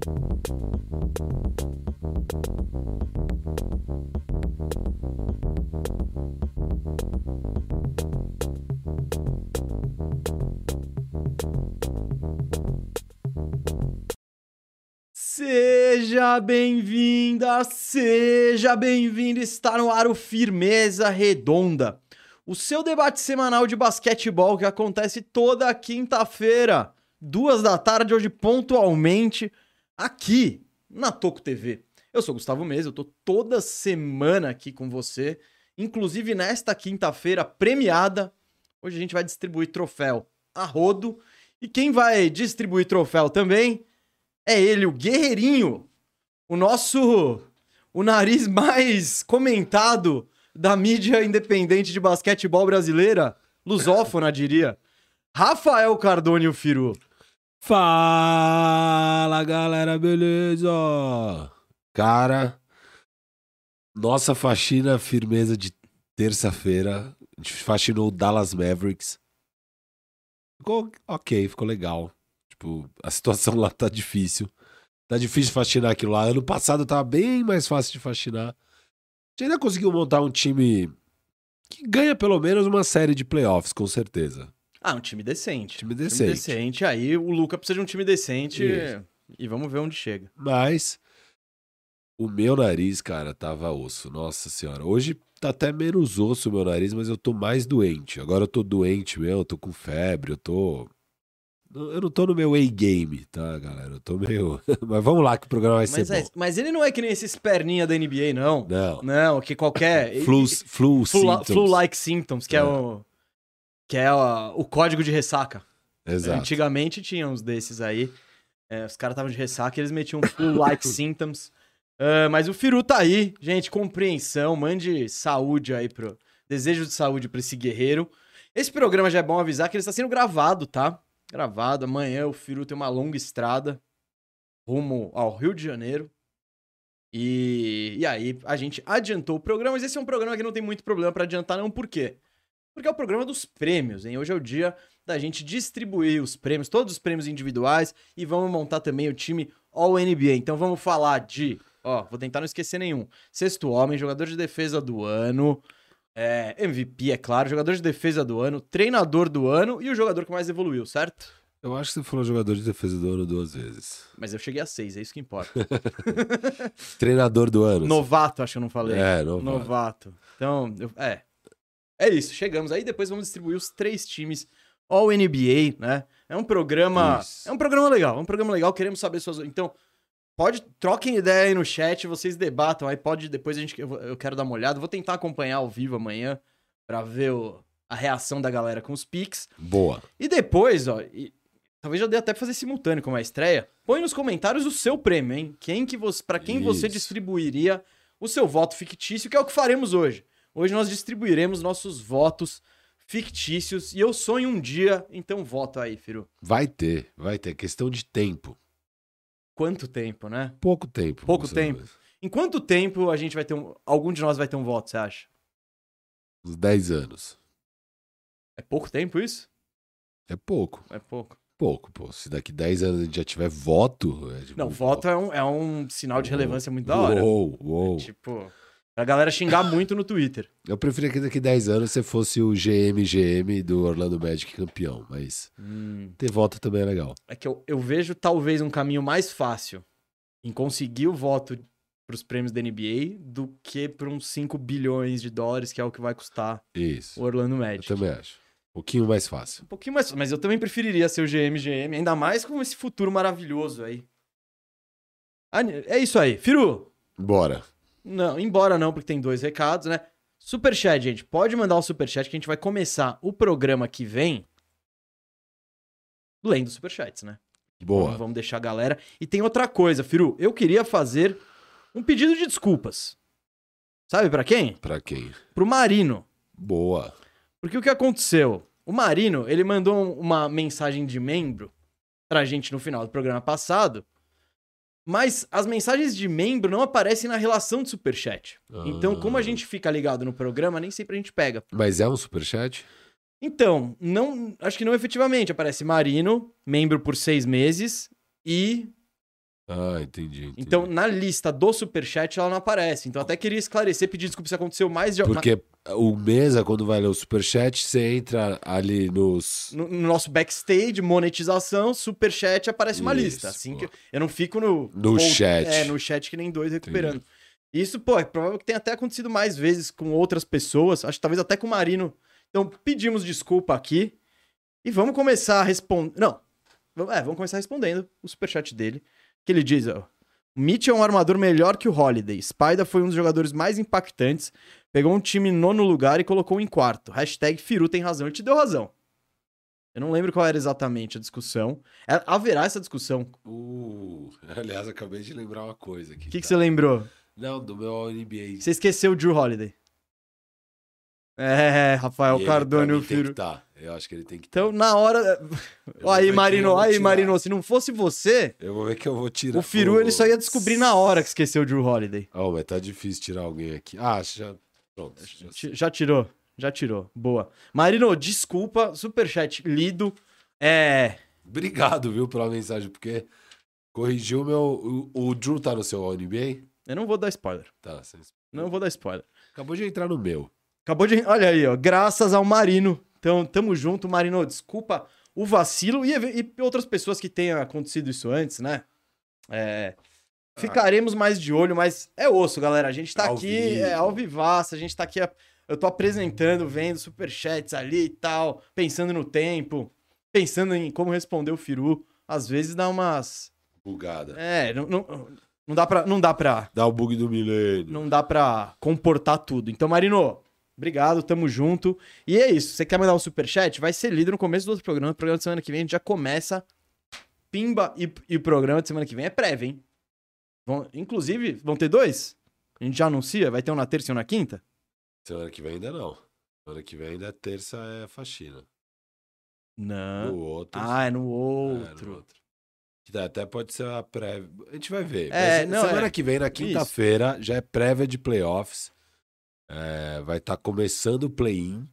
Seja bem-vinda, seja bem-vindo. Está no ar o Firmeza Redonda, o seu debate semanal de basquetebol que acontece toda quinta-feira, 14h, hoje pontualmente, aqui na Toco TV. Eu sou Gustavo Meza, eu tô toda semana aqui com você, inclusive nesta quinta-feira premiada. Hoje a gente vai distribuir troféu a rodo, e quem vai distribuir troféu também é ele, o Guerreirinho, o nariz mais comentado da mídia independente de basquetebol brasileira, lusófona, diria, Rafael Cardone, o Firu. Fala, galera, beleza? Cara, nossa faxina firmeza de terça-feira, a gente faxinou o Dallas Mavericks. Ficou ok, ficou legal. Tipo, a situação lá tá difícil. Tá difícil de faxinar aquilo lá. Ano passado tava bem mais fácil de faxinar. A gente ainda conseguiu montar um time que ganha pelo menos uma série de playoffs, com certeza. Ah, um time decente. Time decente. Aí o Luka precisa de um time decente. Isso. E vamos ver onde chega. Mas o meu nariz, cara, tava osso. Nossa senhora. Hoje tá até menos osso o meu nariz, mas eu tô mais doente. Agora eu tô doente mesmo, eu tô com febre, eu não tô no meu A-game, tá, galera? Eu tô meio... Mas vamos lá que o programa vai ser bom. Mas ele não é que nem esses perninha da NBA, não. Não, que qualquer... Flu-like symptoms, que é o código de ressaca. Exato. Antigamente tinha uns desses aí. Os caras estavam de ressaca e eles metiam flu-like symptoms. Mas o Firu tá aí. Gente, compreensão. Mande saúde aí desejo de saúde pra esse guerreiro. Esse programa já é bom avisar que ele está sendo gravado, tá? Gravado. Amanhã o Firu tem uma longa estrada rumo ao Rio de Janeiro. E aí a gente adiantou o programa, mas esse é um programa que não tem muito problema pra adiantar, não. Por quê? Porque é o programa dos prêmios, hein? Hoje é o dia da gente distribuir os prêmios, todos os prêmios individuais, e vamos montar também o time All-NBA. Então vamos falar de... vou tentar não esquecer nenhum. Sexto homem, jogador de defesa do ano... MVP, é claro, jogador de defesa do ano, treinador do ano e o jogador que mais evoluiu, certo? Eu acho que você falou jogador de defesa do ano 2 vezes. Mas eu cheguei a 6, é isso que importa. Treinador do ano. Novato, acho que eu não falei. Novato. Então, é isso, chegamos. Aí depois vamos distribuir os 3 times All-NBA, né? É um programa legal, queremos saber suas... Então... troquem ideia aí no chat, vocês debatam, aí depois eu quero dar uma olhada, vou tentar acompanhar ao vivo amanhã pra ver a reação da galera com os pics. Boa. E depois, talvez já dê até pra fazer simultâneo com uma estreia, põe nos comentários o seu prêmio, hein? Pra quem você distribuiria o seu voto fictício, que é o que faremos hoje. Hoje nós distribuiremos nossos votos fictícios e eu sonho um dia, então vota aí, Firu. Vai ter, questão de tempo. Quanto tempo, né? Pouco tempo. Em quanto tempo a gente vai ter algum de nós vai ter um voto, você acha? Uns 10 anos. É pouco tempo isso? É pouco. Pouco, pô. Se daqui 10 anos a gente já tiver voto... Não, voto é um sinal de relevância muito da hora. Uou. A galera xingar muito no Twitter. Eu preferia que daqui 10 anos você fosse o GM do Orlando Magic campeão, mas ter voto também é legal. É que eu vejo talvez um caminho mais fácil em conseguir o voto pros prêmios da NBA do que por uns 5 bilhões de dólares, que é o que vai custar o Orlando Magic. Eu também acho. Um pouquinho mais fácil. Um pouquinho mais, mas eu também preferiria ser o GM, ainda mais com esse futuro maravilhoso aí. É isso aí. Firu! Bora. Não, embora não, porque tem 2 recados, né? Superchat, gente. Pode mandar o superchat que a gente vai começar o programa que vem lendo superchats, né? Boa. Então, vamos deixar a galera. E tem outra coisa, Firu. Eu queria fazer um pedido de desculpas. Sabe pra quem? Pra quem? Pro Marino. Boa. Porque o que aconteceu? O Marino, ele mandou uma mensagem de membro pra gente no final do programa passado, mas as mensagens de membro não aparecem na relação de superchat. Então, como a gente fica ligado no programa, nem sempre a gente pega. Mas é um superchat? Então, acho que não efetivamente. Aparece Marino, membro por 6 meses, e Ah, entendi. Então, na lista do Superchat, ela não aparece. Então, até queria esclarecer, pedir desculpa se aconteceu mais de... Porque o Mesa, quando vai ler o Superchat, você entra ali nos... No nosso backstage, monetização, Superchat, aparece uma Isso, lista. Assim pô. que eu não fico no... No chat. No chat que nem dois recuperando. Isso, pô, é provável que tenha até acontecido mais vezes com outras pessoas. Acho que talvez até com o Marino. Então, pedimos desculpa aqui. E vamos começar a responder... Não. Vamos começar respondendo o Superchat dele. Que ele diz, ó... Mitchell é um armador melhor que o Holiday. Spider foi um dos jogadores mais impactantes. Pegou um time em 9º lugar e colocou em 4º. Hashtag Firu tem razão. Ele te deu razão. Eu não lembro qual era exatamente a discussão. Haverá essa discussão. Aliás, acabei de lembrar uma coisa aqui. O que você lembrou? Não, do meu NBA. Você esqueceu o Drew Holiday. Rafael Cardone, o Firu. Eu acho que ele tem que Então, na hora... Aí, Marino, se não fosse você... Eu vou ver que eu vou tirar. O Firu, ele só ia descobrir na hora que esqueceu o Drew Holiday. Mas tá difícil tirar alguém aqui. Já... Pronto. Já tirou. Boa. Marino, desculpa, superchat lido. Obrigado, viu, pela mensagem, porque corrigiu o meu... O Drew tá no seu NBA? Eu não vou dar spoiler. Tá. Não vou dar spoiler. Acabou de entrar no meu. Olha aí, ó. Graças ao Marino. Então, tamo junto, Marino. Desculpa o vacilo e outras pessoas que tenham acontecido isso antes, né? Ficaremos mais de olho, mas é osso, galera. A gente tá aqui, ao vivaço, a gente tá aqui... Eu tô apresentando, vendo superchats ali e tal, pensando no tempo, pensando em como responder o Firu. Às vezes dá umas... Bugada. Não dá pra... Dá o bug do milênio. Não dá pra comportar tudo. Então, Marino, obrigado, tamo junto. E é isso, você quer mandar um superchat? Vai ser lido no começo do outro programa. O programa de semana que vem a gente já começa. Pimba e o programa de semana que vem é prévio, hein? Inclusive, vão ter 2? A gente já anuncia? Vai ter um na terça e um na quinta? Semana que vem ainda não. Semana que vem ainda terça é faxina. Não. No outro. É no outro. Até pode ser a prévia. A gente vai ver. Semana que vem, na quinta-feira, já é prévia de playoffs. Vai estar começando o play-in.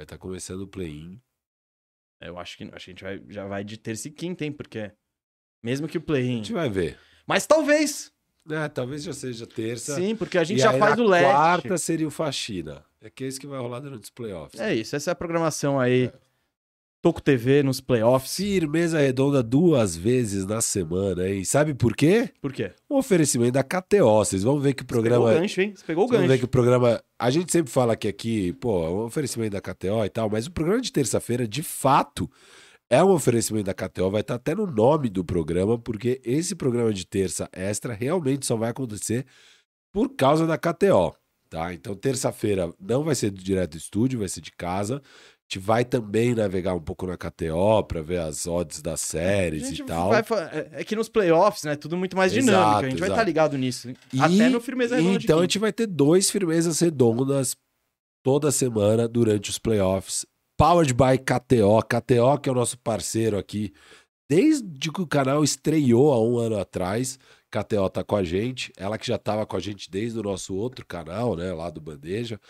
Eu acho que a gente já vai de terça e quinta, hein? Porque mesmo que o play-in... A gente vai ver. Mas talvez... talvez já seja terça. Sim, porque a gente já faz o leste. Quarta seria o faxina. Que é isso que vai rolar durante os playoffs. É isso, essa é a programação aí. Toco TV nos playoffs. Firmeza redonda 2 vezes na semana, hein? Sabe por quê? Por quê? Um oferecimento da KTO. Vocês vão ver que o programa... Você pegou o gancho, hein? Você pegou o gancho. Vão ver que o programa... A gente sempre fala que aqui, é um oferecimento da KTO e tal, mas o programa de terça-feira, de fato, é um oferecimento da KTO. Vai estar até no nome do programa, porque esse programa de terça extra realmente só vai acontecer por causa da KTO, tá? Então, terça-feira não vai ser direto do estúdio, vai ser de casa. A gente vai também navegar um pouco na KTO para ver as odds das séries e tal. É que nos playoffs, né? Tudo muito mais dinâmico. A gente vai estar ligado nisso. Até no Firmeza Redonda. Então a gente vai ter 2 Firmezas Redondas toda semana durante os playoffs. Powered by KTO. KTO, que é o nosso parceiro aqui. Desde que o canal estreou há 1 ano atrás, KTO tá com a gente. Ela que já estava com a gente desde o nosso outro canal, né? Lá do Bandeja.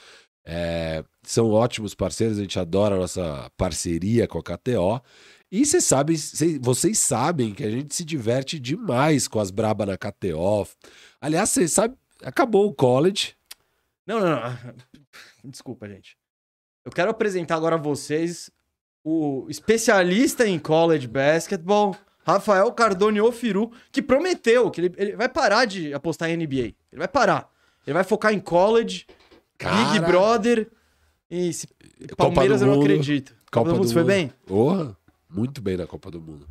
São ótimos parceiros, a gente adora a nossa parceria com a KTO. E vocês sabem que a gente se diverte demais com as braba na KTO. Aliás, vocês sabem, acabou o college. Não. Desculpa, gente. Eu quero apresentar agora a vocês o especialista em college basketball, Rafael Cardone Ofiru, que prometeu que ele vai parar de apostar em NBA. Ele vai parar. Ele vai focar em college... Big Brother e Palmeiras eu não acredito. Copa do Mundo foi bem? Muito bem na Copa do Mundo.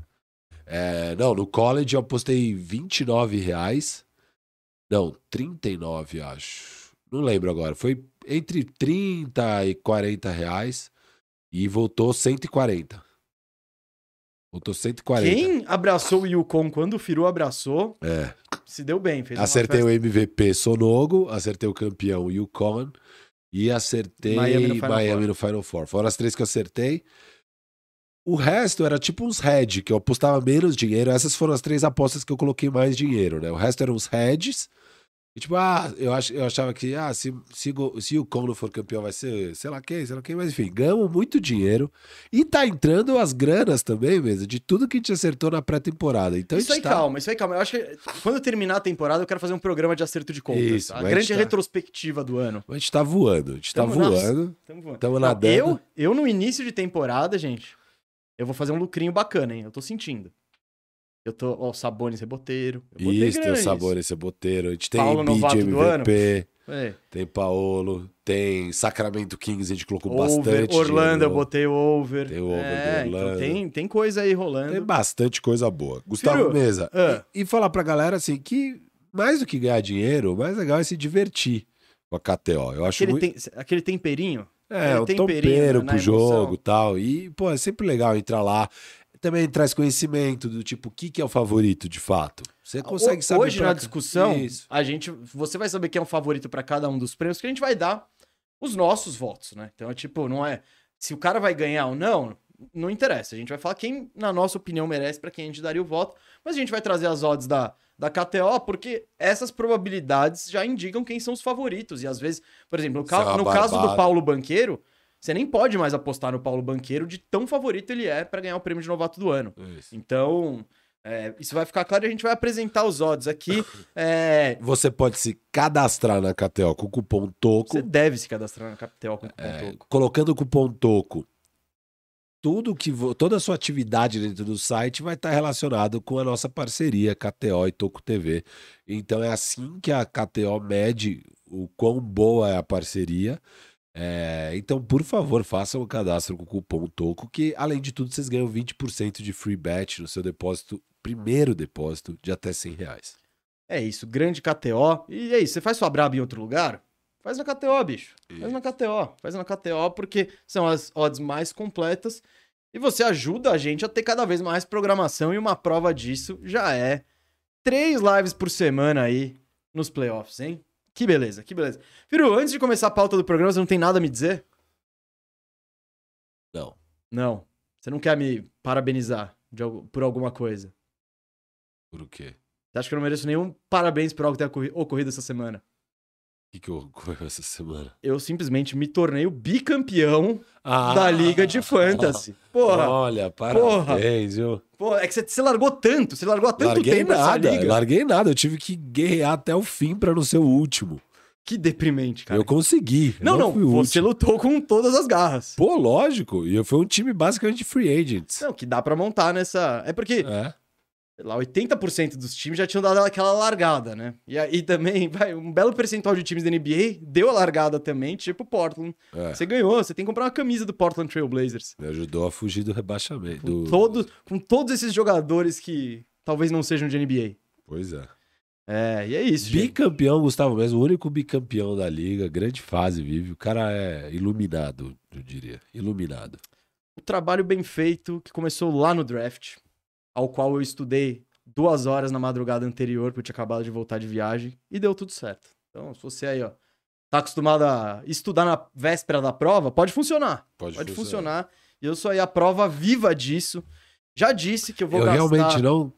No college eu apostei R$29. Não, 39, acho. Não lembro agora. Foi entre 30 e 40 reais e voltou 140. Quem abraçou o Yukon quando o Firu abraçou, se deu bem. Acertei o MVP Sonogo, acertei o campeão Yukon e acertei Miami no Final Four. Foram as 3 que eu acertei. O resto era tipo uns hedge, que eu apostava menos dinheiro. Essas foram as 3 apostas que eu coloquei mais dinheiro, né? O resto eram uns hedges. E, tipo, eu achava que se o Con não for campeão vai ser sei lá quem, mas enfim, ganhamos muito dinheiro e tá entrando as granas também mesmo, de tudo que a gente acertou na pré-temporada. Então Isso aí, calma. Eu acho que quando terminar a temporada eu quero fazer um programa de acerto de contas. Isso, a grande retrospectiva do ano. A gente tá voando, Tamo voando. Tamo nadando. Eu no início de temporada, gente, eu vou fazer um lucrinho bacana, hein? Eu tô sentindo. Eu tô, ó, Sabonis reboteiro. Isso, tem o Sabonis reboteiro. A gente tem Paulo, novato BJ do ano. MVP, tem Paolo, tem Sacramento Kings, a gente colocou bastante. Orlando, eu botei o over. Tem o over do Orlando. Então tem coisa aí rolando. Tem bastante coisa boa. Gustavo Meza, e falar pra galera assim, que mais do que ganhar dinheiro, o mais legal é se divertir com a KTO. Eu acho aquele temperinho. Um tempero pro jogo e tal. E, pô, é sempre legal entrar lá. Também traz conhecimento do tipo, o que é o favorito de fato. Você consegue saber. Hoje na discussão, você vai saber quem é o favorito para cada um dos prêmios, que a gente vai dar os nossos votos, né? Então é tipo, não é se o cara vai ganhar ou não, não interessa. A gente vai falar quem, na nossa opinião, merece para quem a gente daria o voto, mas a gente vai trazer as odds da KTO, porque essas probabilidades já indicam quem são os favoritos. E às vezes, por exemplo, no caso do Paulo Banqueiro, você nem pode mais apostar no Paulo Banqueiro de tão favorito ele é para ganhar o prêmio de novato do ano. Isso. Então, isso vai ficar claro e a gente vai apresentar os odds aqui. Você pode se cadastrar na KTO com o cupom TOCO. Você deve se cadastrar na KTO com o cupom TOCO. Colocando o cupom TOCO, toda a sua atividade dentro do site vai estar relacionado com a nossa parceria KTO e TOCO TV. Então é assim que a KTO mede o quão boa é a parceria. Então, por favor, façam o cadastro com o cupom TOCO, que, além de tudo, vocês ganham 20% de free bet no seu primeiro depósito de até R$100. É isso, grande KTO. E é isso, você faz sua braba em outro lugar? Faz na KTO, bicho. Faz na KTO, porque são as odds mais completas e você ajuda a gente a ter cada vez mais programação, e uma prova disso já é 3 lives por semana aí nos playoffs, hein? Que beleza, que beleza. Firu, antes de começar a pauta do programa, você não tem nada a me dizer? Não. Não. Você não quer me parabenizar por alguma coisa? Por o quê? Você acha que eu não mereço nenhum parabéns por algo que tenha ocorrido essa semana? O que ocorreu essa semana? Eu simplesmente me tornei o bicampeão da Liga de Fantasy. Porra! Olha, parabéns, viu? Pô, é que você largou tanto, você largou há tanto tempo essa liga. Larguei nada, eu tive que guerrear até o fim pra não ser o último. Que deprimente, cara. Eu consegui. Não, você lutou com todas as garras. Pô, lógico. E foi um time basicamente de free agents. Não, que dá pra montar nessa... É porque... sei lá, 80% dos times já tinham dado aquela largada, né? E aí também, um belo percentual de times da NBA deu a largada também, tipo Portland. Você ganhou, você tem que comprar uma camisa do Portland Trail Blazers. Me ajudou a fugir do rebaixamento. Com todos esses jogadores que talvez não sejam de NBA. Pois é. E é isso, gente. Bicampeão, Gustavo mesmo, o único bicampeão da liga, grande fase vive. O cara é iluminado, eu diria. Iluminado. O trabalho bem feito que começou lá no draft, ao qual eu estudei 2 horas na madrugada anterior, porque eu tinha acabado de voltar de viagem, e deu tudo certo. Então, se você aí, ó, tá acostumado a estudar na véspera da prova, pode funcionar. Pode funcionar. E eu sou aí a prova viva disso. Já disse que eu vou gastar... Eu realmente não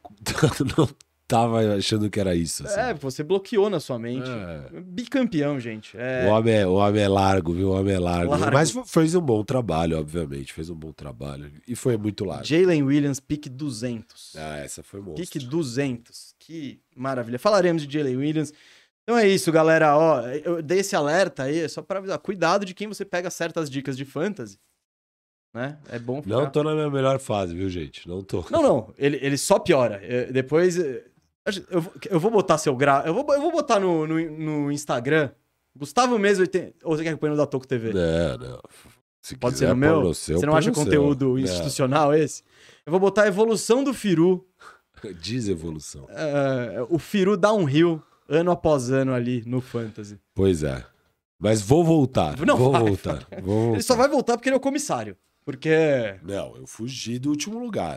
tava achando que era isso. Assim. Você bloqueou na sua mente. Bicampeão, gente. O homem é largo, viu? O homem é largo. Mas fez um bom trabalho, obviamente. Fez um bom trabalho. E foi muito largo. Jalen Williams, pique 200. Essa foi monstro. Pique 200. Que maravilha. Falaremos de Jalen Williams. Então é isso, galera. Ó, eu dei esse alerta aí só pra avisar. Cuidado de quem você pega certas dicas de fantasy. Né? É bom ficar... Não tô na minha melhor fase, viu, gente? Não tô. Não. Ele só piora. Depois... Eu vou botar seu grau. Eu vou botar no Instagram. Gustavo mesmo. Ou você quer que eu ponha no da Toco TV? Não. Se pode ser no meu? Você não acha conteúdo institucional esse? Eu vou botar a evolução do Firu. Desevolução. O Firu downhill ano após ano ali no Fantasy. Pois é. Mas vou voltar. Vou voltar. Ele só vai voltar porque ele é o comissário. Porque... Não, eu fugi do último lugar.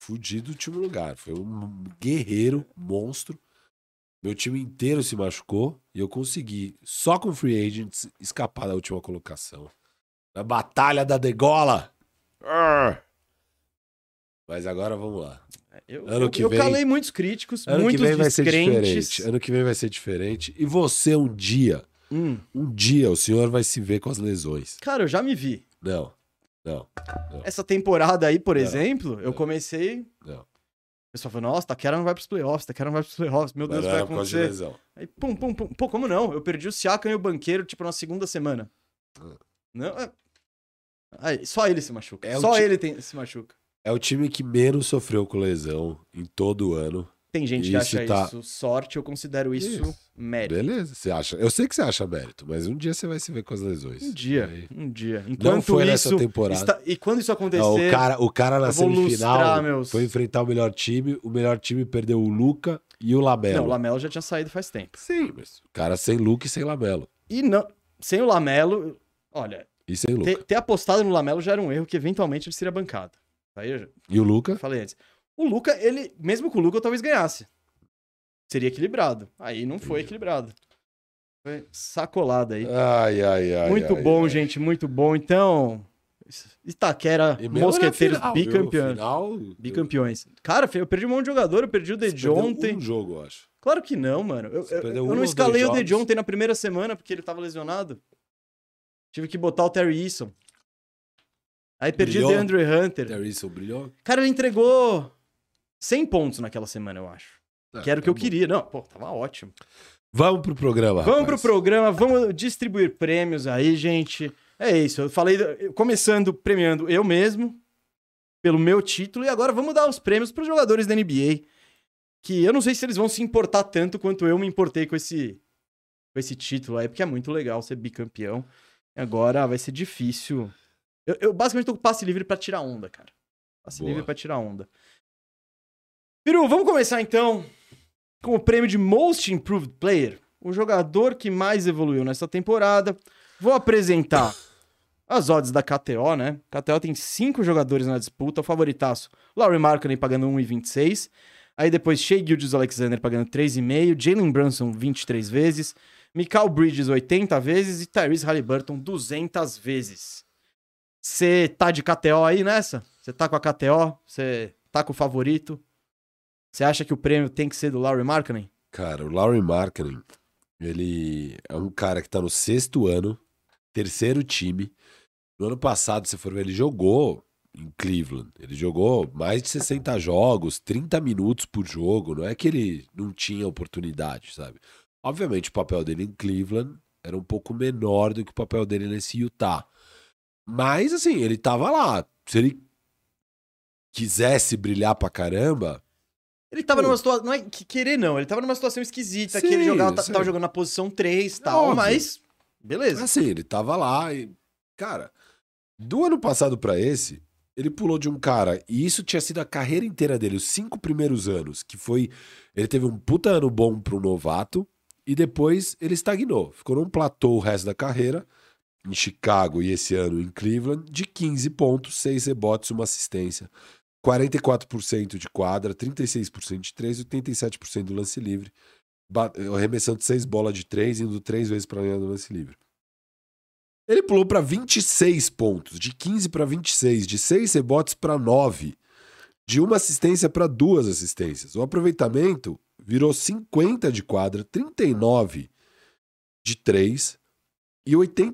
Foi um guerreiro, monstro. Meu time inteiro se machucou e eu consegui, só com free agents, escapar da última colocação. Na batalha da degola. Mas agora vamos lá. Ano que eu vem- calei muitos críticos, Ano que muitos vem vai ser descrentes. diferente. Ano que vem vai ser diferente. E você, um dia, o senhor vai se ver com as lesões. Cara, eu já me vi. Não. Essa temporada aí, por Não, exemplo, eu comecei... Não. O pessoal falou, nossa, Taquera não vai pros playoffs, meu Deus, Mas não vai era por causa de acontecer. lesão. Aí, pum. Pô, como não? Eu perdi o Siakam e o Banqueiro, tipo, na segunda semana. Não, Aí, só ele se machuca. É o Só ti- ele se machuca. É o time que menos sofreu com lesão em todo o ano. Tem gente que Isso acha tá- isso sorte, eu considero isso mérito. Beleza, você acha. Eu sei que você acha mérito, mas um dia você vai se ver com as lesões. Um dia. Não Enquanto foi isso nessa temporada. E quando isso acontecer, Não, o cara na eu vou semifinal lustrar meus- foi enfrentar o melhor time perdeu o Luka e o Lamelo. não, o Lamelo já tinha saído faz tempo. Sim, mas o cara sem Luka e sem Lamelo. E não, sem o Lamelo, olha, E sem Luka. ter apostado no Lamelo já era um erro que eventualmente ele seria bancado. Aí eu E o Luka? falei antes. O Luka, ele, mesmo com o Luka, eu talvez ganhasse. Seria equilibrado. Aí não foi equilibrado. Foi sacolada aí. Ai. Muito bom, gente, muito bom. Então, Itaquera, E mesmo Mosqueteiros, na final, viu? bicampeões. Final, Bicampeões. Cara, eu perdi um monte de jogador, eu perdi o você De perdeu ontem. um jogo, eu acho. Claro que não, mano. Você perdeu Eu um não ou escalei dois o De jogos. ontem na primeira semana porque ele tava lesionado. Tive que botar o Terry Eason. Aí perdi Brilhou? o DeAndre Hunter. Terry brilhou? Cara, ele entregou 100 pontos naquela semana, eu acho. Que era o que eu bom. queria. Não, pô, tava ótimo. Vamos pro programa, Vamos pro rapaz. programa, vamos distribuir prêmios aí, gente. É isso, eu falei, começando premiando eu mesmo, pelo meu título, e agora vamos dar os prêmios pros jogadores da NBA, que eu não sei se eles vão se importar tanto quanto eu me importei com esse título aí, porque é muito legal ser bicampeão. E agora vai ser difícil. Eu basicamente tô com passe livre pra tirar onda, cara. Passe Boa. livre pra tirar onda. Peru, vamos começar então com o prêmio de Most Improved Player, o jogador que mais evoluiu nessa temporada. Vou apresentar as odds da KTO, né? KTO tem 5 jogadores na disputa, o favoritaço, Lauri Markkanen pagando 1,26. Aí depois Shai Gilgeous-Alexander pagando 3,5, Jalen Brunson 23 vezes, Mikal Bridges 80 vezes e Tyrese Haliburton 200 vezes. Você tá de KTO aí nessa? Você tá com a KTO? Você tá com o favorito? Você acha que o prêmio tem que ser do Lauri Markkanen? Cara, o Lauri Markkanen, ele é um cara que tá no 6º ano, 3º time. No ano passado, se for ver, ele jogou em Cleveland. Ele jogou mais de 60 jogos, 30 minutos por jogo. Não é que ele não tinha oportunidade, sabe? Obviamente, o papel dele em Cleveland era um pouco menor do que o papel dele nesse Utah. Mas, assim, ele tava lá. Se ele quisesse brilhar pra caramba... Ele tava numa situação. Não é que querer, não. Ele tava numa situação esquisita, Sim, que ele sim. tava jogando na posição 3 e tal, Óbvio. mas. Beleza. Assim, ele tava lá e... Cara, do ano passado pra esse, ele pulou de um cara, e isso tinha sido a carreira inteira dele, os 5 primeiros anos, que foi... Ele teve um puta ano bom pro novato, e depois ele estagnou. Ficou num platô o resto da carreira, em Chicago e esse ano em Cleveland, de 15 pontos, 6 rebotes, 1 assistência. 44% de quadra, 36% de 3 e 87% do lance livre. Arremessando 6 bolas de 3, indo 3 vezes para a linha do lance livre. Ele pulou para 26 pontos, de 15 para 26, de 6 rebotes para 9, de 1 assistência para 2 assistências. O aproveitamento virou 50 de quadra, 39 de 3 e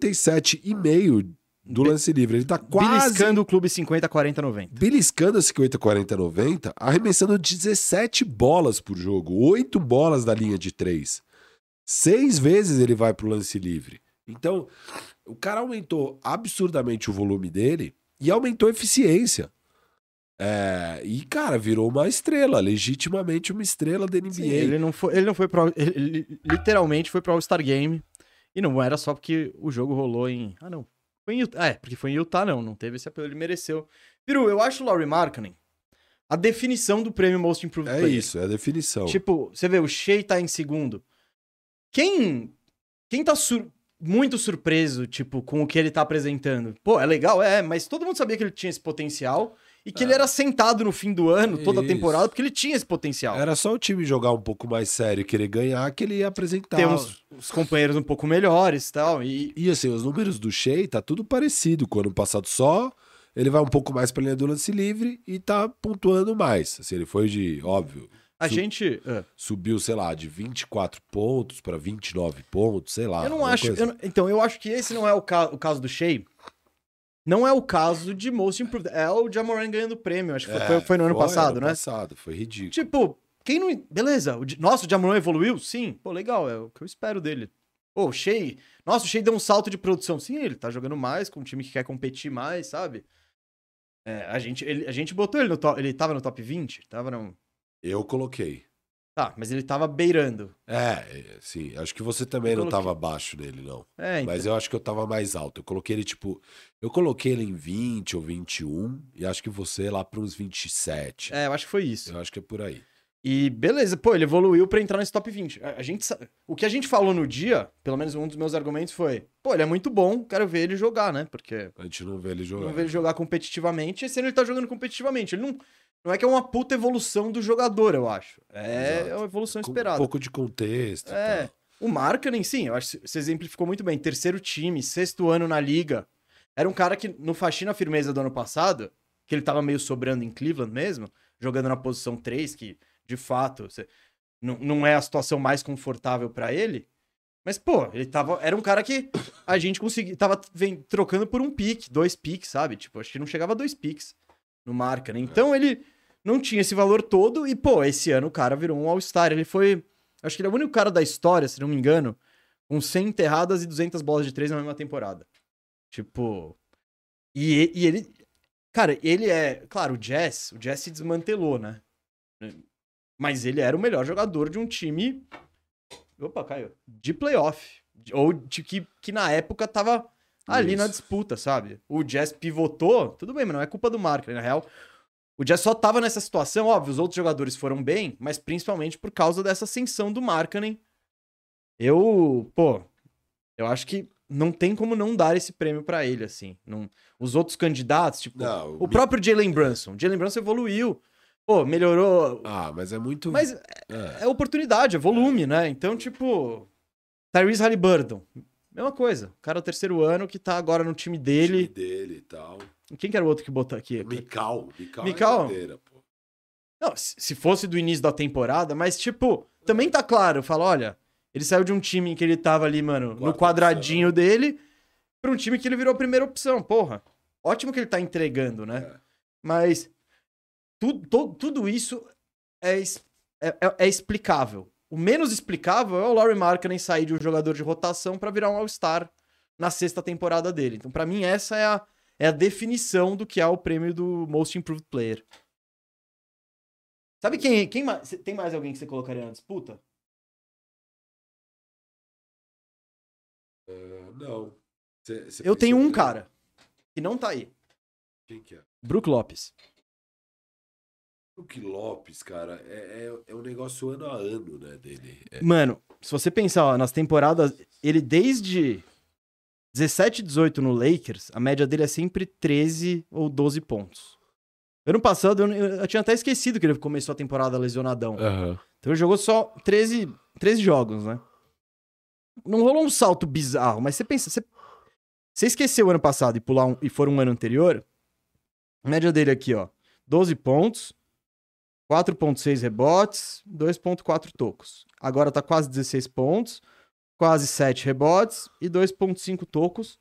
87,5 do lance livre. Ele tá quase... Beliscando o clube 50, 40, 90. Beliscando a 50, 40, 90, arremessando 17 bolas por jogo, 8 bolas da linha de 3. 6 vezes ele vai pro lance livre. Então, o cara aumentou absurdamente o volume dele e aumentou a eficiência. E, cara, virou uma estrela, legitimamente uma estrela da NBA. Sim, ele não foi pro. Ele literalmente foi pro All-Star Game. E não era só porque o jogo rolou em. Ah, não. Foi em Utah. Porque foi em Utah, não teve esse apelo, ele mereceu. Peru, eu acho o Lauri Markkanen a definição do prêmio Most Improved É Player. isso, é a definição. Tipo, você vê, o Shai tá em segundo. Quem tá muito surpreso, tipo, com o que ele tá apresentando? Pô, é legal, mas todo mundo sabia que ele tinha esse potencial e que ele era sentado no fim do ano, toda a Isso. temporada, porque ele tinha esse potencial. Era só o time jogar um pouco mais sério e querer ganhar que ele ia apresentar. Ter uns companheiros um pouco melhores e tal. E assim, os números do Shai tá tudo parecido com o ano passado, só ele vai um pouco mais pra linha do lance livre e tá pontuando mais. Assim, ele foi de, óbvio, A gente... subiu, sei lá, de 24 pontos pra 29 pontos, sei lá. Eu não uma acho... coisa Então, eu acho que esse não é o caso do Shea. Não é o caso de Most Improved. É o Ja Morant ganhando prêmio. Acho que foi no ano passado, né? Foi ridículo. Tipo, quem não... Beleza. Nossa, o Ja Morant evoluiu? Sim. Pô, legal. É o que eu espero dele. Pô, o Shea... Nossa, o Shea deu um salto de produção. Sim, ele tá jogando mais com um time que quer competir mais, sabe? A gente botou ele no top... Ele tava no top 20? Tava no... Eu coloquei. Tá, mas ele tava beirando. Sim. Acho que você também não tava abaixo dele, não. Então. Mas eu acho que eu tava mais alto. Eu coloquei ele, tipo... Eu coloquei ele em 20 ou 21 e acho que você lá para uns 27. Eu acho que foi isso. Eu acho que é por aí. E beleza, pô, ele evoluiu pra entrar nesse top 20. O que a gente falou no dia, pelo menos um dos meus argumentos foi, pô, ele é muito bom, quero ver ele jogar, né? Porque A gente não vê ele jogar. não vê ele jogar competitivamente, esse ano ele tá jogando competitivamente. Ele não é que é uma puta evolução do jogador, eu acho. É uma evolução esperada. Um pouco de contexto. É. O Markkanen, sim, eu acho que você exemplificou muito bem. Terceiro time, sexto ano na liga. Era um cara que, no faxina firmeza do ano passado, que ele tava meio sobrando em Cleveland mesmo, jogando na posição 3, que, de fato, não é a situação mais confortável pra ele. Mas, pô, era um cara que a gente tava trocando por um pique, 2 piques, sabe? Tipo, acho que não chegava a 2 piques no Markkanen. Então, ele não tinha esse valor todo e, pô, esse ano o cara virou um All-Star. Ele foi... Acho que ele é o único cara da história, se não me engano, com 100 enterradas e 200 bolas de 3 na mesma temporada. Tipo... E ele... Cara, ele é... Claro, o Jazz se desmantelou, né? Mas ele era o melhor jogador de um time... Opa, caiu. De playoff. Ou de que na época tava ali na disputa, sabe? O Jazz pivotou, tudo bem, mas não é culpa do Markkanen, na real. O Jazz só tava nessa situação, óbvio, os outros jogadores foram bem, mas principalmente por causa dessa ascensão do Markkanen. Eu acho que não tem como não dar esse prêmio pra ele, assim. Os outros candidatos, tipo, o próprio Jalen Brunson. Jalen Brunson evoluiu, pô, melhorou. Mas é muito... Mas é oportunidade, é volume, né? Então, tipo, Tyrese Haliburton, mesma coisa. O cara é o terceiro ano que tá agora no time dele. O time dele e tal. Quem que era o outro que botou aqui? Mikal. É pô. Não, se fosse do início da temporada, mas, tipo, também tá claro. Fala, olha, ele saiu de um time que ele tava ali, mano, no quadradinho dele, pra um time que ele virou a primeira opção. Porra, ótimo que ele tá entregando, né? Mas tudo isso é explicável. O menos explicável é o Lauri Markkanen sair de um jogador de rotação pra virar um All-Star na sexta temporada dele. Então, pra mim, essa é a definição do que é o prêmio do Most Improved Player. Sabe quem mais? Tem mais alguém que você colocaria na disputa? Não. Eu tenho um cara que não tá aí. Quem que é? Brook Lopes. Brook Lopes, cara, é um negócio ano a ano, né, dele. Mano, se você pensar, ó, nas temporadas, ele desde 17 e 18 no Lakers, a média dele é sempre 13 ou 12 pontos. Ano passado, eu tinha até esquecido que ele começou a temporada lesionadão. Uhum. Então ele jogou só 13 jogos, né? Não rolou um salto bizarro, mas você pensa... Você esqueceu o ano passado e for um ano anterior, a média dele aqui, ó, 12 pontos, 4.6 rebotes, 2.4 tocos. Agora tá quase 16 pontos, quase 7 rebotes e 2.5 tocos.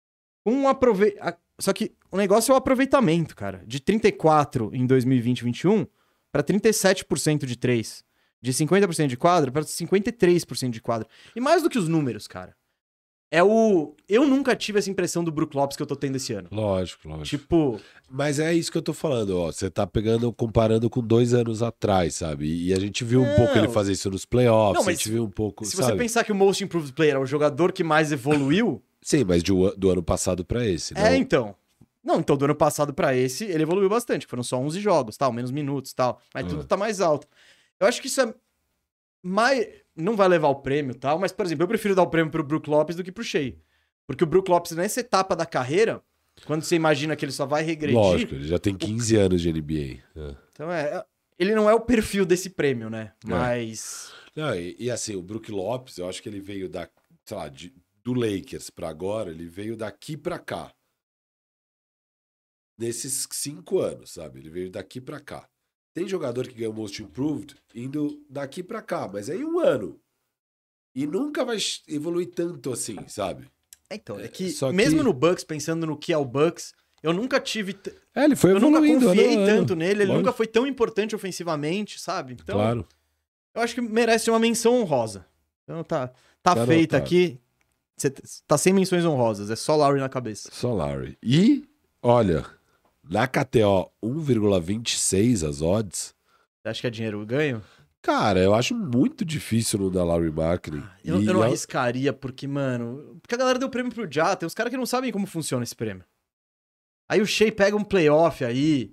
Só que o negócio é o aproveitamento, cara. De 34 em 2020-21 para 37% de 3. De 50% de quadra para 53% de quadra. E mais do que os números, cara. Eu nunca tive essa impressão do Brook Lopes que eu tô tendo esse ano. Lógico. Tipo... Mas é isso que eu tô falando, ó. Você tá comparando com 2 anos atrás, sabe? E a gente viu um pouco ele fazer isso nos playoffs, mas a gente viu um pouco, se sabe? você pensar que o Most Improved Player é o jogador que mais evoluiu... Sim, mas do ano passado pra esse, não? Então. Não, então do ano passado pra esse, ele evoluiu bastante. Foram só 11 jogos, tal, menos minutos, tal. Mas tudo tá mais alto. Eu acho que isso é mais... Não vai levar o prêmio e tal, mas, por exemplo, eu prefiro dar o prêmio pro Brook Lopes do que pro Shea. Porque o Brook Lopes, nessa etapa da carreira, quando você imagina que ele só vai regredir... Lógico, ele já tem 15 anos de NBA. Então, ele não é o perfil desse prêmio, né? Mas... Não, e assim, o Brook Lopes, eu acho que ele veio sei lá, do Lakers pra agora, ele veio daqui pra cá. nesses 5 anos, sabe? Ele veio daqui pra cá. Tem jogador que ganhou Most Improved indo daqui pra cá, mas aí 1 ano. E nunca vai evoluir tanto assim, sabe? Então, é que só mesmo que- no Bucks, pensando no que é o Bucks, eu nunca tive... Ele foi Eu nunca evoluindo. confiei ano a ano. tanto nele, ele Lógico. nunca foi tão importante ofensivamente, sabe? Então, Claro. eu acho que merece uma menção honrosa. Então tá Tá feita anotado. aqui. Você tá sem menções honrosas, é só Lowry na cabeça. Só Lowry. E, olha, na KTO 1,26 as odds, Você acha que é dinheiro ganho? cara, eu acho muito difícil não dar Lowry Marketing. Eu E não é- arriscaria, porque, mano... Porque a galera deu prêmio pro Ja, tem os caras que não sabem como funciona esse prêmio. Aí o Shea pega um playoff aí.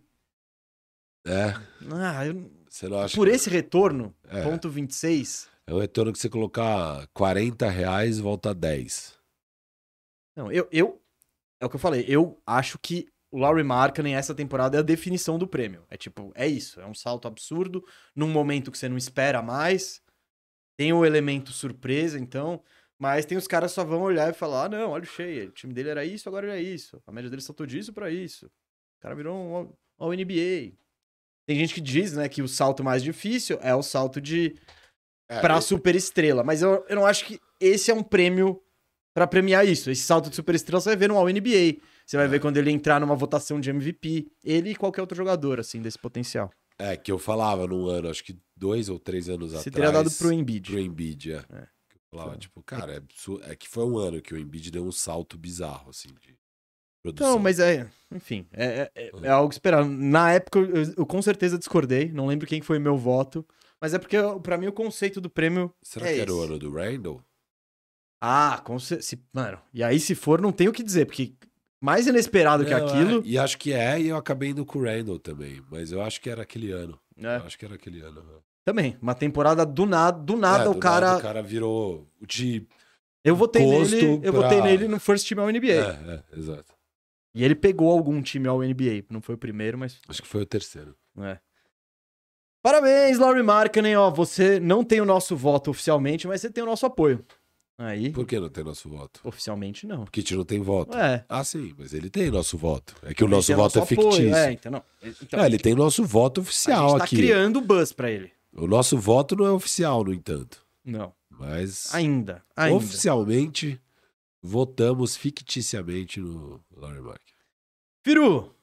É, você não acha Por que- esse retorno, É. ponto 26... É um retorno que você colocar R$40 volta 10. Não, é o que eu falei. Eu acho que o Lauri Markkanen essa temporada é a definição do prêmio. É tipo, é isso. É um salto absurdo num momento que você não espera mais. Tem o elemento surpresa, então. Mas tem os caras que só vão olhar e falar: ah, não, olha o Shea. O time dele era isso, agora ele é isso. A média dele saltou disso pra isso. O cara virou um All-NBA. Tem gente que diz, né, que o salto mais difícil é o salto de pra super estrela. Mas eu não acho que esse é um prêmio pra premiar isso. Esse salto de super estrela você vai ver no All-NBA. Você vai ver quando ele entrar numa votação de MVP. Ele e qualquer outro jogador, assim, desse potencial. É, que eu falava num ano, acho que 2 ou 3 anos Você atrás. teria dado pro Embiid. Pro Embiid, é. Que eu falava, tipo, cara, é que foi um ano que o Embiid deu um salto bizarro, assim, de produção. Então, mas enfim, é algo esperado. Na época, eu com certeza discordei. Não lembro quem foi meu voto. Mas é porque, pra mim, o conceito do prêmio Será é que era o esse. ano do Randall? Ah, mano, e aí se for, não tem o que dizer, porque mais inesperado que Não, aquilo... e acho que e eu acabei indo com o Randall também, mas eu acho que era aquele ano. É. Eu acho que era aquele ano. Né? Também, uma temporada do nada Do o nada, cara... o cara virou de... Eu votei Gosto nele, eu pra- votei nele no First Team All-NBA. Exato. E ele pegou algum time All-NBA. Não foi o primeiro, mas... Acho que foi o terceiro. É. Parabéns, Lauri Markkanen, ó. Você não tem o nosso voto oficialmente, mas você tem o nosso apoio. Aí, Por que não tem nosso voto? oficialmente não. Porque a gente não tem voto. É. Ah, sim, mas ele tem nosso voto. É que o Ele nosso tem voto é nosso apoio, fictício. então não. Então, Ele tem nosso voto a oficial gente tá aqui. criando buzz pra ele. O nosso voto não é oficial, no entanto. Não. Mas Ainda. oficialmente votamos ficticiamente no Lauri Markkanen. Firu,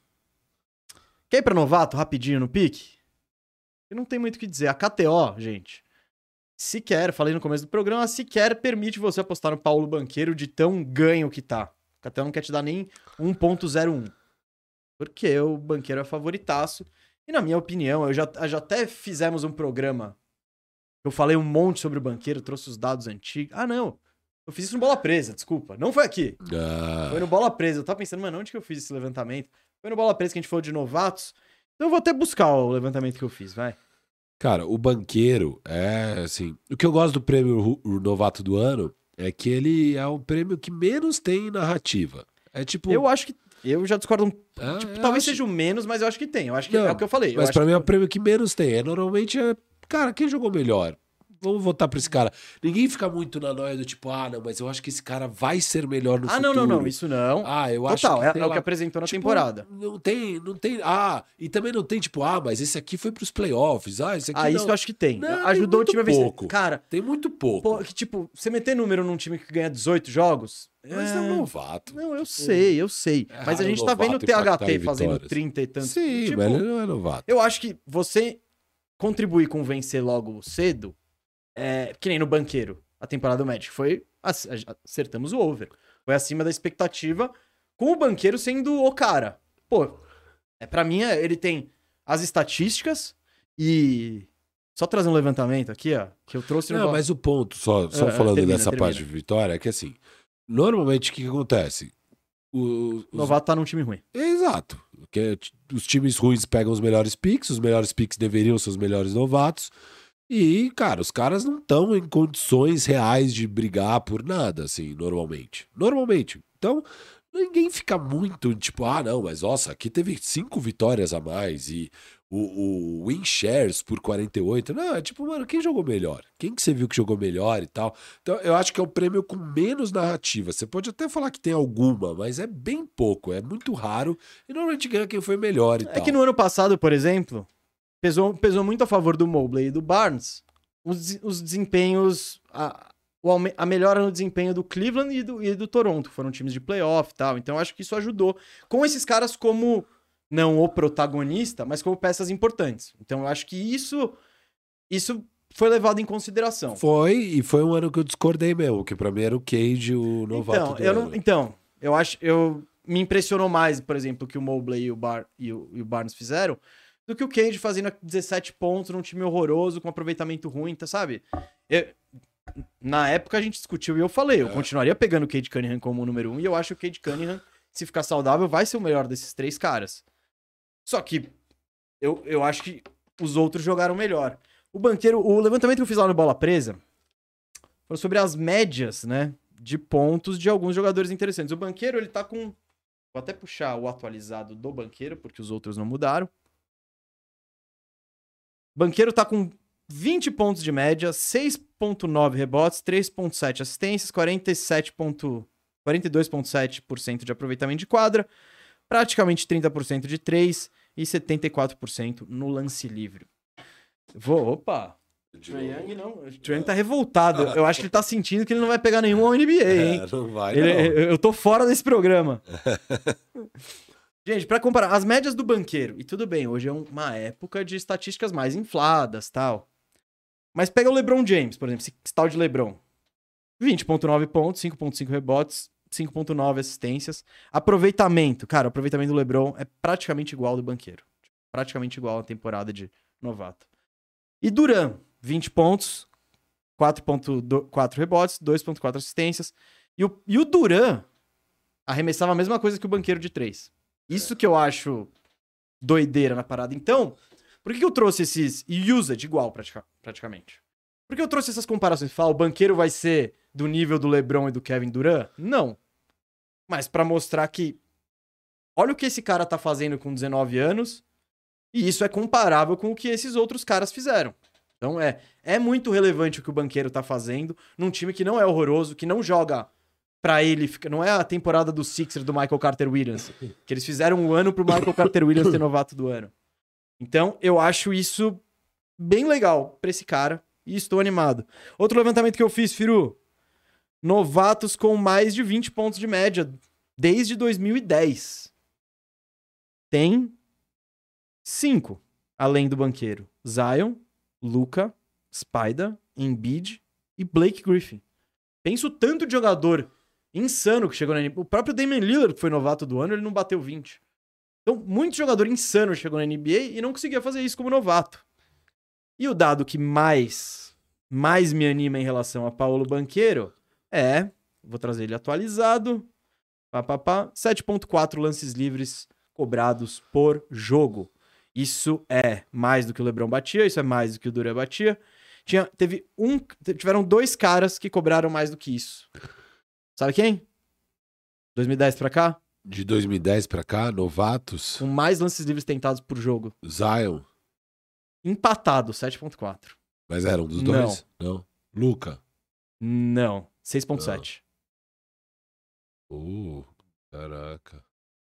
quer ir pra novato rapidinho no pique? E não tem muito o que dizer. A KTO, gente, sequer, falei no começo do programa, sequer permite você apostar no Paulo Banqueiro de tão ganho que tá. A KTO não quer te dar nem 1.01. Porque o Banqueiro é favoritaço. E na minha opinião, já até fizemos um programa. Eu falei um monte sobre o Banqueiro, trouxe os dados antigos. Ah, não. Eu fiz isso no Bola Presa, desculpa. Não foi aqui. Foi no Bola Presa. Eu tava pensando, mano, onde que eu fiz esse levantamento? Foi no Bola Presa que a gente falou de novatos. Então eu vou até buscar o levantamento que eu fiz, vai. Cara, o Banqueiro é assim. O que eu gosto do prêmio Novato do Ano é que ele é um prêmio que menos tem narrativa. É tipo. Eu acho que. Eu já discordo tipo, eu talvez acho- seja o menos, mas eu acho que tem. Eu acho que Não, é o que eu falei. Mas eu pra acho mim é o que... prêmio que menos tem. Normalmente é. Cara, quem jogou melhor? Vamos votar pra esse cara. Ninguém fica muito na noia do tipo, não, mas eu acho que esse cara vai ser melhor no futuro. não, isso não. Eu acho Total, que é sei o lá, que apresentou na tipo, temporada. Não tem. E também não tem, tipo, mas esse aqui foi pros playoffs. Esse aqui Isso não. eu acho que tem. Não, Ajudou tem o time a vencer. pouco. Cara, Tem muito pouco. que tipo, você meter número num time que ganha 18 jogos. Mas é um novato. Não, eu sei. É Mas a raro gente tá vendo o novato impactar THT em fazendo vitórias. 30 e tantos. Sim, Tipo, mas ele não é novato. eu acho que você contribuir com vencer logo cedo, que nem no Banqueiro, a temporada do Magic, foi... Acertamos o over. Foi acima da expectativa, com o Banqueiro sendo o cara. Pô, pra mim, ele tem as estatísticas e... Só trazer um levantamento aqui, ó, que eu trouxe no... Não, mas o ponto, só falando termina, dessa parte de vitória, é que assim, normalmente o que acontece? O novato tá num time ruim. Exato. Porque os times ruins pegam os melhores picks deveriam ser os melhores novatos. E, cara, os caras não estão em condições reais de brigar por nada, assim, normalmente. Então, ninguém fica muito, tipo, não, mas nossa, aqui teve 5 vitórias a mais e o win shares por 48. Não, é tipo, mano, quem jogou melhor? Quem que você viu que jogou melhor e tal? Então, eu acho que é um prêmio com menos narrativa. Você pode até falar que tem alguma, mas é bem pouco, é muito raro e normalmente ganha quem foi melhor e tal. É que no ano passado, por exemplo, pesou muito a favor do Mobley e do Barnes os desempenhos, a melhora no desempenho do Cleveland e do Toronto, que foram times de playoff e tal. Então eu acho que isso ajudou. Com esses caras como, não o protagonista, mas como peças importantes. Então eu acho que isso foi levado em consideração. E foi um ano que eu discordei mesmo, que pra mim era o Cade, o novato do ano. Então, eu me impressionou mais, por exemplo, que o Mobley e o Barnes fizeram, do que o Cade fazendo 17 pontos num time horroroso, com aproveitamento ruim, tá, sabe? Na época a gente discutiu e eu falei, eu continuaria pegando o Cade Cunningham como o número 1, e eu acho que o Cade Cunningham, se ficar saudável, vai ser o melhor desses 3 caras. Só que eu acho que os outros jogaram melhor. O levantamento que eu fiz lá no Bola Presa foi sobre as médias, né, de pontos de alguns jogadores interessantes. O Banqueiro, ele tá com... Vou até puxar o atualizado do Banqueiro, porque os outros não mudaram. O Banqueiro tá com 20 pontos de média, 6.9 rebotes, 3.7 assistências, 42.7% de aproveitamento de quadra, praticamente 30% de 3 e 74% no lance livre. Opa! Trae Young não. O Trae Young tá revoltado. Eu acho que ele tá sentindo que ele não vai pegar nenhum ao NBA, hein? Não vai, não. Eu tô fora desse programa. Gente, pra comparar, as médias do Banqueiro, e tudo bem, hoje é uma época de estatísticas mais infladas, tal. Mas pega o LeBron James, por exemplo, esse tal de LeBron. 20.9 pontos, 5.5 rebotes, 5.9 assistências. Aproveitamento, cara, o aproveitamento do LeBron é praticamente igual ao do Banqueiro. Praticamente igual à temporada de novato. E Duran, 20 pontos, 4.4 rebotes, 2.4 assistências. E o Duran arremessava a mesma coisa que o Banqueiro de 3. Isso que eu acho doideira na parada. Então, por que eu trouxe esses usage igual praticamente? Por que eu trouxe essas comparações? Fala, o Banqueiro vai ser do nível do LeBron e do Kevin Durant? Não. Mas pra mostrar que olha o que esse cara tá fazendo com 19 anos e isso é comparável com o que esses outros caras fizeram. Então é muito relevante o que o Banqueiro tá fazendo num time que não é horroroso, que não joga pra ele. Não é a temporada do Sixers do Michael Carter Williams, que eles fizeram um ano pro Michael Carter Williams ter novato do ano. Então eu acho isso bem legal pra esse cara e estou animado. Outro levantamento que eu fiz, Firu, novatos com mais de 20 pontos de média desde 2010. Tem 5, além do Banqueiro. Zion, Luka, Spider, Embiid e Blake Griffin. Penso tanto de jogador insano que chegou na NBA. O próprio Damian Lillard, que foi novato do ano, ele não bateu 20. Então, muito jogador insano chegou na NBA e não conseguia fazer isso como novato. E o dado que mais me anima em relação a Paulo Banqueiro vou trazer ele atualizado, 7.4 lances livres cobrados por jogo. Isso é mais do que o LeBron batia, isso é mais do que o Durant batia. Tiveram 2 caras que cobraram mais do que isso. Sabe quem? 2010 pra cá? De 2010 pra cá, novatos. Com mais lances livres tentados por jogo. Zion. Empatado, 7.4. Mas eram dos dois? Não. Luka. Não, 6.7. Caraca.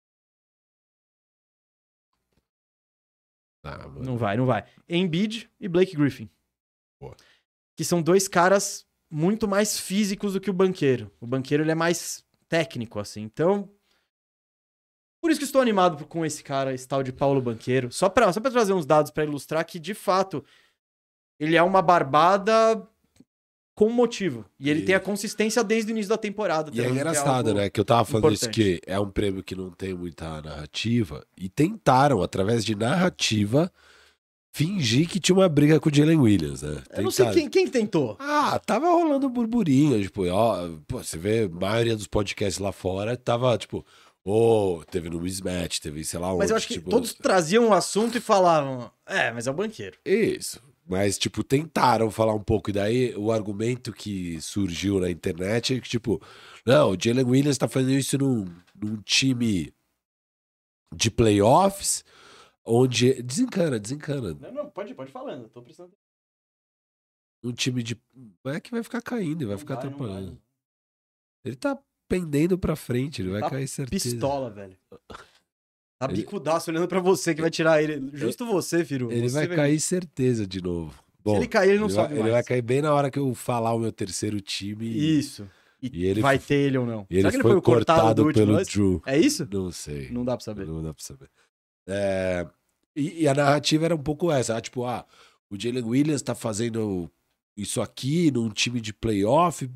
Não vai. Embiid e Blake Griffin. Boa. Que são 2 caras muito mais físicos do que o Banqueiro. O Banqueiro ele é mais técnico, assim. Então, por isso que estou animado com esse cara, esse tal de Paulo Banqueiro. Só pra trazer uns dados pra ilustrar que, de fato, ele é uma barbada com motivo. E ele tem a consistência desde o início da temporada. E é engraçado, né? Que eu tava falando isso, que é um prêmio que não tem muita narrativa. E tentaram, através de narrativa, fingir que tinha uma briga com o Jalen Williams, né? Eu não sei quem tentou. Tava rolando burburinho. Tipo, você vê a maioria dos podcasts lá fora, tava, tipo... teve no mismatch, teve sei lá onde. Mas eu acho que todos traziam um assunto e falavam, mas é o Banqueiro. Isso. Mas, tipo, tentaram falar um pouco. E daí o argumento que surgiu na internet é que, tipo, não, o Jalen Williams tá fazendo isso num time de playoffs, onde... Desencana. Não, pode ir falando, eu tô precisando. Um time de... É que vai ficar caindo e vai Não ficar vai, não vai, atrapalhando. não. Ele tá pendendo pra frente, ele vai Tá cair certeza. pistola, velho. Tá Ele- bicudaço olhando pra você que vai tirar ele. Justo você, Firu. Ele Você vai cair certeza de novo. Bom, ele cair, ele não sobe Ele mais. vai cair bem na hora que eu falar o meu terceiro time. Isso. E ele vai ter ele ou não. E ele Será que ele foi foi cortado do último pelo lance? Drew. É isso? Não sei. Não dá pra saber. Não dá pra saber. E a narrativa era um pouco essa. Tipo, o Jalen Williams tá fazendo isso aqui num time de playoff,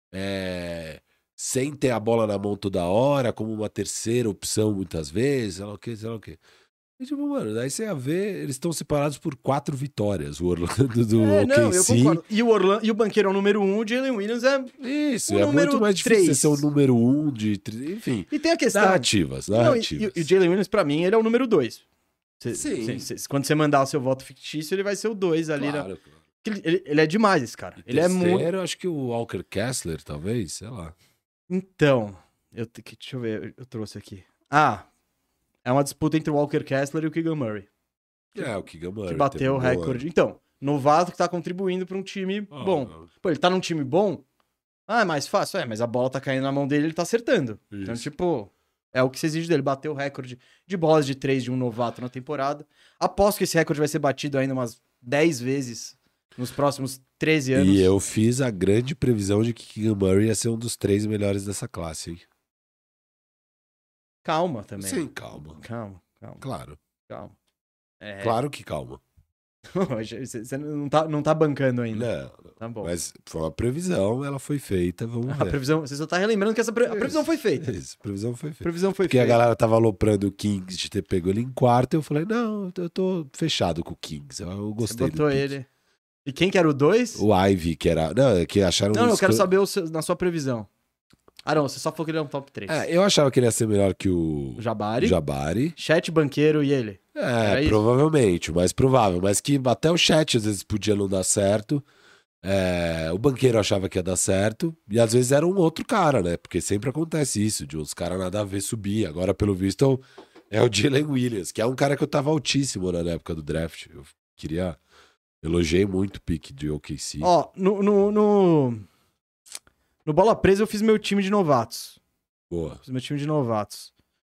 sem ter a bola na mão toda hora, como uma terceira opção muitas vezes, sei lá o quê. E tipo, mano, daí você ia ver, eles estão separados por 4 vitórias, o Orlando do OKC. Não, eu concordo. E o banqueiro é o número 1, o Jalen Williams é Isso, o é número muito mais difícil 3. ser o número 1 enfim. E tem a questão... Narrativas. Não, e o Jalen Williams, pra mim, ele é o número 2. Sim. Quando você mandar o seu voto fictício, ele vai ser o 2 ali. Claro. Ele é demais, esse cara. Ele é muito... Terceiro, acho que o Walker Kessler, talvez, sei lá. Então, deixa eu ver, eu trouxe aqui. É uma disputa entre o Walker Kessler e o Keegan Murray. O Keegan Murray. Que bateu o recorde. Então, novato que tá contribuindo pra um time bom. Pô, ele tá num time bom? É mais fácil. Mas a bola tá caindo na mão dele, ele tá acertando. Isso. Então, tipo, é o que se exige dele. Bater o recorde de bolas de 3 de um novato na temporada. Aposto que esse recorde vai ser batido ainda umas 10 vezes nos próximos 13 anos. E eu fiz a grande previsão de que Keegan Murray ia ser um dos 3 melhores dessa classe, hein? Calma também. Sim, calma. Claro. Calma. É... Claro que calma. Você não tá bancando ainda. Não. Tá bom. Mas foi uma previsão, ela foi feita, vamos ver. A previsão, você só tá relembrando que a previsão foi feita. Isso, a previsão foi feita. Porque a galera tava aloprando o Kings de ter pego ele em quarto, eu falei, não, eu tô fechado com o Kings. Eu gostei. Você botou ele. E quem que era o 2? O Ivy, que era... Não, que acharam... Não, eu quero saber na sua previsão. Não, você só falou que ele é um top 3. Eu achava que ele ia ser melhor que o Jabari. Chet, Banqueiro e ele. Provavelmente, o mais provável. Mas que até o Chet às vezes podia não dar certo. O Banqueiro achava que ia dar certo. E às vezes era um outro cara, né? Porque sempre acontece isso, de uns caras nada a ver subir. Agora, pelo visto, é o Jalen Williams, que é um cara que eu tava altíssimo na época do draft. Eu queria... Elogiei muito o pick de OKC. No Bola Presa eu fiz meu time de novatos. Boa. Fiz meu time de novatos.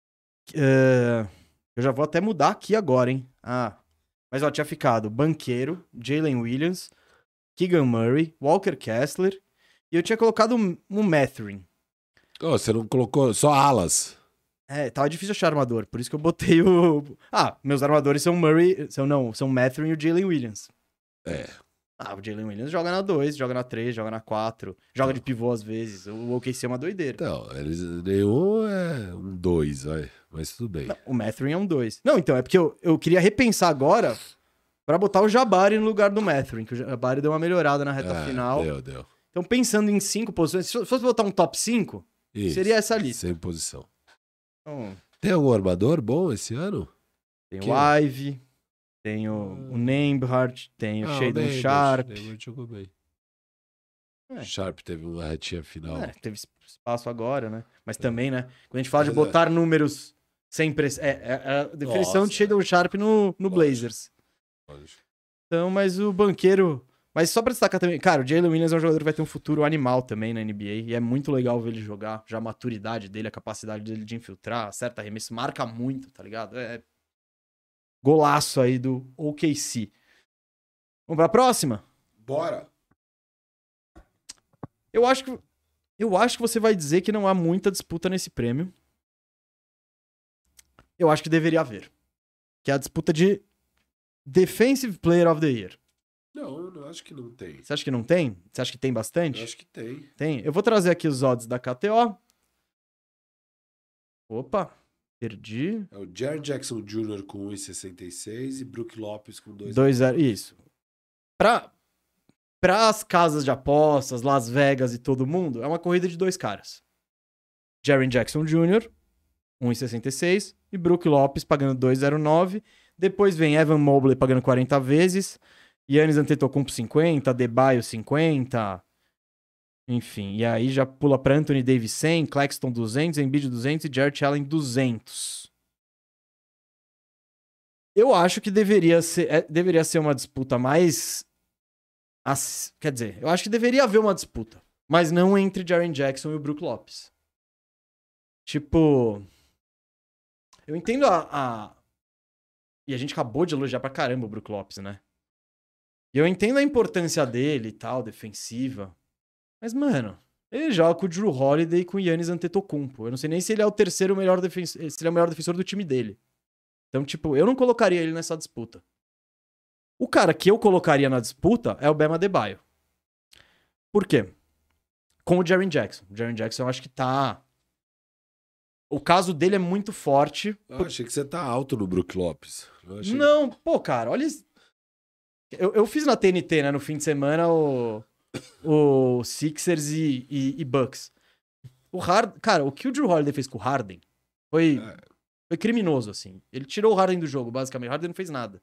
Eu já vou até mudar aqui agora, hein? Mas tinha ficado Banqueiro, Jalen Williams, Keegan Murray, Walker Kessler e eu tinha colocado um Mathurin. Você não colocou só alas? Tava difícil achar armador, por isso que eu botei meus armadores são são Mathurin e o Jalen Williams. O Jalen Williams joga na 2, joga na 3, joga na 4, joga de pivô às vezes. O OKC é uma doideira. Então, nenhum é um 2, mas tudo bem. Não, o Mathurin é um 2. Não, então, é porque eu queria repensar agora pra botar o Jabari no lugar do Mathurin, que o Jabari deu uma melhorada na reta final. Deu. Então, pensando em 5 posições, se fosse botar um top 5, seria essa lista. Sem posição. Então, tem algum armador bom esse ano? Tem o Ivy, tem o Nembhard, tem o Shadon Sharp. Nembhard jogou bem. Sharp teve uma retinha final. Teve espaço agora, né? Mas também, né? Quando a gente fala de botar números sem pressão... a definição de Shadon Sharp no Blazers. Lógico. Então, mas o Banqueiro... Mas só pra destacar também... Cara, o Jalen Williams é um jogador que vai ter um futuro animal também na NBA. E é muito legal ver ele jogar. Já a maturidade dele, a capacidade dele de infiltrar, acerta arremesso, marca muito, tá ligado? Golaço aí do OKC. Vamos pra próxima? Bora! Eu acho que você vai dizer que não há muita disputa nesse prêmio. Eu acho que deveria haver. Que é a disputa de Defensive Player of the Year. Não acho que não tem. Você acha que não tem? Você acha que tem bastante? Eu acho que tem. Tem. Eu vou trazer aqui os odds da KTO. Opa, perdi. É o Jaren Jackson Jr. com 1,66 e Brook Lopes com 2,0. Isso. Para as casas de apostas, Las Vegas e todo mundo, é uma corrida de 2 caras. Jaren Jackson Jr., 1,66 e Brook Lopes pagando 2,09. Depois vem Evan Mobley pagando 40 vezes. Giannis Antetokounmpo 50, Adebayo 50, enfim. E aí já pula pra Anthony Davis 100, Claxton 200, Embiid 200 e Jarrett Allen 200. Eu acho que deveria ser uma disputa mais... Quer dizer, eu acho que deveria haver uma disputa, mas não entre Jaren Jackson e o Brook Lopes. Tipo... Eu entendo E a gente acabou de elogiar pra caramba o Brook Lopes, né? E eu entendo a importância dele e tal, defensiva. Mas, mano, ele joga com o Jrue Holiday e com o Giannis Antetokounmpo. Eu não sei nem se ele é o terceiro melhor defensor, se ele é o melhor defensor do time dele. Então, tipo, eu não colocaria ele nessa disputa. O cara que eu colocaria na disputa é o Bam Adebayo. Por quê? Com o Jaren Jackson. O Jaren Jackson eu acho que tá... O caso dele é muito forte. Eu achei que você tá alto no Brook Lopes. Não, pô, cara, olha... Eu fiz na TNT, né, no fim de semana, o Sixers e Bucks. Cara, o que o Jrue Holiday fez com o Harden foi criminoso, assim. Ele tirou o Harden do jogo, basicamente. O Harden não fez nada.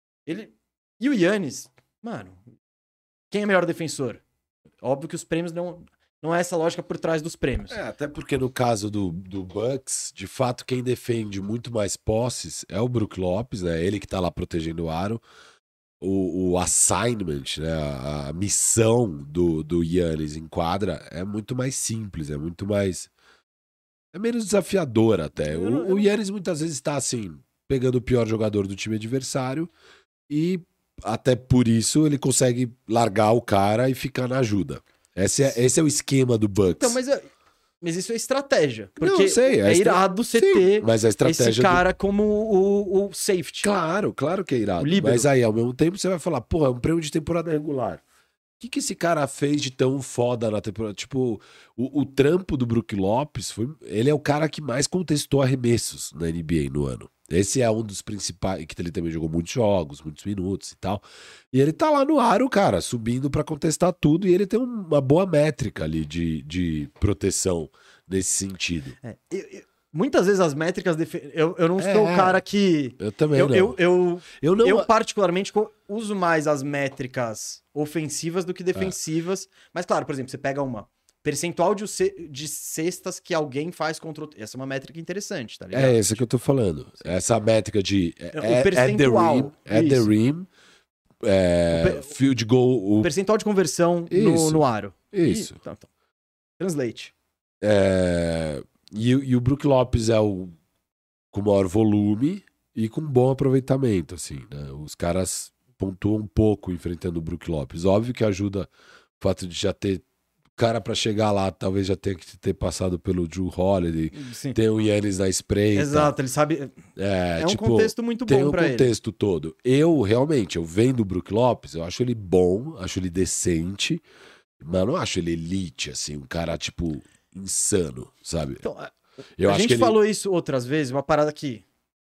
E o Giannis, mano, quem é melhor defensor? Óbvio que os prêmios não é essa lógica por trás dos prêmios. Até porque no caso do Bucks, de fato, quem defende muito mais posses é o Brook Lopes, né? Ele que tá lá protegendo o aro. O assignment, né? A missão do Giannis em quadra é muito mais simples, é muito mais... É menos desafiador até. O Giannis muitas vezes tá assim, pegando o pior jogador do time adversário e até por isso ele consegue largar o cara e ficar na ajuda. Esse é o esquema do Bucks. Então, mas isso é estratégia. Porque não, sei, é irado você ter mas a estratégia esse cara como o safety. Claro que é irado. Mas aí, ao mesmo tempo, você vai falar, porra, é um prêmio de temporada regular. O que esse cara fez de tão foda na temporada? Tipo, o trampo do Brook Lopes, ele é o cara que mais contestou arremessos na NBA no ano. Esse é um dos principais, que ele também jogou muitos jogos, muitos minutos e tal. E ele tá lá no aro, cara, subindo pra contestar tudo, e ele tem uma boa métrica ali de proteção nesse sentido. Muitas vezes as métricas... Eu não sou o cara que... Eu também não. Eu particularmente uso mais as métricas ofensivas do que defensivas. Mas claro, por exemplo, você pega uma percentual de cestas que alguém faz contra outro. Essa é uma métrica interessante, tá ligado? É essa que eu tô falando. Essa métrica de o percentual. At the rim, field goal... O percentual de conversão no aro. Isso. Então. Translate. E o Brook Lopes é o com maior volume e com bom aproveitamento, assim, né? Os caras pontuam um pouco enfrentando o Brook Lopes. Óbvio que ajuda o fato de já ter cara pra chegar lá, talvez já tenha que ter passado pelo Jrue Holiday, ter o Giannis na espreita. Exato, ele sabe... É um contexto muito bom pra ele. Tem um contexto todo. Realmente, eu vendo o Brook Lopes, eu acho ele bom, acho ele decente, mas não acho ele elite, assim, um cara, tipo, insano, sabe? Então, a gente falou isso outras vezes, uma parada que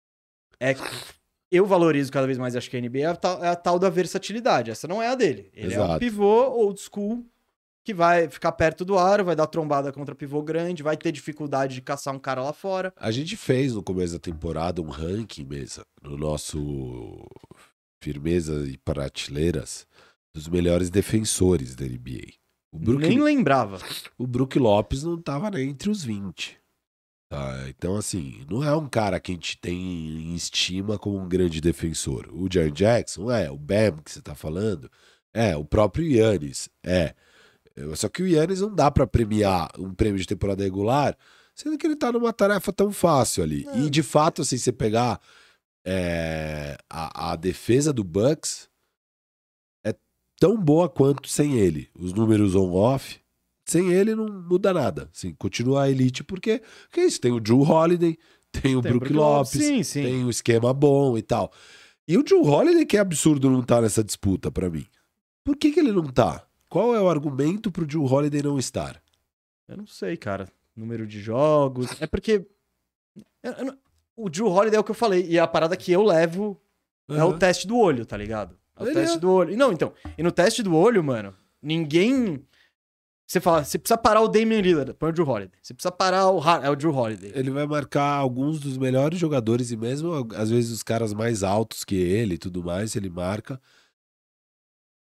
eu valorizo cada vez mais, acho que a NBA é a tal da versatilidade. Essa não é a dele. Ele é um pivô old school que vai ficar perto do aro, vai dar trombada contra pivô grande, vai ter dificuldade de caçar um cara lá fora. A gente fez no começo da temporada um ranking mesmo, no nosso Firmeza e Prateleiras, dos melhores defensores da NBA. Nem lembrava. O Brook Lopes não tava nem entre os 20. Tá? Então, assim, não é um cara que a gente tem em estima como um grande defensor. O Jaren Jackson o Bam que você tá falando, o próprio Giannis, Só que o Giannis não dá pra premiar um prêmio de temporada regular, sendo que ele tá numa tarefa tão fácil ali. E, de fato, assim, você pegar a defesa do Bucks é tão boa quanto sem ele. Os números on-off, sem ele não muda nada. Assim, continua a elite, porque é isso, tem o Jrue Holiday, tem o Brook Lopes, sim. tem o esquema bom e tal. E o Jrue Holiday que é absurdo não tá nessa disputa pra mim. Por que ele não tá? Qual é o argumento pro Jrue Holiday não estar? Eu não sei, cara. Número de jogos. É porque... O Jrue Holiday é o que eu falei. E a parada que eu levo é o teste do olho, tá ligado? É o teste do olho. Não, então. E no teste do olho, mano, ninguém... Você fala, você precisa parar o Damian Lillard, põe o Jrue Holiday. Você precisa parar o Jrue Holiday. Ele vai marcar alguns dos melhores jogadores e mesmo, às vezes, os caras mais altos que ele e tudo mais, ele marca.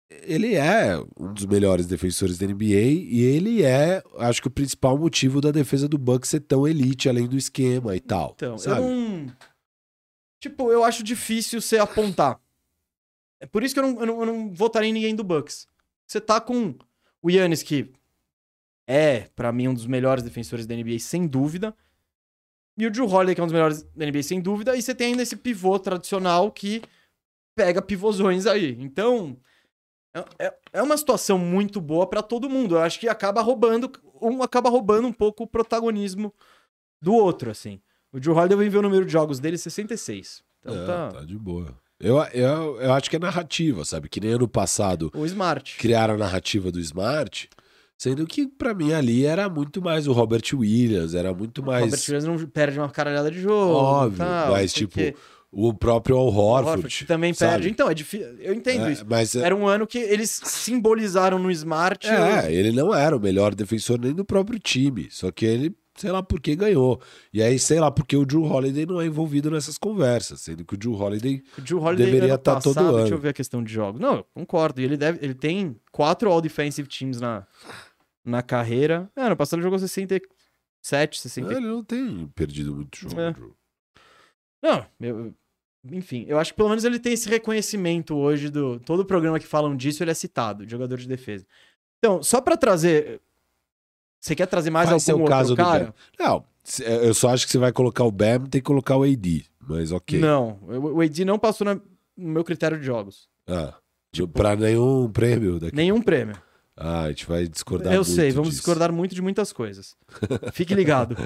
ele é um dos melhores defensores da NBA e ele é, acho que o principal motivo da defesa do Bucks ser tão elite, além do esquema e tal. Então, sabe? eu não... Tipo, eu acho difícil você apontar. É por isso que eu não votaria em ninguém do Bucks. Você tá com o Giannis, que é, pra mim, um dos melhores defensores da NBA, sem dúvida. E o Jrue Holiday, que é um dos melhores da NBA, sem dúvida. E você tem ainda esse pivô tradicional que pega pivôzões aí. Então, é uma situação muito boa pra todo mundo. Eu acho que acaba roubando um pouco o protagonismo do outro, assim. O Jrue Holiday, eu vim ver o número de jogos dele, 66. Então tá de boa. Eu acho que é narrativa, sabe? Que nem ano passado O Smart. criaram a narrativa do Smart, sendo que pra mim ali era muito mais o Robert Williams, era muito O mais... Robert Williams não perde uma caralhada de jogo. Óbvio, tal, mas porque tipo, o próprio Al o Horford também sabe? perde. Então, é difícil. Eu entendo isso. Mas Era um ano que eles simbolizaram no Smart. ele não era o melhor defensor nem do próprio time, só que ele, sei lá por que ganhou. E aí, sei lá porque o Jrue Holiday não é envolvido nessas conversas, sendo que o Jrue Holiday O Jrue Holiday deveria ano estar todo passado, ano. Deixa eu ver a questão de jogos. Não, eu concordo. E ele tem 4 All-Defensive Teams na carreira. Ano passado ele jogou 67, 60. Ele não tem perdido muito jogo, É. Jrue. Não, enfim, eu acho que pelo menos ele tem esse reconhecimento hoje do... Todo programa que falam disso, ele é citado, de jogador de defesa. Então, só pra trazer... Você quer trazer mais Vai ser algum o caso outro do cara? Bam. Não, eu só acho que você vai colocar o Bam, tem que colocar o AD, mas ok. Não, o AD não passou no meu critério de jogos. Pra nenhum prêmio daqui. Nenhum prêmio. A gente vai discordar Eu muito sei, vamos disso. discordar muito de muitas coisas. Fique ligado.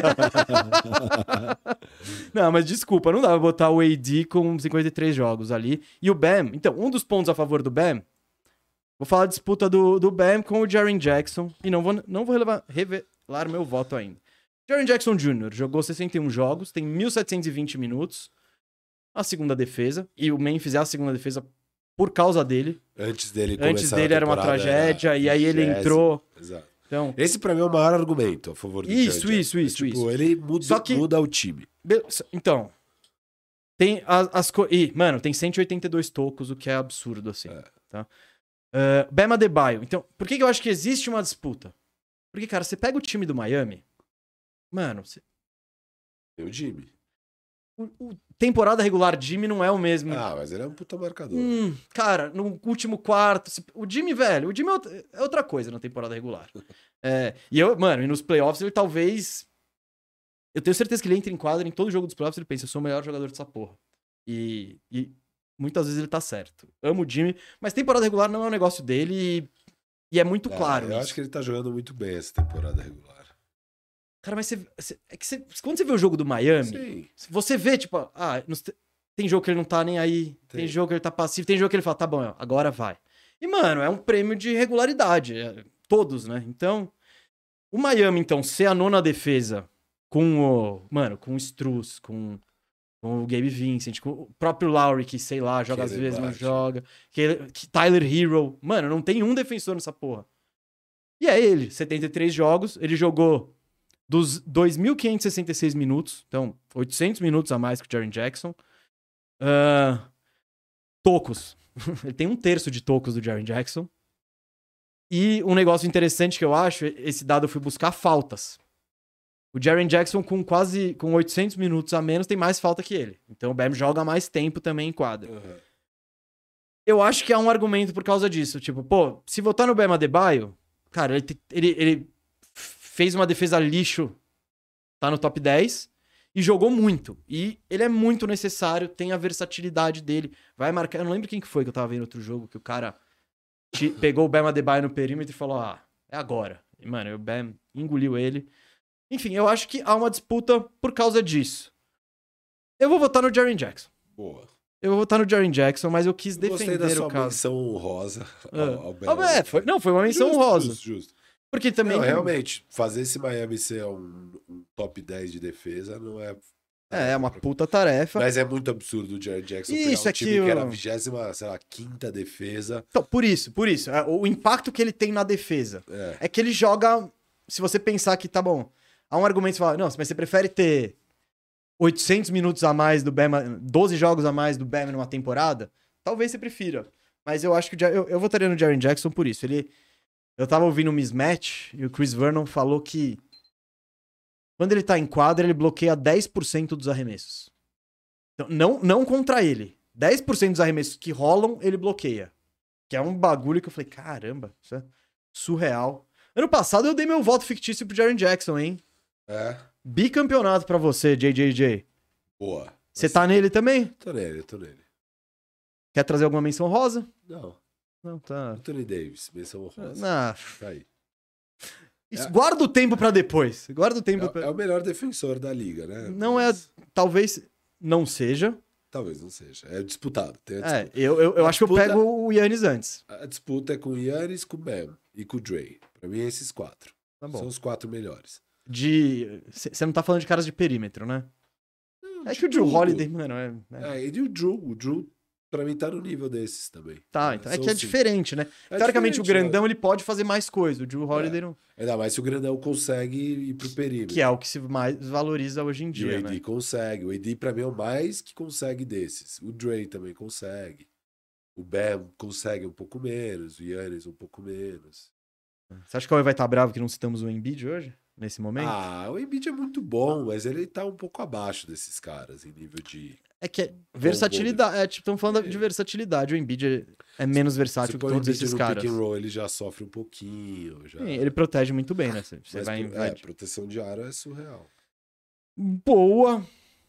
Não, mas desculpa, não dá pra botar o AD com 53 jogos ali. E o Bam, então, um dos pontos a favor do Bam, vou falar a disputa do Bam com o Jaren Jackson, e não vou revelar meu voto ainda. Jaren Jackson Jr. jogou 61 jogos, tem 1.720 minutos, a segunda defesa, e o Memphis é a segunda defesa por causa dele. Antes dele Era uma tragédia, e aí ele entrou. Exato. Então, Esse pra mim é o maior argumento a favor do Isso, Jaren isso, Jackson. isso, Tipo, isso. ele Só que- muda o time. Então, tem mano, tem 182 tocos, o que é absurdo, assim. Tá? Bam Adebayo. Então, por que eu acho que existe uma disputa? Porque, cara, você pega o time do Miami, mano, Tem o Jimmy. o temporada regular Jimmy não é o mesmo. Mas ele é um puta marcador. Cara, no último quarto, o Jimmy, velho, o Jimmy é outra coisa na temporada regular. E nos playoffs ele talvez... Eu tenho certeza que ele entra em quadra em todo jogo dos playoffs, ele pensa, eu sou o melhor jogador dessa porra. E muitas vezes ele tá certo. Amo o Jimmy, mas temporada regular não é um negócio dele e é muito claro Eu isso. acho que ele tá jogando muito bem essa temporada regular. Cara, mas quando você vê o jogo do Miami, Sim. você vê, tipo, tem jogo que ele não tá nem aí, tem jogo que ele tá passivo, tem jogo que ele fala, tá bom, agora vai. E, mano, é um prêmio de regularidade, todos, né? Então, o Miami, então, ser a nona defesa com o Strus, com o Gabe Vincent, com o próprio Lowry, que, sei lá, joga às vezes, não joga, que Tyler Hero, mano, não tem um defensor nessa porra. E é ele, 73 jogos, ele jogou dos 2.566 minutos, então 800 minutos a mais que o Jaren Jackson. Tocos. Ele tem 1/3 de tocos do Jaren Jackson. E um negócio interessante que eu acho, esse dado eu fui buscar faltas. O Jaren Jackson com 800 minutos a menos tem mais falta que ele. Então o Bam joga mais tempo também em quadra. Eu acho que há um argumento por causa disso. Tipo, pô, se votar no Bam Adebayo, cara, ele fez uma defesa lixo, tá no top 10 e jogou muito. E ele é muito necessário, tem a versatilidade dele. Vai marcar. Eu não lembro quem que foi que eu tava vendo outro jogo, que o cara pegou o Bam Adebayo no perímetro e falou: é agora. E, mano, o Bam engoliu ele. Enfim, eu acho que há uma disputa por causa disso. Eu vou votar no Jaren Jackson. Boa. Eu vou votar no Jaren Jackson, mas eu quis Gostei da defender sua o caso. menção honrosa ao Bam. Foi uma menção honrosa. Justo. Porque também. Não, realmente, fazer esse Miami ser um top 10 de defesa não é. É uma puta tarefa. Mas é muito absurdo o Jaren Jackson Isso, pegar um time que que era a 20ª, sei lá, 5ª defesa. Então, por isso. O impacto que ele tem na defesa. É que ele joga. Se você pensar que, tá bom, há um argumento que fala, não, mas você prefere ter 800 minutos a mais do Bam, 12 jogos a mais do Bam numa temporada? Talvez você prefira. Mas eu acho que eu votaria no Jaren Jackson por isso. Eu tava ouvindo o Mismatch e o Chris Vernon falou que quando ele tá em quadra, ele bloqueia 10% dos arremessos. Então, não contra ele. 10% dos arremessos que rolam, ele bloqueia. Que é um bagulho que eu falei, caramba, isso é surreal. Ano passado eu dei meu voto fictício pro Jaren Jackson, hein? É. Bicampeonato pra você, JJJ. Boa. Você tá nele também? Tô nele. Quer trazer alguma menção rosa? Não. Não, tá. Anthony Davis, menção rosa. Não. Tá aí. Guarda o tempo pra depois. Guarda o tempo É o melhor defensor da liga, né? Não talvez não seja. Talvez não seja. É disputado. Eu acho que eu pego o Giannis antes. A disputa é com o Giannis, com o Bam e com o Dre. Pra mim, esses 4. Tá bom. São os 4 melhores. Você não tá falando de caras de perímetro, né? Não, é que o Drew Holiday, mano, e o Drew, pra mim, tá no nível desses também. Tá, então. É que é diferente, né? Teoricamente, o grandão, ele pode fazer mais coisa. O Drew Holiday não... Ainda mais se o grandão consegue ir pro perímetro. Que é o que se mais valoriza hoje em dia, E o AD consegue. O AD, pra mim, é o mais que consegue desses. O Dre também consegue. O Bam consegue um pouco menos. O Giannis um pouco menos. Você acha que ele vai estar bravo que não citamos o Embiid hoje? Nesse momento? O Embiid é muito bom, mas ele tá um pouco abaixo desses caras em nível de... É que é versatilidade. Estamos falando de versatilidade. O Embiid é menos versátil que todos esses caras. Pick and roll, ele já sofre um pouquinho. Já... Sim, ele protege muito bem, né? Você vai proteção de aro é surreal. Boa.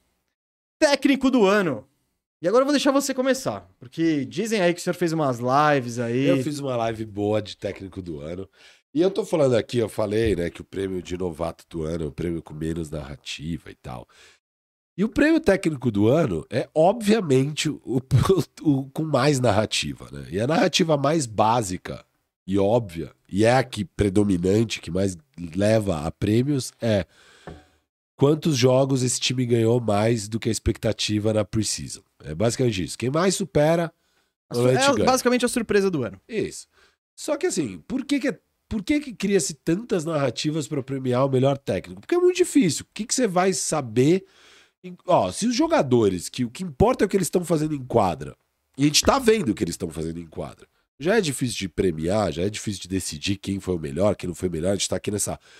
Técnico do ano. E agora eu vou deixar você começar. Porque dizem aí que o senhor fez umas lives aí. Eu fiz uma live boa de técnico do ano. E eu tô falando aqui, eu falei, né, que o prêmio de novato do ano é o prêmio com menos narrativa e tal. E o prêmio técnico do ano é, obviamente, o com mais narrativa, né? E a narrativa mais básica e óbvia, e é a que predominante, que mais leva a prêmios, é quantos jogos esse time ganhou mais do que a expectativa na pre-season. É basicamente isso. Quem mais supera, é basicamente a surpresa do ano. Isso. Só que assim, por que cria-se tantas narrativas para premiar o melhor técnico? Porque é muito difícil. O que você vai saber... se os jogadores, que o que importa é o que eles estão fazendo em quadra, e a gente tá vendo o que eles estão fazendo em quadra, já é difícil de premiar, já é difícil de decidir quem foi o melhor, quem não foi o melhor, a gente tá aqui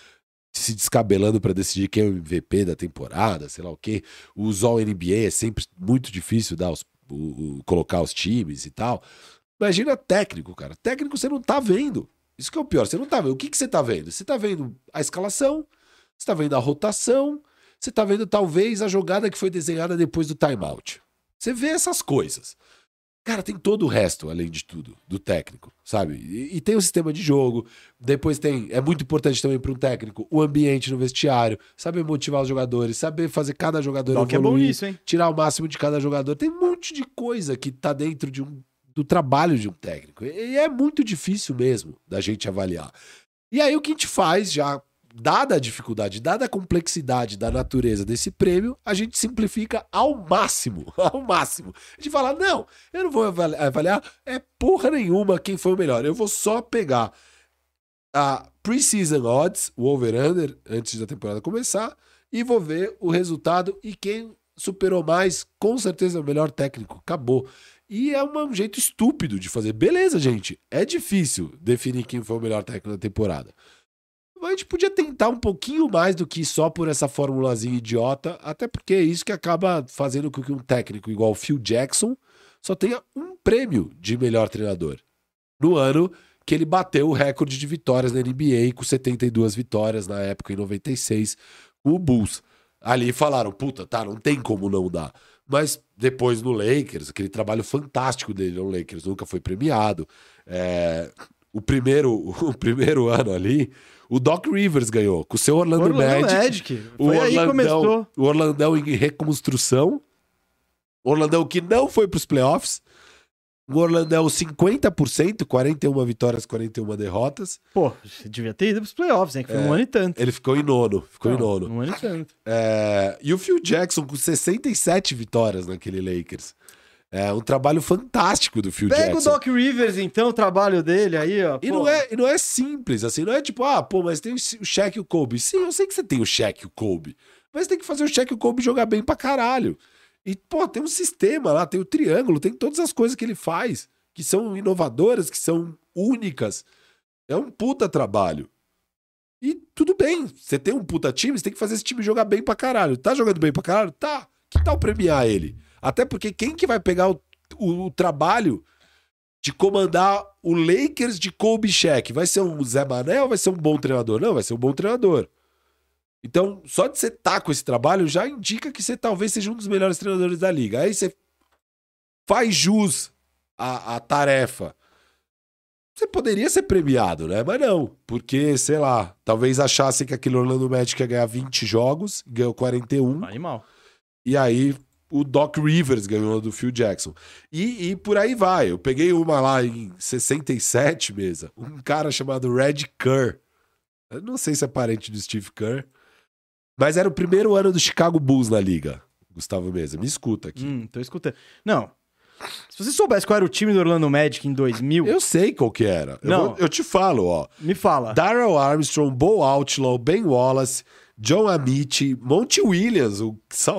se descabelando para decidir quem é o MVP da temporada, sei lá o quê. Os All-NBA é sempre muito difícil colocar os times e tal. Imagina técnico, cara. Técnico você não tá vendo. Isso que é o pior, você não tá vendo. O que você tá vendo? Você tá vendo a escalação, você tá vendo a rotação, você tá vendo talvez a jogada que foi desenhada depois do timeout. Você vê essas coisas. Cara, tem todo o resto, além de tudo, do técnico, sabe? E tem o sistema de jogo, depois é muito importante também para um técnico, o ambiente no vestiário, saber motivar os jogadores, saber fazer cada jogador evoluir, é bom isso, hein? Tirar o máximo de cada jogador. Tem um monte de coisa que tá dentro do trabalho de um técnico. E é muito difícil mesmo da gente avaliar. E aí o que a gente faz, já dada a dificuldade, dada a complexidade da natureza desse prêmio, a gente simplifica ao máximo. Ao máximo. A gente fala, não, eu não vou avaliar porra nenhuma quem foi o melhor. Eu vou só pegar a pre-season odds, o over-under, antes da temporada começar, e vou ver o resultado e quem superou mais, com certeza é o melhor técnico. Acabou. E é um jeito estúpido de fazer. Beleza, gente, é difícil definir quem foi o melhor técnico da temporada. Mas a gente podia tentar um pouquinho mais do que só por essa formulazinha idiota, até porque é isso que acaba fazendo com que um técnico igual o Phil Jackson só tenha um prêmio de melhor treinador. No ano que ele bateu o recorde de vitórias na NBA, com 72 vitórias na época, em 96, com o Bulls. Ali falaram, puta, tá, não tem como não dar. Mas depois no Lakers, aquele trabalho fantástico dele no Lakers, nunca foi premiado. O primeiro ano ali, o Doc Rivers ganhou, com o seu Orlando Magic. Foi aí que começou. O Orlandão em reconstrução. O Orlandão que não foi pros playoffs. O Orlandão 50%, 41 vitórias, 41 derrotas. Pô, devia ter ido pros playoffs, né? Que foi um ano e tanto. Ele ficou em nono. Um ano e tanto. E o Phil Jackson com 67 vitórias naquele Lakers. É um trabalho fantástico do Phil Jackson. Pega o Doc Rivers, então, o trabalho dele aí, ó. E não é simples, assim, não é tipo, mas tem o Shaq e o Kobe. Sim, eu sei que você tem o Shaq e o Kobe, mas tem que fazer o Shaq e o Kobe jogar bem pra caralho. E, tem um sistema lá, tem o triângulo, tem todas as coisas que ele faz. que são inovadoras, que são únicas. É um puta trabalho. E tudo bem, você tem um puta time, você tem que fazer esse time jogar bem pra caralho. Tá jogando bem pra caralho? Tá. Que tal premiar ele? Até porque quem que vai pegar o trabalho de comandar o Lakers de Kobe Shaq? Vai ser um Zé Mané ou vai ser um bom treinador? Não, vai ser um bom treinador. Então, só de você estar com esse trabalho já indica que você talvez seja um dos melhores treinadores da liga. Aí você faz jus à tarefa. Você poderia ser premiado, né? Mas não, porque, sei lá, talvez achassem que aquele Orlando Magic ia ganhar 20 jogos, ganhou 41. Animal. E aí o Doc Rivers ganhou do Phil Jackson. E por aí vai. Eu peguei uma lá em 67, mesa. Um cara chamado Red Kerr. Eu não sei se é parente do Steve Kerr. Mas era o primeiro ano do Chicago Bulls na liga. Gustavo Mesa, me escuta aqui. Tô escutando. Não. Se você soubesse qual era o time do Orlando Magic em 2000... Eu sei qual que era. Eu te falo, ó. Me fala. Darrell Armstrong, Bo Outlaw, Ben Wallace, John Amici, Monty Williams, o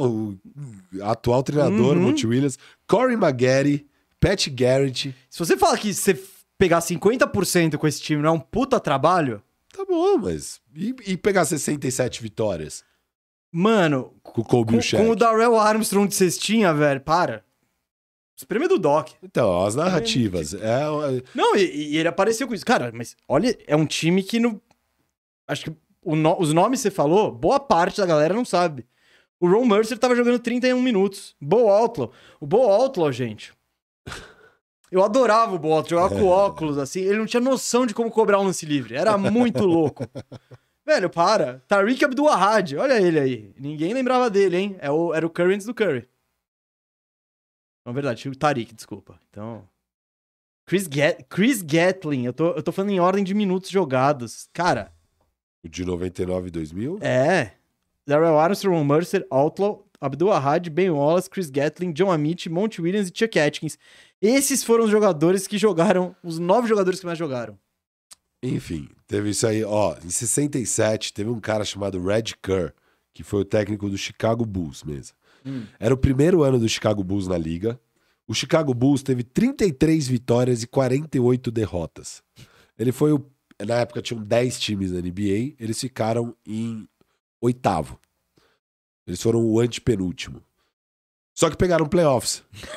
atual treinador, Monty Williams, Corey Maggette, Pat Garrett. Se você fala que você pegar 50% com esse time não é um puta trabalho... Tá bom, mas... E pegar 67 vitórias? Mano, com o Kobe com o Darrell Armstrong de cestinha, velho, para. Os prêmios do Doc. Então, as narrativas. Não, e ele apareceu com isso. Cara, mas olha, é um time que no... Acho que os nomes que você falou, boa parte da galera não sabe. O Ron Mercer tava jogando 31 minutos. Bo Outlaw. O Bo Outlaw, gente... Eu adorava o Bo Outlaw, jogava com óculos, assim. Ele não tinha noção de como cobrar um lance livre. Era muito louco. Velho, para. Tariq Abdul-Wahad, olha ele aí. Ninguém lembrava dele, hein? Era o Curry antes do Curry. Na verdade, o Tariq, desculpa. Então... Chris Gatling. Eu tô falando em ordem de minutos jogados. Cara... O de 99 e 2000? É. Darrell Armstrong, Mercer, Outlaw, Abdul-Wahad, Ben Wallace, Chris Gatling, John Amici, Monty Williams e Chuck Atkins. Esses foram os jogadores que jogaram, os 9 jogadores que mais jogaram. Enfim, teve isso aí. Ó, em 67, teve um cara chamado Red Kerr, que foi o técnico do Chicago Bulls mesmo. Era o primeiro ano do Chicago Bulls na liga. O Chicago Bulls teve 33 vitórias e 48 derrotas. Ele foi o... Na época tinham 10 times na NBA, eles ficaram em 8º. Eles foram o antepenúltimo. Só que pegaram playoffs.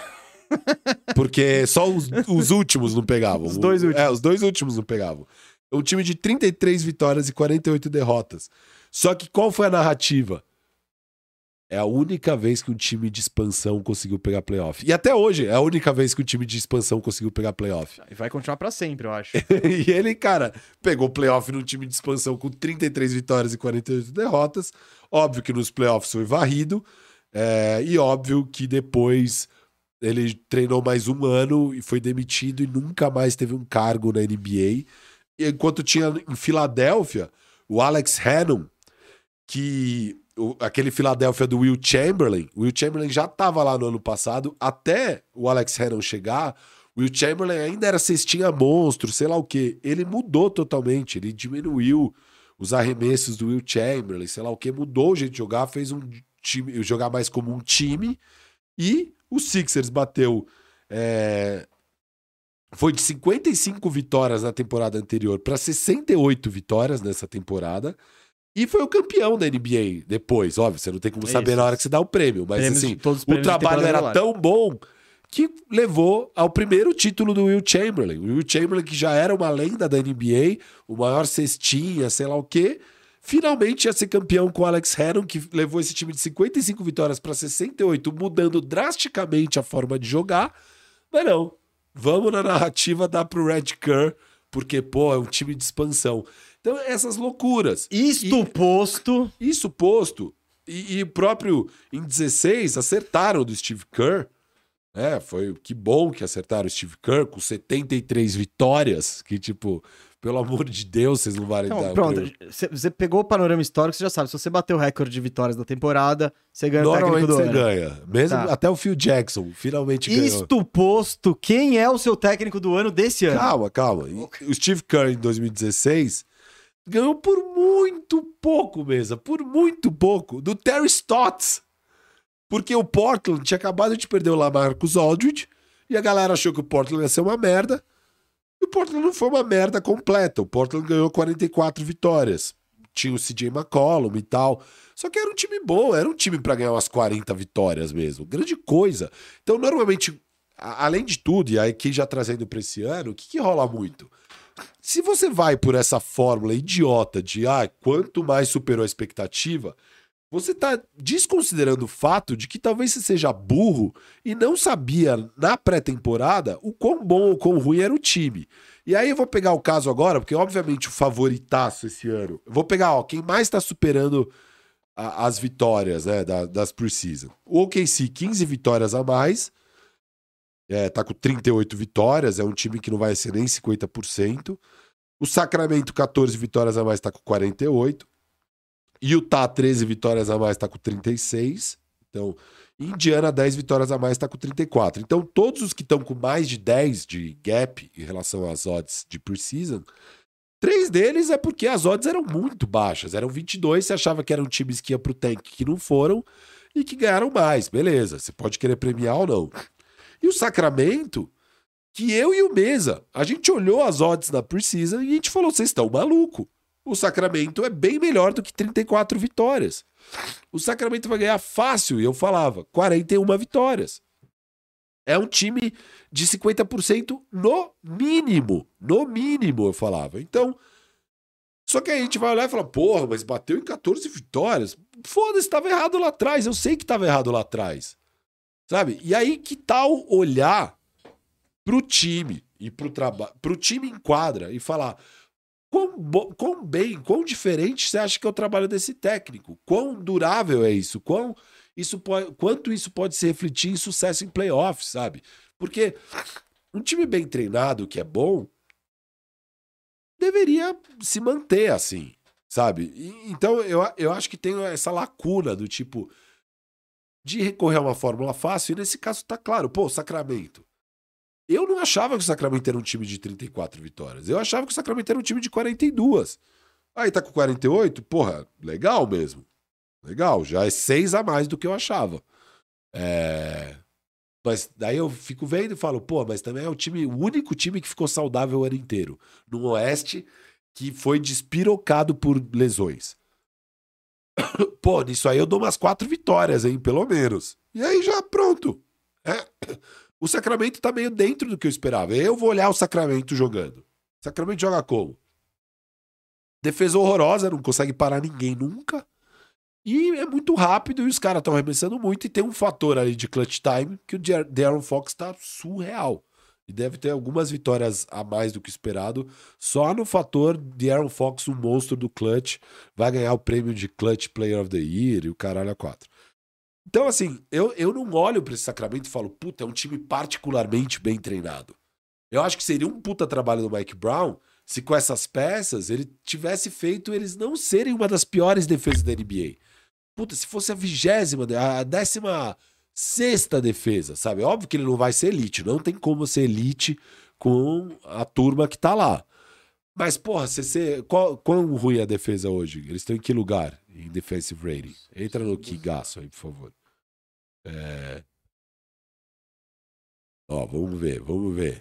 Porque só os últimos não pegavam. Os dois últimos. Os dois últimos não pegavam. Um time de 33 vitórias e 48 derrotas. Só que qual foi a narrativa? É a única vez que um time de expansão conseguiu pegar playoff. E até hoje é a única vez que um time de expansão conseguiu pegar playoff. E vai continuar pra sempre, eu acho. E ele, cara, pegou playoff num time de expansão com 33 vitórias e 48 derrotas. Óbvio que nos playoffs foi varrido. E óbvio que depois ele treinou mais um ano e foi demitido e nunca mais teve um cargo na NBA. E enquanto tinha em Filadélfia, o Alex Hannon, que... aquele Philadelphia do Will Chamberlain. O Will Chamberlain já estava lá no ano passado. Até o Alex Hannon chegar, o Will Chamberlain ainda era cestinha monstro, sei lá o quê. Ele mudou totalmente. Ele diminuiu os arremessos do Will Chamberlain, sei lá o quê. Mudou o jeito de jogar, fez um time jogar mais como um time. E o Sixers bateu... Foi de 55 vitórias na temporada anterior para 68 vitórias nessa temporada. E foi o campeão da NBA depois. Óbvio, você não tem como saber na hora que você dá o prêmio. Mas assim, o trabalho era tão bom que levou ao primeiro título do Will Chamberlain. O Will Chamberlain, que já era uma lenda da NBA, o maior cestinha, sei lá o quê, finalmente ia ser campeão com o Alex Hannon, que levou esse time de 55 vitórias para 68, mudando drasticamente a forma de jogar. Mas não, vamos na narrativa dar pro Red Kerr, porque, pô, é um time de expansão. Então, essas loucuras. Isso posto. E próprio em 16 acertaram do Steve Kerr. Foi que bom que acertaram o Steve Kerr com 73 vitórias. Que, tipo, pelo amor de Deus, vocês não valem dar. Pronto, você pegou o panorama histórico, você já sabe. Se você bater o recorde de vitórias da temporada, você ganha o técnico do ano. Normalmente você ganha. Mesmo até o Phil Jackson finalmente ganhou. Isto posto, quem é o seu técnico do ano desse ano? Calma. O Steve Kerr em 2016... ganhou por muito pouco, por muito pouco, do Terry Stotts. Porque o Portland tinha acabado de perder o LaMarcus Aldridge E a galera achou que o Portland ia ser uma merda. E o Portland não foi uma merda completa. O Portland ganhou 44 vitórias. Tinha o CJ McCollum e tal. Só que era um time bom, era um time pra ganhar umas 40 vitórias mesmo. Grande coisa. Então, normalmente, além de tudo, e aí aqui já trazendo pra esse ano, o que rola muito? Se você vai por essa fórmula idiota de quanto mais superou a expectativa, você tá desconsiderando o fato de que talvez você seja burro e não sabia na pré-temporada o quão bom ou quão ruim era o time. E aí eu vou pegar o caso agora, porque obviamente o favoritaço esse ano. Eu vou pegar, quem mais tá superando as vitórias, né, das preseason. O OKC, 15 vitórias a mais. Tá com 38 vitórias, é um time que não vai ser nem 50%. O Sacramento, 14 vitórias a mais, tá com 48. Utah, 13 vitórias a mais, tá com 36. Então, Indiana, 10 vitórias a mais, tá com 34. Então, todos os que estão com mais de 10 de gap em relação às odds de preseason, 3 deles é porque as odds eram muito baixas. Eram 22, você achava que eram times que iam pro tank, que não foram, e que ganharam mais. Beleza, você pode querer premiar ou não. E o Sacramento, que eu e o Mesa, a gente olhou as odds na preseason e a gente falou, vocês estão maluco. O Sacramento é bem melhor do que 34 vitórias. O Sacramento vai ganhar fácil, e eu falava, 41 vitórias. É um time de 50% no mínimo. No mínimo, eu falava. Então, só que aí a gente vai olhar e falar, porra, mas bateu em 14 vitórias. Foda-se, estava errado lá atrás. Eu sei que estava errado lá atrás. Sabe? E aí, que tal olhar pro time e pro trabalho, pro time em quadra e falar quão diferente você acha que é o trabalho desse técnico? Quão durável é isso? Quanto isso pode se refletir em sucesso em playoffs, sabe? Porque um time bem treinado, que é bom, deveria se manter assim, sabe? Então, eu acho que tem essa lacuna do tipo de recorrer a uma fórmula fácil, e nesse caso tá claro, o Sacramento. Eu não achava que o Sacramento era um time de 34 vitórias. Eu achava que o Sacramento era um time de 42. Aí tá com 48, porra, legal mesmo. Legal, já é 6 a mais do que eu achava. Mas daí eu fico vendo e falo, mas também é o único time que ficou saudável o ano inteiro. No Oeste, que foi despirocado por lesões. Nisso aí eu dou umas 4 vitórias, hein, pelo menos. E aí já pronto. O Sacramento tá meio dentro do que eu esperava. Eu vou olhar o Sacramento jogando. O Sacramento joga como? Defesa horrorosa, não consegue parar ninguém nunca. E é muito rápido e os caras estão arremessando muito. E tem um fator ali de clutch time que o De'Aaron Fox tá surreal. E deve ter algumas vitórias a mais do que esperado. Só no fator De'Aaron Fox, um monstro do clutch, vai ganhar o prêmio de Clutch Player of the Year e o caralho a 4. Então, assim, eu não olho pra esse Sacramento e falo, puta, é um time particularmente bem treinado. Eu acho que seria um puta trabalho do Mike Brown se com essas peças ele tivesse feito eles não serem uma das piores defesas da NBA. Puta, se fosse a 16ª defesa, sabe? Óbvio que ele não vai ser elite, não tem como ser elite com a turma que tá lá. Mas, porra, quão ruim é a defesa hoje? Eles estão em que lugar em defensive rating? Entra no Kigaço aí, por favor. Vamos ver.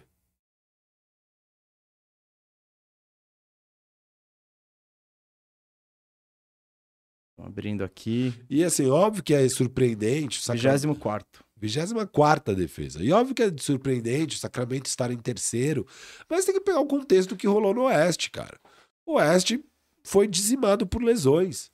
Abrindo aqui. E assim, óbvio que é surpreendente. 24º. 24ª defesa. E óbvio que é surpreendente o Sacramento estar em terceiro, mas tem que pegar o contexto do que rolou no Oeste, cara. O Oeste foi dizimado por lesões.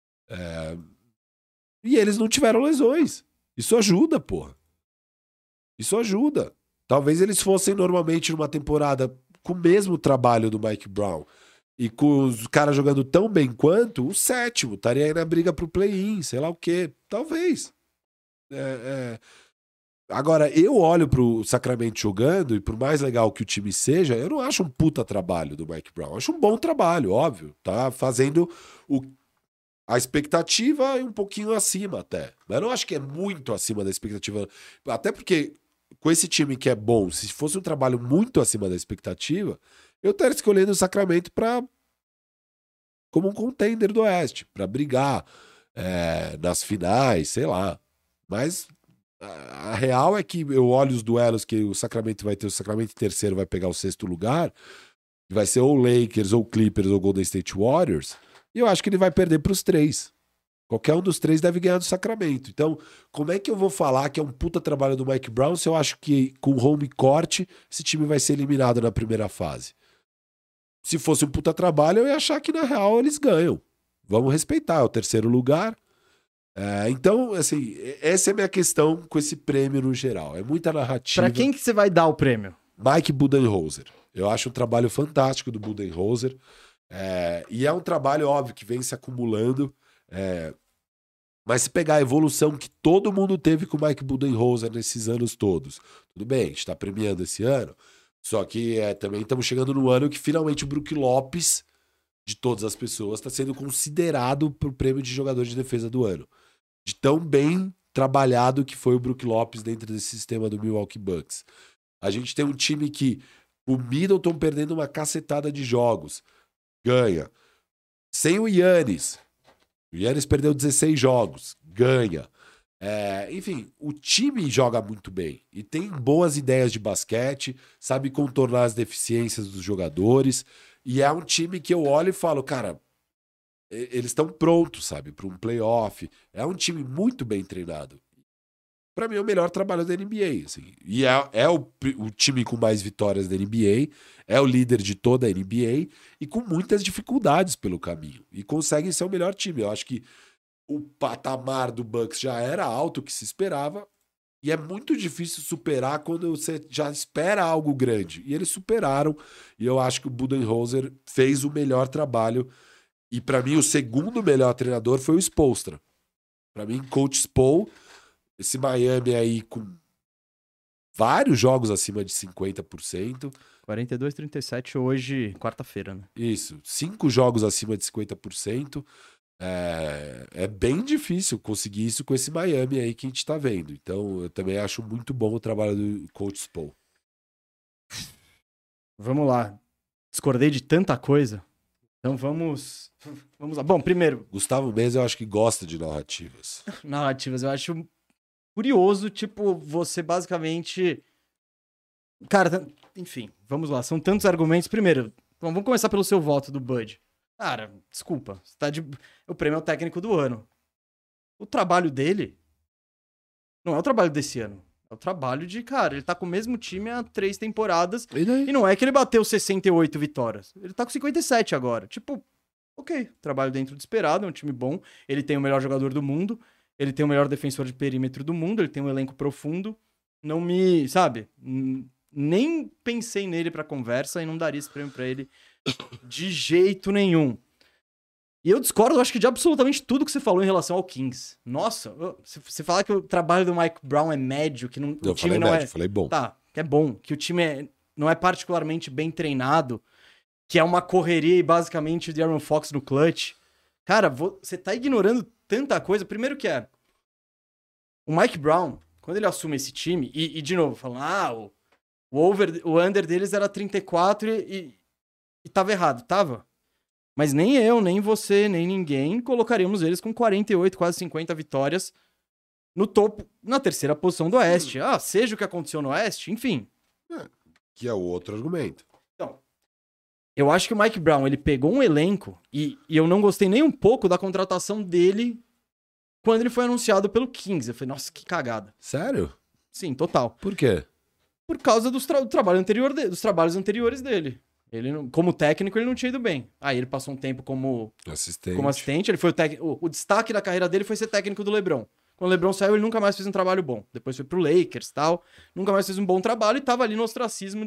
E eles não tiveram lesões. Isso ajuda, porra. Isso ajuda. Talvez eles fossem normalmente numa temporada com o mesmo trabalho do Mike Brown e com os caras jogando tão bem quanto, o 7º estaria aí na briga pro play-in, sei lá o quê. Talvez. Agora, eu olho pro Sacramento jogando, e por mais legal que o time seja, eu não acho um puta trabalho do Mike Brown. Eu acho um bom trabalho, óbvio. Tá fazendo a expectativa e um pouquinho acima até. Mas eu não acho que é muito acima da expectativa. Até porque, com esse time que é bom, se fosse um trabalho muito acima da expectativa, eu estaria escolhendo o Sacramento como um contender do Oeste, para brigar nas finais, sei lá. Mas A real é que eu olho os duelos que o Sacramento vai ter, o Sacramento em terceiro vai pegar o sexto lugar, vai ser ou Lakers, ou Clippers, ou Golden State Warriors, e eu acho que ele vai perder para os três. Qualquer um dos três deve ganhar do Sacramento. Então, como é que eu vou falar que é um puta trabalho do Mike Brown se eu acho que com home court esse time vai ser eliminado na primeira fase? Se fosse um puta trabalho, eu ia achar que na real eles ganham. Vamos respeitar, é o terceiro lugar. Então, assim, essa é a minha questão com esse prêmio no geral. É muita narrativa. Pra quem que você vai dar o prêmio? Mike Budenholzer. Eu acho um trabalho fantástico do Budenholzer. E é um trabalho, óbvio, que vem se acumulando. Mas se pegar a evolução que todo mundo teve com o Mike Budenholzer nesses anos todos, tudo bem, a gente está premiando esse ano, só que também estamos chegando no ano que finalmente o Brook Lopes, de todas as pessoas, está sendo considerado para o prêmio de jogador de defesa do ano. De tão bem trabalhado que foi o Brook Lopes dentro desse sistema do Milwaukee Bucks. A gente tem um time que o Middleton perdendo uma cacetada de jogos, ganha. Sem o Giannis. O Giannis perdeu 16 jogos, ganha. Enfim, o time joga muito bem e tem boas ideias de basquete, sabe contornar as deficiências dos jogadores. E é um time que eu olho e falo, cara, eles estão prontos, sabe, para um playoff. É um time muito bem treinado. Para mim é o melhor trabalho da NBA. Assim. E é o time com mais vitórias da NBA, é o líder de toda a NBA e com muitas dificuldades pelo caminho. E conseguem ser o melhor time. Eu acho que o patamar do Bucks já era alto, o que se esperava, e é muito difícil superar quando você já espera algo grande. E eles superaram, e eu acho que o Budenholzer fez o melhor trabalho. E para mim o segundo melhor treinador foi o Spoelstra. Para mim, Coach Spo, esse Miami aí com vários jogos acima de 50%. 42-37 hoje, quarta-feira, né? Isso, 5 jogos acima de 50%. É bem difícil conseguir isso com esse Miami aí que a gente tá vendo. Então, eu também acho muito bom o trabalho do Coach Spo. Vamos lá. Discordei de tanta coisa. Então vamos lá. Bom, primeiro... Gustavo Mendes eu acho que gosta de narrativas. Narrativas, eu acho curioso, tipo, você basicamente... Cara, enfim, vamos lá. São tantos argumentos. Primeiro, vamos começar pelo seu voto do Bud. Cara, desculpa. Você tá o prêmio é o técnico do ano. O trabalho dele não é o trabalho desse ano. É o trabalho de, cara, ele tá com o mesmo time há 3 temporadas. E não é que ele bateu 68 vitórias. Ele tá com 57 agora. Tipo, ok. Trabalho dentro do esperado, é um time bom. Ele tem o melhor jogador do mundo. Ele tem o melhor defensor de perímetro do mundo. Ele tem um elenco profundo. Não me, sabe... Nem pensei nele pra conversa e não daria esse prêmio pra ele de jeito nenhum. E eu discordo, acho que de absolutamente tudo que você falou em relação ao Kings. Nossa, você falar que o trabalho do Mike Brown é médio, que o time não médio, falei bom. Tá, que é bom, que o time não é particularmente bem treinado, que é uma correria e basicamente de Aaron Fox no clutch. Cara, você tá ignorando tanta coisa. Primeiro que o Mike Brown, quando ele assume esse time, e de novo, falando, o under deles era 34 e tava errado. Tava. Mas nem eu, nem você, nem ninguém colocaríamos eles com 48, quase 50 vitórias no topo, na terceira posição do Oeste. Seja o que aconteceu no Oeste, enfim. Que é o outro argumento. Então, eu acho que o Mike Brown, ele pegou um elenco e eu não gostei nem um pouco da contratação dele quando ele foi anunciado pelo Kings. Eu falei, nossa, que cagada. Sério? Sim, total. Por quê? Por causa dos trabalhos anteriores dele. Ele, como técnico, ele não tinha ido bem. Aí ele passou um tempo como assistente. Ele foi o destaque da carreira dele foi ser técnico do LeBron. Quando o LeBron saiu, ele nunca mais fez um trabalho bom. Depois foi pro Lakers e tal. Nunca mais fez um bom trabalho e tava ali no ostracismo.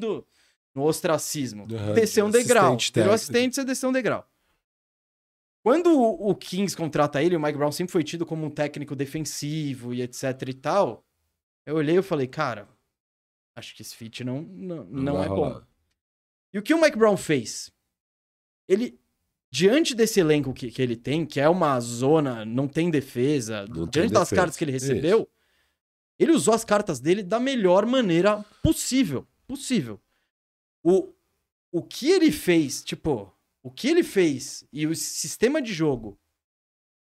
Desceu um degrau. Virou assistente, você desceu um degrau. Quando o Kings contrata ele, o Mike Brown sempre foi tido como um técnico defensivo e etc e tal. Eu olhei e falei, cara, acho que esse fit não é bom. E o que o Mike Brown fez? Ele, diante desse elenco que ele tem, que é uma zona, não tem defesa, diante das cartas que ele recebeu, ele usou as cartas dele da melhor maneira possível. O que ele fez, e o sistema de jogo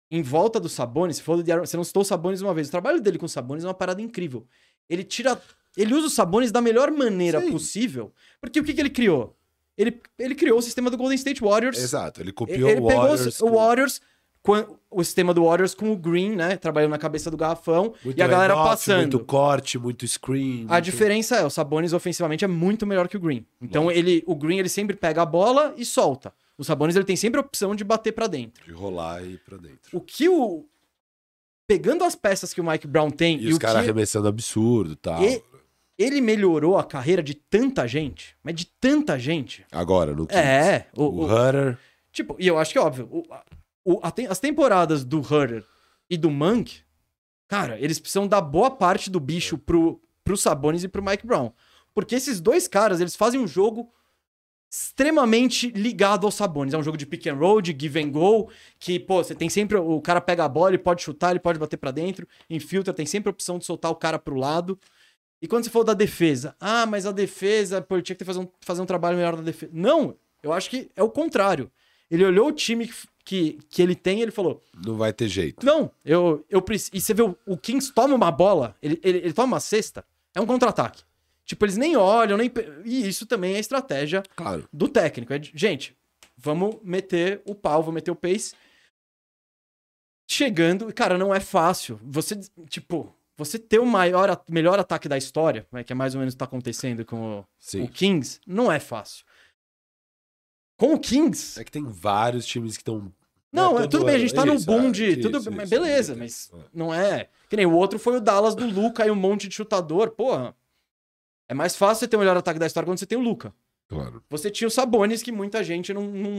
em volta do Sabonis, você não citou o Sabonis uma vez, o trabalho dele com o Sabonis é uma parada incrível. Ele usa o Sabonis da melhor maneira possível, porque o que ele criou? Ele criou o sistema do Golden State Warriors. Exato, ele copiou ele o Warriors. Pegou o Warriors, o sistema do Warriors com o Green, né? Trabalhando na cabeça do garrafão Muito e a galera rebote, passando. Muito corte, muito screen. A diferença é, o Sabonis ofensivamente é muito melhor que o Green. Então o Green ele sempre pega a bola e solta. O Sabonis ele tem sempre a opção de bater pra dentro. De rolar e ir pra dentro. O que pegando as peças que o Mike Brown tem... E os caras arremessando absurdo e tal. Ele melhorou a carreira de tanta gente, mas de tanta gente. Agora, no Kings. O Hutter. Tipo, e eu acho que é óbvio, as temporadas do Hutter e do Monk, cara, eles precisam dar boa parte do bicho pro Sabonis e pro Mike Brown. Porque esses dois caras, eles fazem um jogo extremamente ligado ao Sabonis. É um jogo de pick and roll, de give and go, que, pô, você tem sempre... O cara pega a bola, ele pode chutar, ele pode bater pra dentro, infiltra, tem sempre a opção de soltar o cara pro lado. E quando você falou da defesa, mas a defesa, pô, ele tinha que fazer um trabalho melhor na defesa. Não, eu acho que é o contrário. Ele olhou o time que ele tem e ele falou... Não vai ter jeito. Não, eu preciso... E você vê o Kings toma uma bola, ele toma uma cesta, é um contra-ataque. Tipo, eles nem olham, nem... E isso também é estratégia do técnico. Gente, vamos meter o pau, vamos meter o pace. Chegando... Cara, não é fácil. Você ter o melhor ataque da história, que é mais ou menos o que tá acontecendo com o Kings, não é fácil. Com o Kings... É que tem vários times que estão... Não, tudo bem, a gente tá no boom de... beleza, mas não é... Que nem o outro foi o Dallas do Luka e um monte de chutador. Porra, é mais fácil você ter o melhor ataque da história quando você tem o Luka. Claro. Você tinha o Sabonis, que muita gente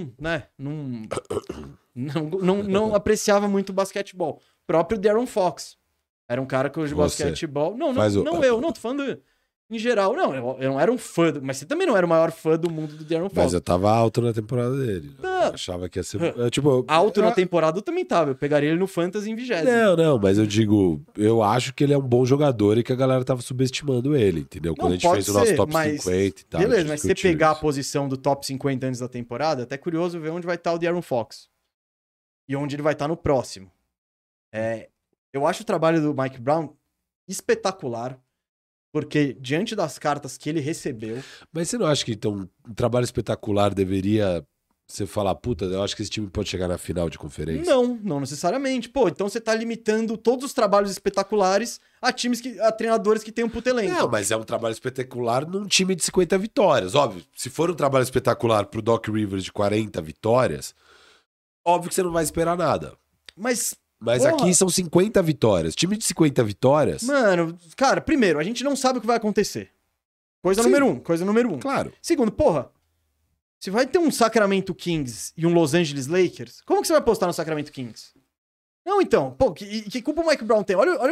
não apreciava muito o basquetebol. O próprio De'Aaron Fox. Era um cara que hoje basquetebol... Não, tô falando em geral. Não, eu não era um fã, mas você também não era o maior fã do mundo do De'Aaron Fox. Mas eu tava alto na temporada dele. Eu achava que ia ser... alto na temporada eu também tava. Eu pegaria ele no Fantasy em 20º. Não, mas eu digo... Eu acho que ele é um bom jogador e que a galera tava subestimando ele, entendeu? Quando a gente fez o nosso top 50 e tal. Beleza, mas se você pegar a posição do top 50 antes da temporada, é até curioso ver onde vai estar o De'Aaron Fox. E onde ele vai estar no próximo. Eu acho o trabalho do Mike Brown espetacular, porque diante das cartas que ele recebeu... Mas você não acha que então um trabalho espetacular deveria você falar, puta, eu acho que esse time pode chegar na final de conferência? Não necessariamente. Pô, então você tá limitando todos os trabalhos espetaculares a treinadores que têm um puto elenco. Não, mas é um trabalho espetacular num time de 50 vitórias. Óbvio, se for um trabalho espetacular pro Doc Rivers de 40 vitórias, óbvio que você não vai esperar nada. Mas aqui são 50 vitórias. Time de 50 vitórias... Mano, cara, primeiro, a gente não sabe o que vai acontecer. Coisa número um. Claro. Segundo, se vai ter um Sacramento Kings e um Los Angeles Lakers, como que você vai apostar no Sacramento Kings? Não, então, que culpa o Mike Brown tem? Olha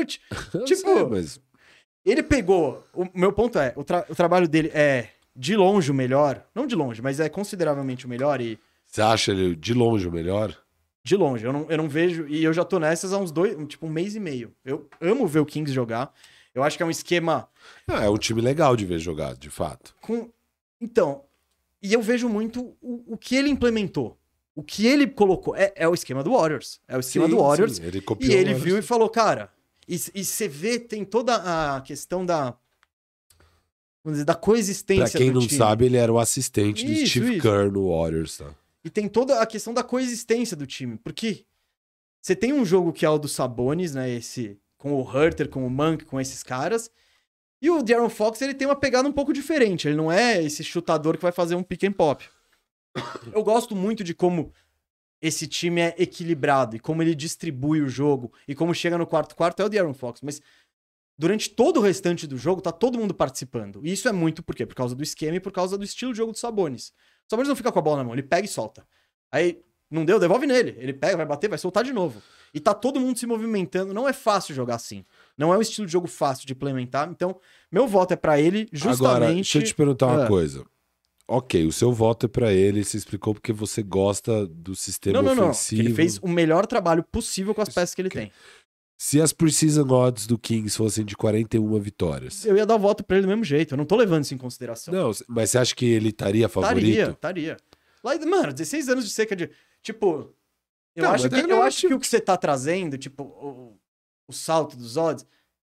ele pegou... O meu ponto é, o trabalho dele é de longe o melhor. Não de longe, mas é consideravelmente o melhor e... Você acha ele de longe o melhor? De longe, eu não vejo... E eu já tô nessas há uns um mês e meio. Eu amo ver o Kings jogar. Eu acho que é um esquema... É um time legal de ver jogar, de fato. Então, e eu vejo muito o que ele implementou. O que ele colocou. É o esquema do Warriors. É o esquema do Warriors. Sim, ele copiou e ele viu e falou, cara... E você vê, tem toda a questão da... Vamos dizer, da coexistência do time. Pra quem não sabe, ele era o assistente do Steve Kerr no Warriors, tá? E tem toda a questão da coexistência do time. Porque você tem um jogo que é o do Sabonis, né? Esse, com o Hutter, com o Monk, com esses caras. E o De'Aaron Fox, ele tem uma pegada um pouco diferente. Ele não é esse chutador que vai fazer um pick and pop. Eu gosto muito de como esse time é equilibrado e como ele distribui o jogo e como chega no quarto é o De'Aaron Fox. Mas durante todo o restante do jogo, tá todo mundo participando. E isso é muito por quê? Por causa do esquema e por causa do estilo de jogo do Sabonis. O Sabonis não fica com a bola na mão, ele pega e solta. Aí, não deu, devolve nele. Ele pega, vai bater, vai soltar de novo. E tá todo mundo se movimentando. Não é fácil jogar assim. Não é um estilo de jogo fácil de implementar. Então, meu voto é pra ele justamente... Agora, deixa eu te perguntar uma coisa. Ok, o seu voto é pra ele, você explicou porque você gosta do sistema ofensivo. Ele fez o melhor trabalho possível com as peças que ele tem. Se as preseason odds do Kings fossem de 41 vitórias... Eu ia dar o voto pra ele do mesmo jeito. Eu não tô levando isso em consideração. Não, mas você acha que ele estaria favorito? Estaria. Lá, mano, 16 anos de seca de... Tipo, Eu acho que o que você tá trazendo, tipo, o salto dos odds,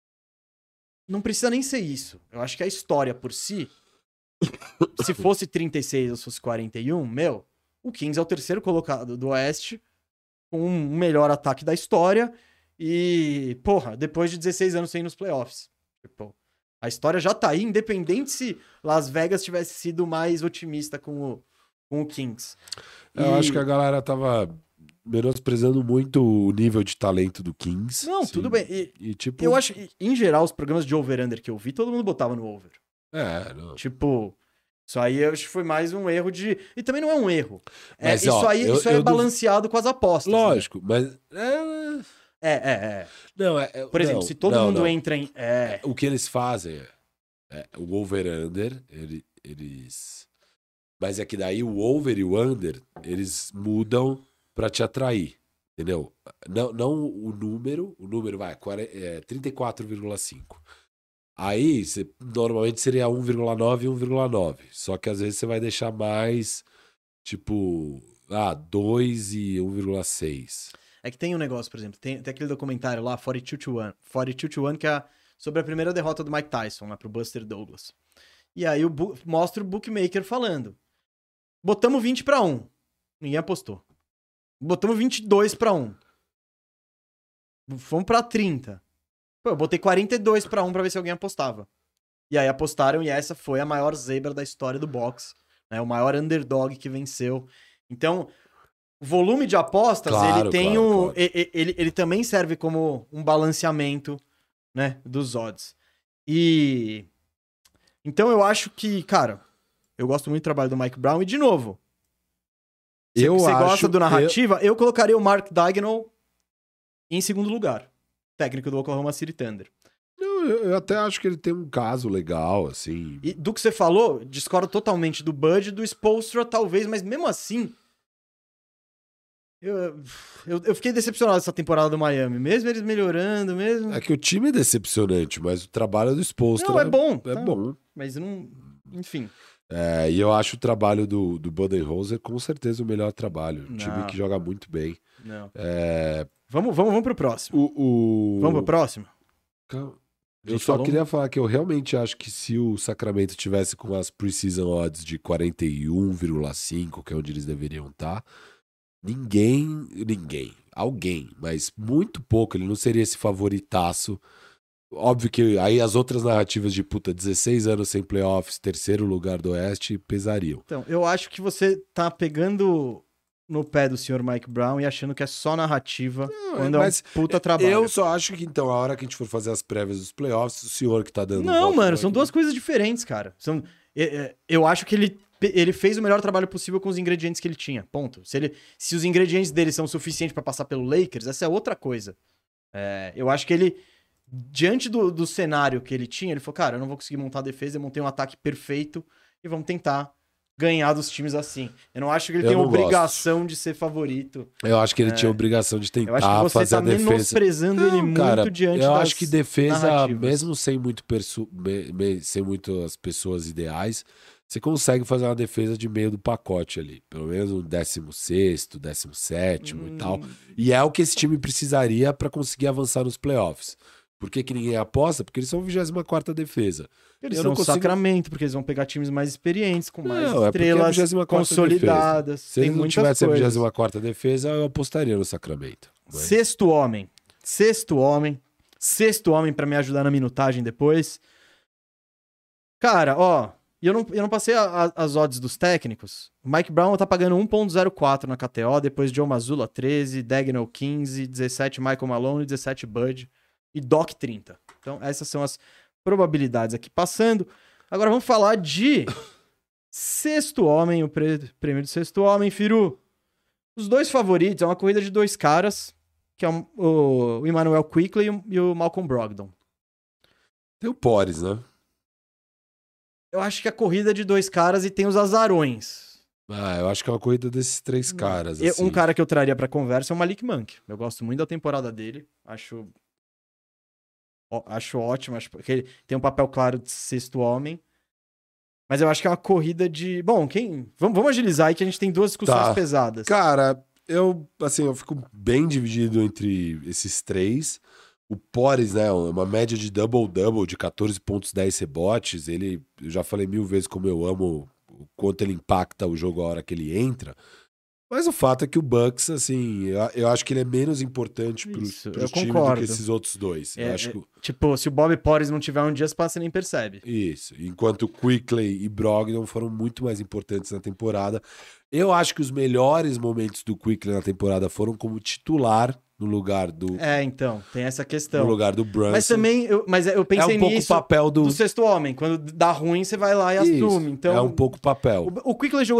não precisa nem ser isso. Eu acho que a história por si, se fosse 36 ou se fosse 41, o Kings é o terceiro colocado do Oeste, com o melhor ataque da história, e, porra, depois de 16 anos sem ir nos playoffs. Tipo, a história já tá aí, independente se Las Vegas tivesse sido mais otimista com o Kings. Eu acho que a galera tava menosprezando muito o nível de talento do Kings. Não, assim, tudo bem. tipo... Eu acho que, em geral, os programas de over-under que eu vi, todo mundo botava no over. Não. Tipo, isso aí eu acho que foi mais um erro de... E também não é um erro. Mas, isso aí é balanceado com as apostas. Lógico, né? Mas... Não, por exemplo, se todo mundo entra em... O que eles fazem o over-under, eles... Mas é que daí o over e o under, eles mudam pra te atrair, entendeu? Não o número vai, 34,5. Aí, normalmente seria 1,9 e 1,9. Só que às vezes você vai deixar mais, tipo, 2 e 1,6. É que tem um negócio, por exemplo, tem aquele documentário lá, 42 to 1, que é sobre a primeira derrota do Mike Tyson, lá pro Buster Douglas. E aí mostra o bookmaker falando. Botamos 20-1. Ninguém apostou. Botamos 22-1. Fomos pra 30. Pô, eu botei 42-1 pra ver se alguém apostava. E aí apostaram e essa foi a maior zebra da história do boxe. Né? O maior underdog que venceu. Então, o volume de apostas, ele tem claro. Ele também serve como um balanceamento, né, dos odds. E... Então eu acho que, cara, eu gosto muito do trabalho do Mike Brown. E, de novo, você gosta do narrativa, eu colocaria o Mark Daigneault em segundo lugar. Técnico do Oklahoma City Thunder. Eu até acho que ele tem um caso legal, assim. E do que você falou, discordo totalmente do Bud, do Spoelstra, talvez, mas mesmo assim... Eu fiquei decepcionado essa temporada do Miami. Mesmo eles melhorando, mesmo... É que o time é decepcionante, mas o trabalho do Spoelstra... Não, é bom. É bom. Mas não... Enfim... E eu acho o trabalho do Budenholzer com certeza o melhor trabalho. Um time que joga muito bem. Não. Vamos pro próximo. Vamos pro próximo? Eu só queria falar que eu realmente acho que se o Sacramento tivesse com as preseason odds de 41,5, que é onde eles deveriam estar, alguém, mas muito pouco, ele não seria esse favoritaço. Óbvio que aí as outras narrativas de 16 anos sem playoffs, terceiro lugar do Oeste, pesariam. Então, eu acho que você tá pegando no pé do senhor Mike Brown e achando que é só narrativa, quando é um puta trabalho. Eu só acho que, então, a hora que a gente for fazer as prévias dos playoffs, o senhor que tá dando... Não, mano, são duas coisas diferentes, cara. Eu acho que ele fez o melhor trabalho possível com os ingredientes que ele tinha, ponto. Se os ingredientes dele são suficientes pra passar pelo Lakers, essa é outra coisa. Eu acho que ele... Diante do cenário que ele tinha, ele falou, cara, eu não vou conseguir montar a defesa, eu montei um ataque perfeito e vamos tentar ganhar dos times assim. Eu não acho que ele tem obrigação de ser favorito. Eu acho que ele tinha obrigação de tentar fazer a defesa. Eu acho que você tá menosprezando ele muito diante das eu acho que defesa, narrativas. Mesmo sem muitas pessoas ideais, você consegue fazer uma defesa de meio do pacote ali. Pelo menos um 16º, 17º e tal. E é o que esse time precisaria para conseguir avançar nos playoffs. Por que ninguém aposta? Porque eles são a 24ª defesa. Eles são Sacramento, porque eles vão pegar times mais experientes, com mais estrelas consolidadas. Se eles não tivessem a 24ª defesa, eu apostaria no Sacramento. Mas... Sexto homem pra me ajudar na minutagem depois. Cara, eu não passei as odds dos técnicos. O Mike Brown tá pagando 1.04 na KTO, depois Joe Mazzulla 13, Daigneault 15, 17 Michael Malone, 17 Bud e Doc 30. Então essas são as probabilidades aqui passando. Agora vamos falar de sexto homem, o prêmio do sexto homem, Firu. Os dois favoritos é uma corrida de dois caras, que é o Emmanuel Quickley e o Malcolm Brogdon. Tem o Pores, né? Eu acho que é a corrida de dois caras e tem os azarões. Eu acho que é uma corrida desses três caras. Assim. Um cara que eu traria pra conversa é o Malik Monk. Eu gosto muito da temporada dele. Acho ótimo. Acho que ele tem um papel claro de sexto homem. Mas eu acho que é uma corrida de... Bom, vamos agilizar aí que a gente tem duas discussões pesadas. Cara, eu fico bem dividido entre esses três. O Porres, né, uma média de double-double, de 14 pontos, 10 rebotes. Eu já falei 1000 vezes como eu amo o quanto ele impacta o jogo a hora que ele entra. Mas o fato é que o Bucks, assim, eu acho que ele é menos importante pro time do que esses outros dois. Eu acho que... Tipo, se o Bobby Portis não tiver um dia, você nem percebe. Isso. Enquanto o Quickley e Brogdon foram muito mais importantes na temporada. Eu acho que os melhores momentos do Quickley na temporada foram como titular no lugar do... Então, tem essa questão. No lugar do Brunson. Mas também, eu pensei pouco nisso papel do sexto homem. Quando dá ruim, você vai lá e assume. Então, é um pouco papel. O Quickley jogou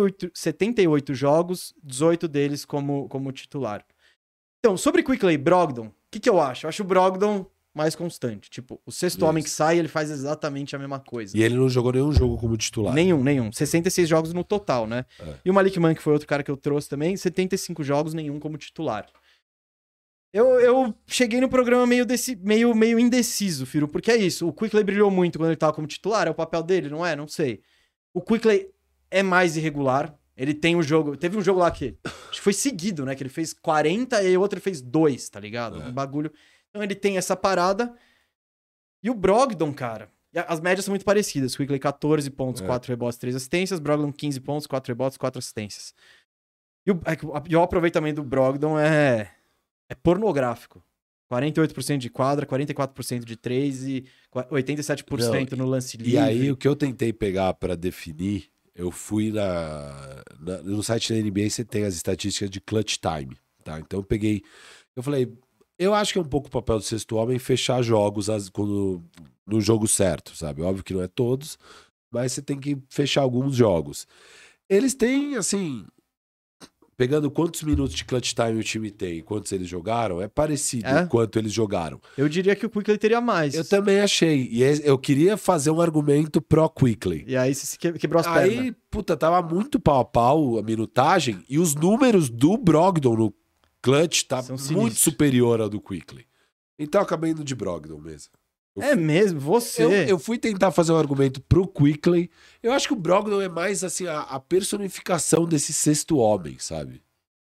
78 jogos, 18 deles como titular. Então, sobre Quickley e Brogdon, o que eu acho? Eu acho o Brogdon mais constante. Tipo, o sexto homem que sai, ele faz exatamente a mesma coisa. E ele não jogou nenhum jogo como titular. Nenhum. 66 jogos no total, né? E o Malik Monk, que foi outro cara que eu trouxe também, 75 jogos, nenhum como titular. Eu cheguei no programa meio indeciso, Firo, porque é isso. O Quickley brilhou muito quando ele tava como titular, é o papel dele, não é? Não sei. O Quickley é mais irregular. Ele tem um jogo... Teve um jogo lá que acho que foi seguido, né? Que ele fez 40 e o outro fez 2, tá ligado? Um bagulho... Então ele tem essa parada. E o Brogdon, cara... As médias são muito parecidas. O Quickley 14 pontos, 4 rebotes, 3 assistências. Brogdon 15 pontos, 4 rebotes, 4 assistências. E o aproveitamento do Brogdon é pornográfico. 48% de quadra, 44% de 3 e 87% no lance livre. E aí, o que eu tentei pegar pra definir, eu fui no site da NBA, você tem as estatísticas de clutch time, tá? Então eu falei, eu acho que é um pouco o papel do sexto homem fechar jogos no jogo certo, sabe? Óbvio que não é todos, mas você tem que fechar alguns jogos. Eles têm, assim... Pegando quantos minutos de clutch time o time tem e quantos eles jogaram, é parecido quanto eles jogaram. Eu diria que o Quickley teria mais. Eu também achei. E eu queria fazer um argumento pró-Quickley. E aí você quebrou as pernas. Aí, tava muito pau a pau a minutagem e os números do Brogdon no clutch tá muito superior ao do Quickley. Então eu acabei indo de Brogdon mesmo. Mesmo? Você? Eu fui tentar fazer um argumento pro Quickley. Eu acho que o Brogdon é mais assim a personificação desse sexto homem, sabe?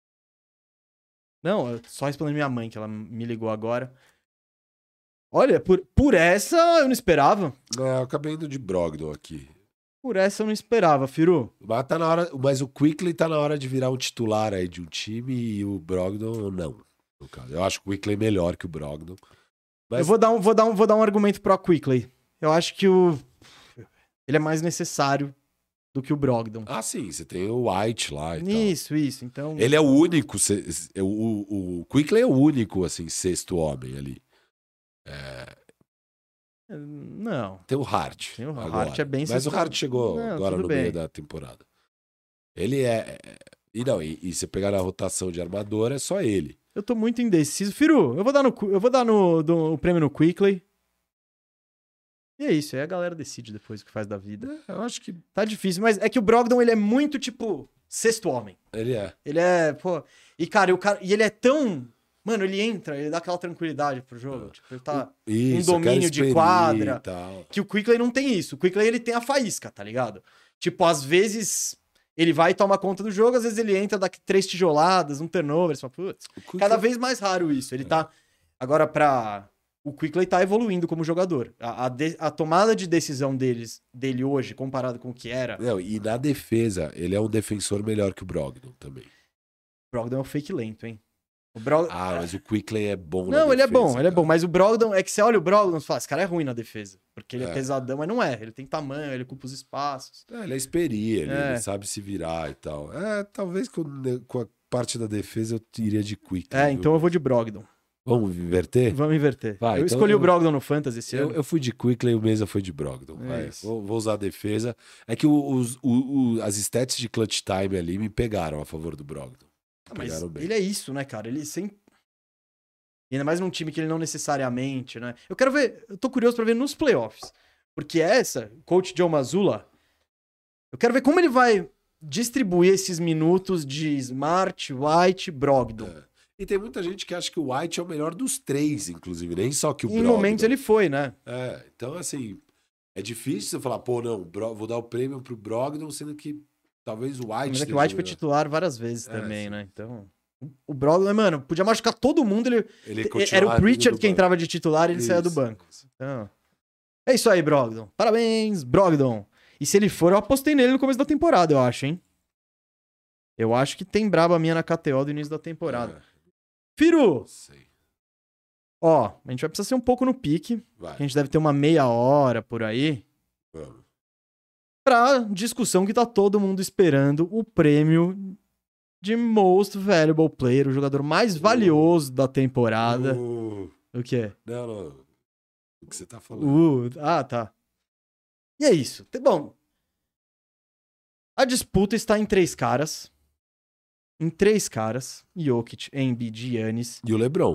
Não, só respondendo minha mãe, que ela me ligou agora. Olha, por essa eu não esperava. Eu acabei indo de Brogdon aqui. Por essa eu não esperava, Firu. Mas o Quickley tá na hora de virar um titular aí de um time e o Brogdon não. No caso. Eu acho o Quickley melhor que o Brogdon. Mas... Eu vou dar um argumento pro Quickley. Eu acho que ele é mais necessário do que o Brogdon. Ah, sim. Você tem o White lá e tal. Isso. Então... Ele é o único... O Quickley é o único, assim, sexto homem ali. Não. Tem o Hart. O Hart é bem... Mas o Hart chegou agora no meio da temporada. Ele é... E você pegar na rotação de armador, é só ele. Eu tô muito indeciso. Firu, eu vou dar o prêmio no Quickley. E é isso, aí a galera decide depois o que faz da vida. Eu acho que... Tá difícil, mas é que o Brogdon, ele é muito, tipo, sexto homem. Ele é. Ele é, pô... E, cara, e ele é tão... Mano, ele entra, ele dá aquela tranquilidade pro jogo. Tipo, ele tá em domínio de quadra. Que o Quickley não tem isso. O Quickley, ele tem a faísca, tá ligado? Tipo, às vezes... Ele vai e toma conta do jogo, às vezes ele entra, dá 3 tijoladas, um turnover, você fala, putz, cada vez mais raro isso. Ele tá... Agora, o Quickley tá evoluindo como jogador. A tomada de decisão dele hoje, comparado com o que era... Não, e na defesa, ele é um defensor melhor que o Brogdon também. O Brogdon é um fake lento, hein? Mas o Quickley é bom na defesa. Não, ele é bom. Mas o Brogdon, é que você olha o Brogdon e fala, esse cara é ruim na defesa. Porque ele é pesadão, mas não é. Ele tem tamanho, ele ocupa os espaços. Ele é experiente, ele sabe se virar e tal. Talvez com a parte da defesa eu iria de Quickley. Então eu vou de Brogdon. Vamos inverter? Vamos inverter. Vai, eu escolhi o Brogdon no Fantasy esse ano. Eu fui de Quickley e o Mesa foi de Brogdon. Vou usar a defesa. É que as stats de clutch time ali me pegaram a favor do Brogdon. Mas ele é isso, né, cara? Ele sempre... E ainda mais num time que ele não necessariamente, né? Eu tô curioso pra ver nos playoffs. Porque coach Joe Mazzulla, eu quero ver como ele vai distribuir esses minutos de Smart, White, Brogdon. E tem muita gente que acha que o White é o melhor dos três, inclusive, nem só que o Brogdon. Em momentos ele foi, né? Então, assim, é difícil você falar, não, vou dar o prêmio pro Brogdon, sendo que Talvez o White. Mas é que o White foi titular várias vezes também, né? Então. O Brogdon, mano, podia machucar todo mundo. Era o Pritchard que entrava de titular e ele saía do banco. Então. É isso aí, Brogdon. Parabéns, Brogdon. E se ele for, eu apostei nele no começo da temporada, eu acho, hein? Eu acho que tem braba minha na KTO do início da temporada. Firu! Ó, a gente vai precisar ser um pouco no pique. A gente deve ter uma meia hora por aí. Vamos. Pra discussão que tá todo mundo esperando. O prêmio de Most Valuable Player. O jogador mais valioso da temporada. O quê? Não. O que você tá falando? Tá. E é isso. Bom, a disputa está em 3 caras. Jokic, Embiid e Giannis. E o LeBron.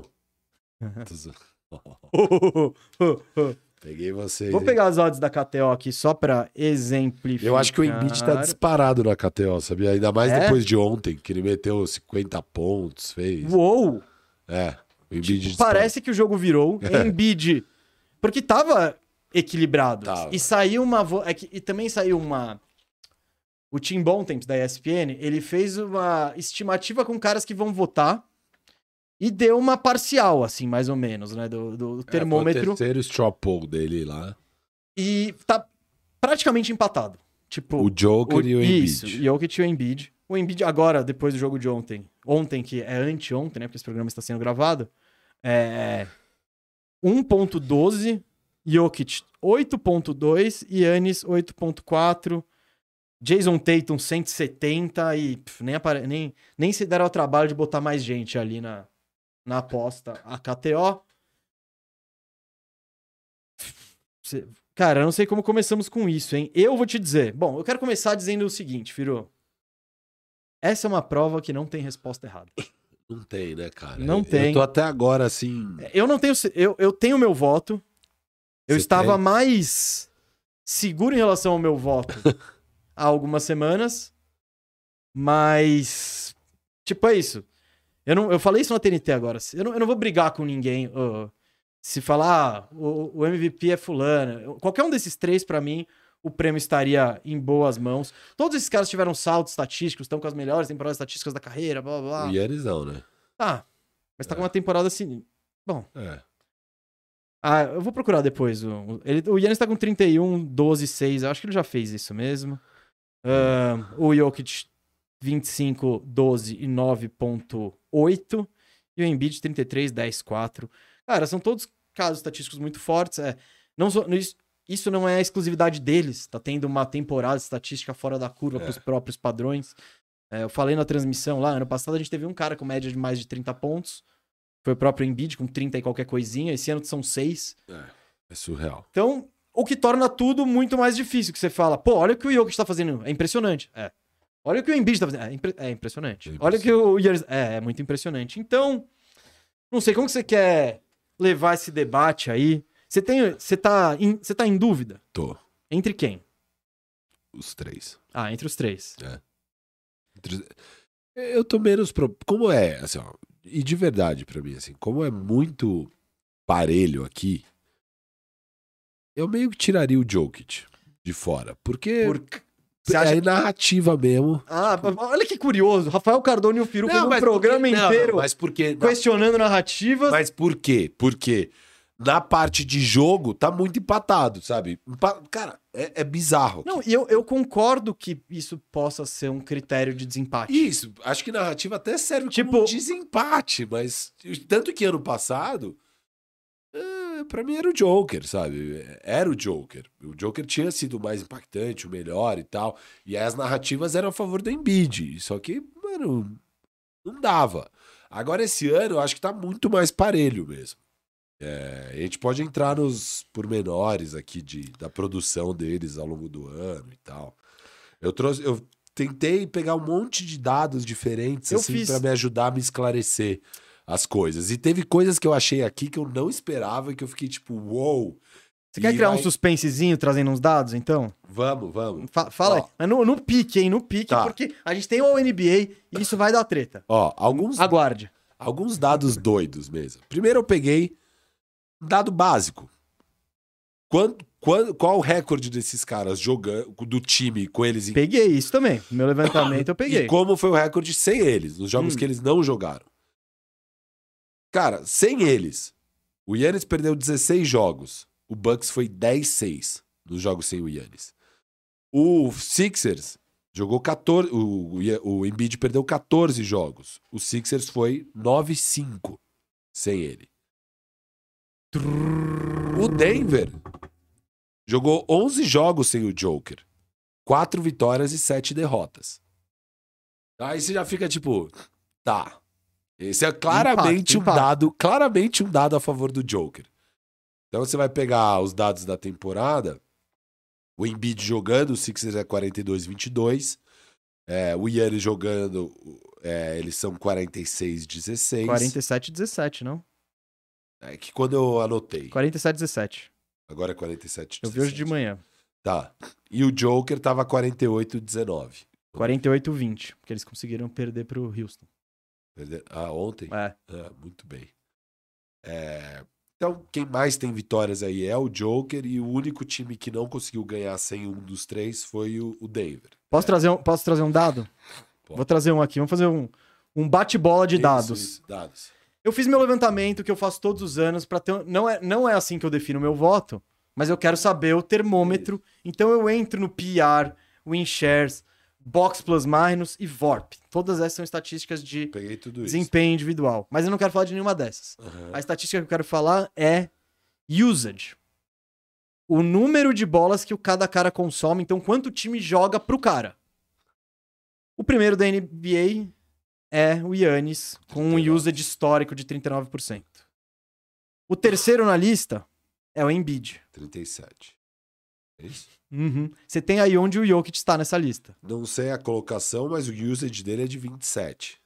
Peguei vocês. Vou pegar as odds da KTO aqui só pra exemplificar. Eu acho que o Embiid tá disparado na KTO, sabia? Ainda mais depois de ontem, que ele meteu 50 pontos, fez. Uou! O Embiid parece que o jogo virou. Embiid... Porque tava equilibrado. E saiu uma... E também saiu uma... O Tim Bontemps, da ESPN, ele fez uma estimativa com caras que vão votar e deu uma parcial, assim, mais ou menos, né? Do termômetro. Foi o terceiro straw poll dele lá. E tá praticamente empatado. Tipo, o Joker e o Embiid. Isso, o Jokic e o Embiid. O Embiid agora, depois do jogo de ontem, que é anteontem, né? Porque esse programa está sendo gravado, 1.12, Jokic 8.2, Giannis 8.4, Jason Tatum 170 e nem se deram ao trabalho de botar mais gente ali na aposta. A KTO. Cara, eu não sei como começamos com isso, hein? Eu vou te dizer. Bom, eu quero começar dizendo o seguinte, Firu. Essa é uma prova que não tem resposta errada. Não tem, né, cara? Não tem. Eu tô até agora, assim... Eu não tenho... Eu tenho meu voto. Eu estava tem? mais seguro em relação ao meu voto há algumas semanas. Mas... Tipo, é isso. Eu falei isso na TNT agora. Eu não vou brigar com ninguém. Se falar, o MVP é fulano. Qualquer um desses 3, pra mim, o prêmio estaria em boas mãos. Todos esses caras tiveram saltos estatísticos, estão com as melhores temporadas estatísticas da carreira, blá, blá, blá. O Giannis não, né? Tá. Mas tá com uma temporada assim... Bom. Eu vou procurar depois. O Giannis tá com 31, 12, 6. Eu acho que ele já fez isso mesmo. O Jokic, 25, 12 e 9.8. E o Embiid, 33, 10, 4. Cara, são todos casos estatísticos muito fortes. Isso não é a exclusividade deles. Tá tendo uma temporada estatística fora da curva pros próprios padrões. Eu falei na transmissão lá, ano passado a gente teve um cara com média de mais de 30 pontos. Foi o próprio Embiid com 30 e qualquer coisinha. Esse ano são 6. É surreal. Então, o que torna tudo muito mais difícil. Que você fala, pô, olha o que o Jokic tá fazendo. É impressionante. Olha o que o Embiid tá fazendo. É impressionante. Olha o que o Giannis... É muito impressionante. Então, não sei como que você quer levar esse debate aí. Você tá em dúvida? Tô. Entre quem? Os 3. Entre os 3. Eu tô menos... Como é, assim, ó... E de verdade, pra mim, assim, como é muito parelho aqui, eu meio que tiraria o Jokic de fora. Porque é narrativa mesmo. Olha que curioso. Rafael Cardone e o Firu fez um programa inteiro mas porque, questionando narrativas. Mas por quê? Porque na parte de jogo tá muito empatado, sabe? Cara, é bizarro. Não, e eu concordo que isso possa ser um critério de desempate. Isso, acho que narrativa até serve como desempate, mas tanto que ano passado, pra mim era o Joker, sabe? Era o Joker. O Joker tinha sido o mais impactante, o melhor e tal, e aí as narrativas eram a favor do Embiid, só que, mano, não dava. Agora esse ano eu acho que tá muito mais parelho mesmo. A gente pode entrar nos pormenores aqui da produção deles ao longo do ano e tal. Eu tentei pegar um monte de dados diferentes assim, pra me ajudar a me esclarecer as coisas. E teve coisas que eu achei aqui que eu não esperava e que eu fiquei tipo, uou. Você quer criar um suspensezinho trazendo uns dados, então? Vamos. Fala aí. Mas no pique, hein? No pique, tá. Porque a gente tem o NBA e isso vai dar treta. Aguarde. Alguns dados doidos mesmo. Primeiro eu peguei dado básico. qual o recorde desses caras jogando, do time com eles? Peguei isso também. No meu levantamento eu peguei. E como foi o recorde sem eles, nos jogos que eles não jogaram? Cara, sem eles, o Giannis perdeu 16 jogos. O Bucks foi 10-6 nos jogos sem o Giannis. O Sixers jogou 14. O Embiid perdeu 14 jogos. O Sixers foi 9-5 sem ele. O Denver jogou 11 jogos sem o Joker. 4 vitórias e 7 derrotas. Aí você já fica tipo, tá. Esse é claramente claramente um dado a favor do Joker. Então você vai pegar os dados da temporada, o Embiid jogando, o Sixers é 42-22, o Giannis jogando, eles são 46-16. 47-17, não? É que quando eu anotei. 47-17. Agora é 47-17. Eu vi hoje de manhã. Tá. E o Joker tava 48-19. 48-20, porque eles conseguiram perder pro Houston. Ontem? É. Muito bem. Então, quem mais tem vitórias aí é o Joker, e o único time que não conseguiu ganhar sem um dos três foi o Denver. Posso trazer um dado? Pode. Vou trazer um aqui. Vamos fazer um bate-bola de dados. Isso, dados. Eu fiz meu levantamento que eu faço todos os anos para ter. Não é assim que eu defino o meu voto, mas eu quero saber o termômetro. Então eu entro no PR, Win Shares, Box Plus Minus e VORP. Todas essas são estatísticas de Peguei tudo desempenho individual. Mas eu não quero falar de nenhuma dessas. Uhum. A estatística que eu quero falar é usage. O número de bolas que cada cara consome. Então, quanto o time joga pro cara. O primeiro da NBA é o Giannis, com um usage histórico de 39%. O terceiro na lista é o Embiid. 37. É isso? Uhum. Você tem aí onde o Jokic está nessa lista. Não sei a colocação, mas o usage dele é de 27.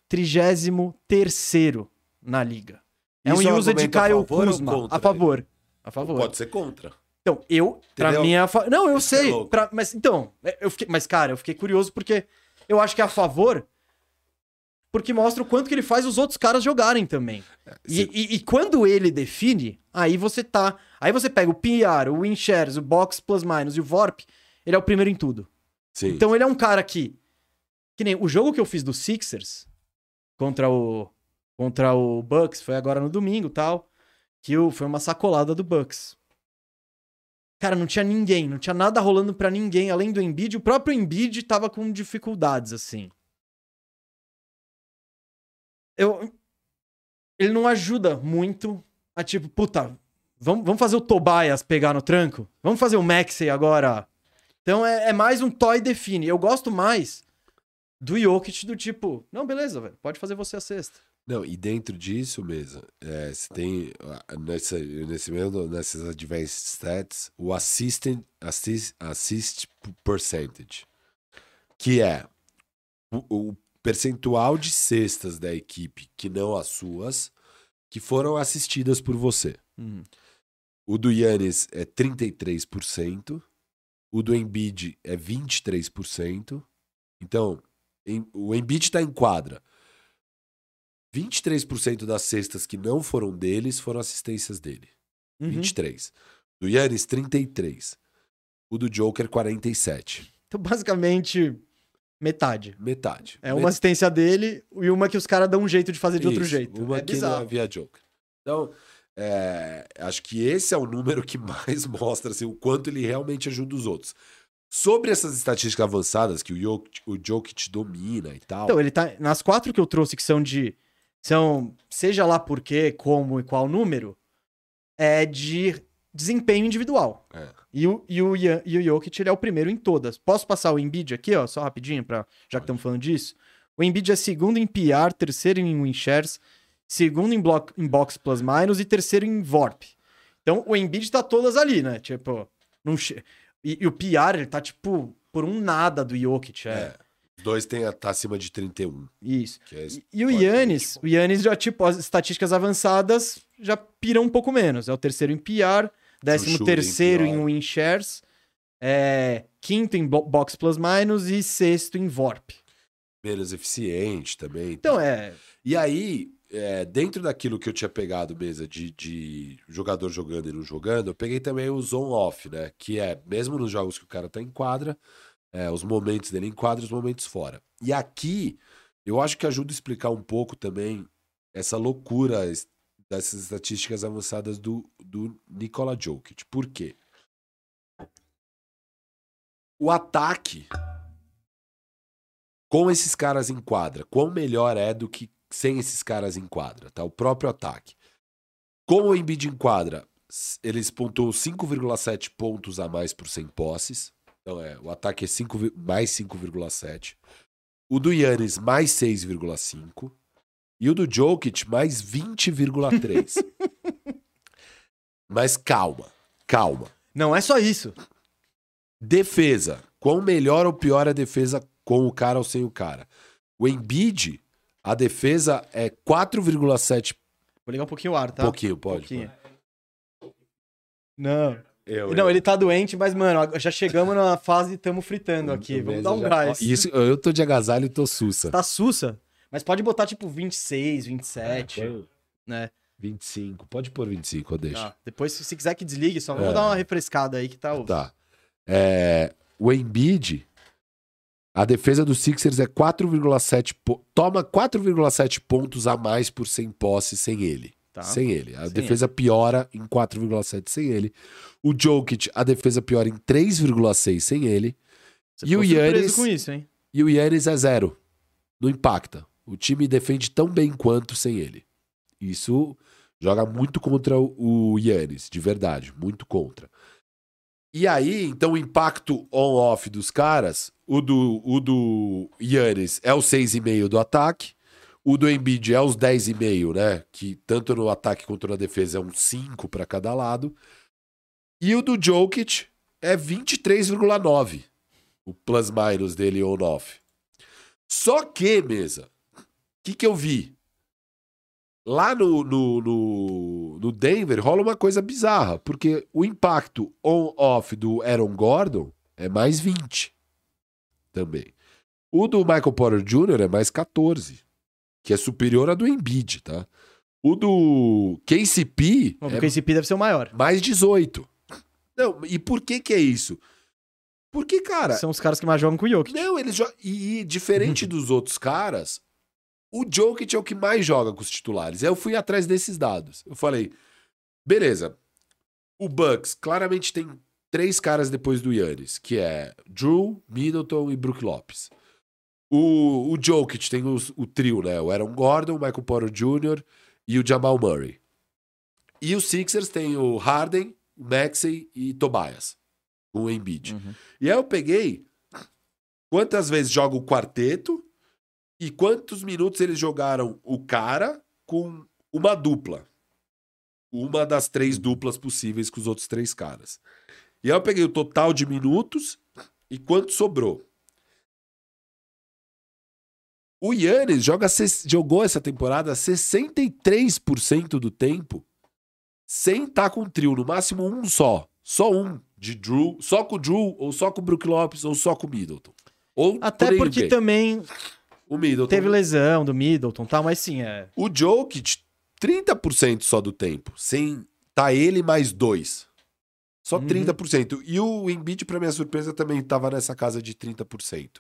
33º na liga. É Isso um usage de Kyle favor ou Kuzma. contra A favor. A favor. Pode ser contra. Então, pra Entendeu? mim é Não, eu Isso sei. é louco. Mas, cara, eu fiquei curioso porque eu acho que é a favor, porque mostra o quanto que ele faz os outros caras jogarem também. E quando ele define, aí você tá... Aí você pega o PR, o Win Shares, o Box Plus Minus e o VORP, ele é o primeiro em tudo. Sim. Então ele é um cara que nem o jogo que eu fiz do Sixers contra o Bucks, foi agora no domingo e tal, foi uma sacolada do Bucks. Cara, não tinha ninguém, não tinha nada rolando pra ninguém, além do Embiid. O próprio Embiid tava com dificuldades, assim. Ele não ajuda muito a tipo, puta, vamos fazer o Tobias pegar no tranco? Vamos fazer o Maxey agora? Então é mais um toy define. Eu gosto mais do Jokic do tipo, não, beleza, velho, pode fazer você a sexta. Não, e dentro disso, Mesa, você tem nessas advanced stats o assist percentage, que é o percentual de cestas da equipe, que não as suas, que foram assistidas por você. O do Giannis é 33%, o do Embiid é 23%. Então, o Embiid está em quadra. 23% das cestas que não foram deles foram assistências dele. 23%. Do Giannis, 33%. O do Joker, 47%. Então, basicamente, metade. Metade. É uma assistência dele e uma que os caras dão um jeito de fazer de outro jeito. Uma é que não havia Joker. Então, acho que esse é o número que mais mostra assim, o quanto ele realmente ajuda os outros. Sobre essas estatísticas avançadas que o Jokic domina e tal... Então, ele tá... Nas 4 que eu trouxe, que são seja lá por quê, como e qual número, é de desempenho individual. E o Jokic, ele é o primeiro em todas. Posso passar o Embiid aqui, ó, só rapidinho, já que estamos falando disso? O Embiid é segundo em PR, terceiro em Win Shares, segundo em Box Plus Minus e terceiro em VORP. Então, o Embiid tá todas ali, né? Tipo, e o PR, ele tá, tipo, por um nada do Jokic. Os dois tá acima de 31. Isso. E o Giannis já, tipo, as estatísticas avançadas já piram um pouco menos. É o terceiro em PR, 13º em Win Shares, quinto em Box Plus Minus e sexto em VORP. Menos eficiente também. Então, E aí, dentro daquilo que eu tinha pegado, mesa, de jogador jogando e não jogando, eu peguei também os on-off, né? Que mesmo nos jogos que o cara tá em quadra, os momentos dele em quadra e os momentos fora. E aqui, eu acho que ajuda a explicar um pouco também essa loucura dessas estatísticas avançadas do Nikola Jokic. Por quê? O ataque com esses caras em quadra, quão melhor é do que sem esses caras em quadra, tá? O próprio ataque. Com o Embiid em quadra, eles pontuam 5,7 pontos a mais por 100 posses. Então, o ataque é mais 5,7. O do Giannis, mais 6,5. E o do Jokic, mais 20,3. Mas calma. Não é só isso. Defesa. Quão melhor ou pior a defesa com o cara ou sem o cara? O Embiid, a defesa é 4,7. Vou ligar um pouquinho o ar, tá? Pouquinho, pode. Não. Não, ele tá doente, mas, mano, já chegamos na fase e estamos fritando aqui. Vamos dar um gás. Isso, eu tô de agasalho e tô sussa. Tá sussa? Mas pode botar, tipo, 26, 27, né? 25. Pode pôr 25, eu deixo. Tá. Depois, se quiser que desligue, só vamos dar uma refrescada aí que tá osso. Tá. O Embiid, a defesa dos Sixers é 4,7... Toma 4,7 pontos a mais por 100 posses sem ele. Tá. Sem ele. A Sem defesa piora em 4,7 sem ele. O Jokic, a defesa piora em 3,6 sem ele. Você E o ficou surpreso Giannis com isso, hein? E o Giannis é 0. Não impacta. O time defende tão bem quanto sem ele. Isso joga muito contra o Giannis, de verdade. Muito contra. E aí, então, o impacto on-off dos caras, o do Giannis é o 6,5 do ataque. O do Embiid é os 10,5, né? Que tanto no ataque quanto na defesa é um 5 para cada lado. E o do Jokic é 23,9. O plus-minus dele on-off. Só que, mesa, o que eu vi? Lá no Denver rola uma coisa bizarra, porque o impacto on-off do Aaron Gordon é mais 20 também. O do Michael Porter Jr. é mais 14, que é superior a do Embiid, tá? O do KCP... O do KCP deve ser o maior. Mais 18. Não, e por que é isso? Porque, cara... São os caras que mais jogam com o Jokic. Não, eles jogam... E diferente dos outros caras, o Jokic é o que mais joga com os titulares. Eu fui atrás desses dados. Eu falei, beleza, o Bucks claramente tem 3 caras depois do Giannis, que é Drew, Middleton e Brook Lopes. O Jokic tem o trio, né? O Aaron Gordon, o Michael Porter Jr. e o Jamal Murray. E os Sixers tem o Harden, o Maxey e Tobias, com o Embiid. Uhum. E aí eu peguei quantas vezes joga o quarteto e quantos minutos eles jogaram o cara com uma dupla. Uma das 3 duplas possíveis com os outros 3 caras. E aí eu peguei o total de minutos e quanto sobrou. O Giannis jogou essa temporada 63% do tempo sem estar com trio, no máximo um só. Só um de Drew, só com o Drew, ou só com o Brook Lopes, ou só com o Middleton. Ou até porque também o Middleton teve lesão do Middleton, tá? Mas sim, O Jokic, 30% só do tempo, sem tá ele mais 2. Só 30%. E o Embiid, pra minha surpresa, também tava nessa casa de 30%.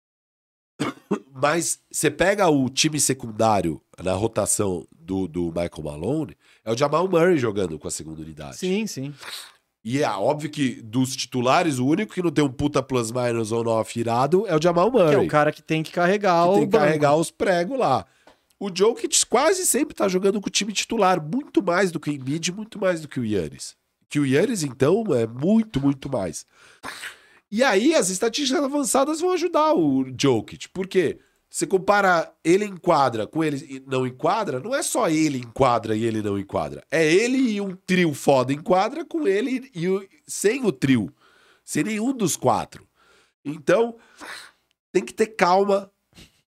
Mas você pega o time secundário na rotação do Michael Malone, é o Jamal Murray jogando com a segunda unidade. Sim, sim. E é óbvio que dos titulares, o único que não tem um puta plus-minus ou off irado é o Jamal Murray. Que é o cara que tem que carregar os pregos lá. O Jokic quase sempre tá jogando com o time titular, muito mais do que o Embiid, muito mais do que o Giannis. Que o Giannis, então, é muito, muito mais. E aí, as estatísticas avançadas vão ajudar o Jokic. Por quê? Você compara ele em quadra com ele não em quadra, não é só ele em quadra e ele não em quadra. É ele e um trio foda em quadra com ele sem o trio. Sem nenhum dos 4. Então, tem que ter calma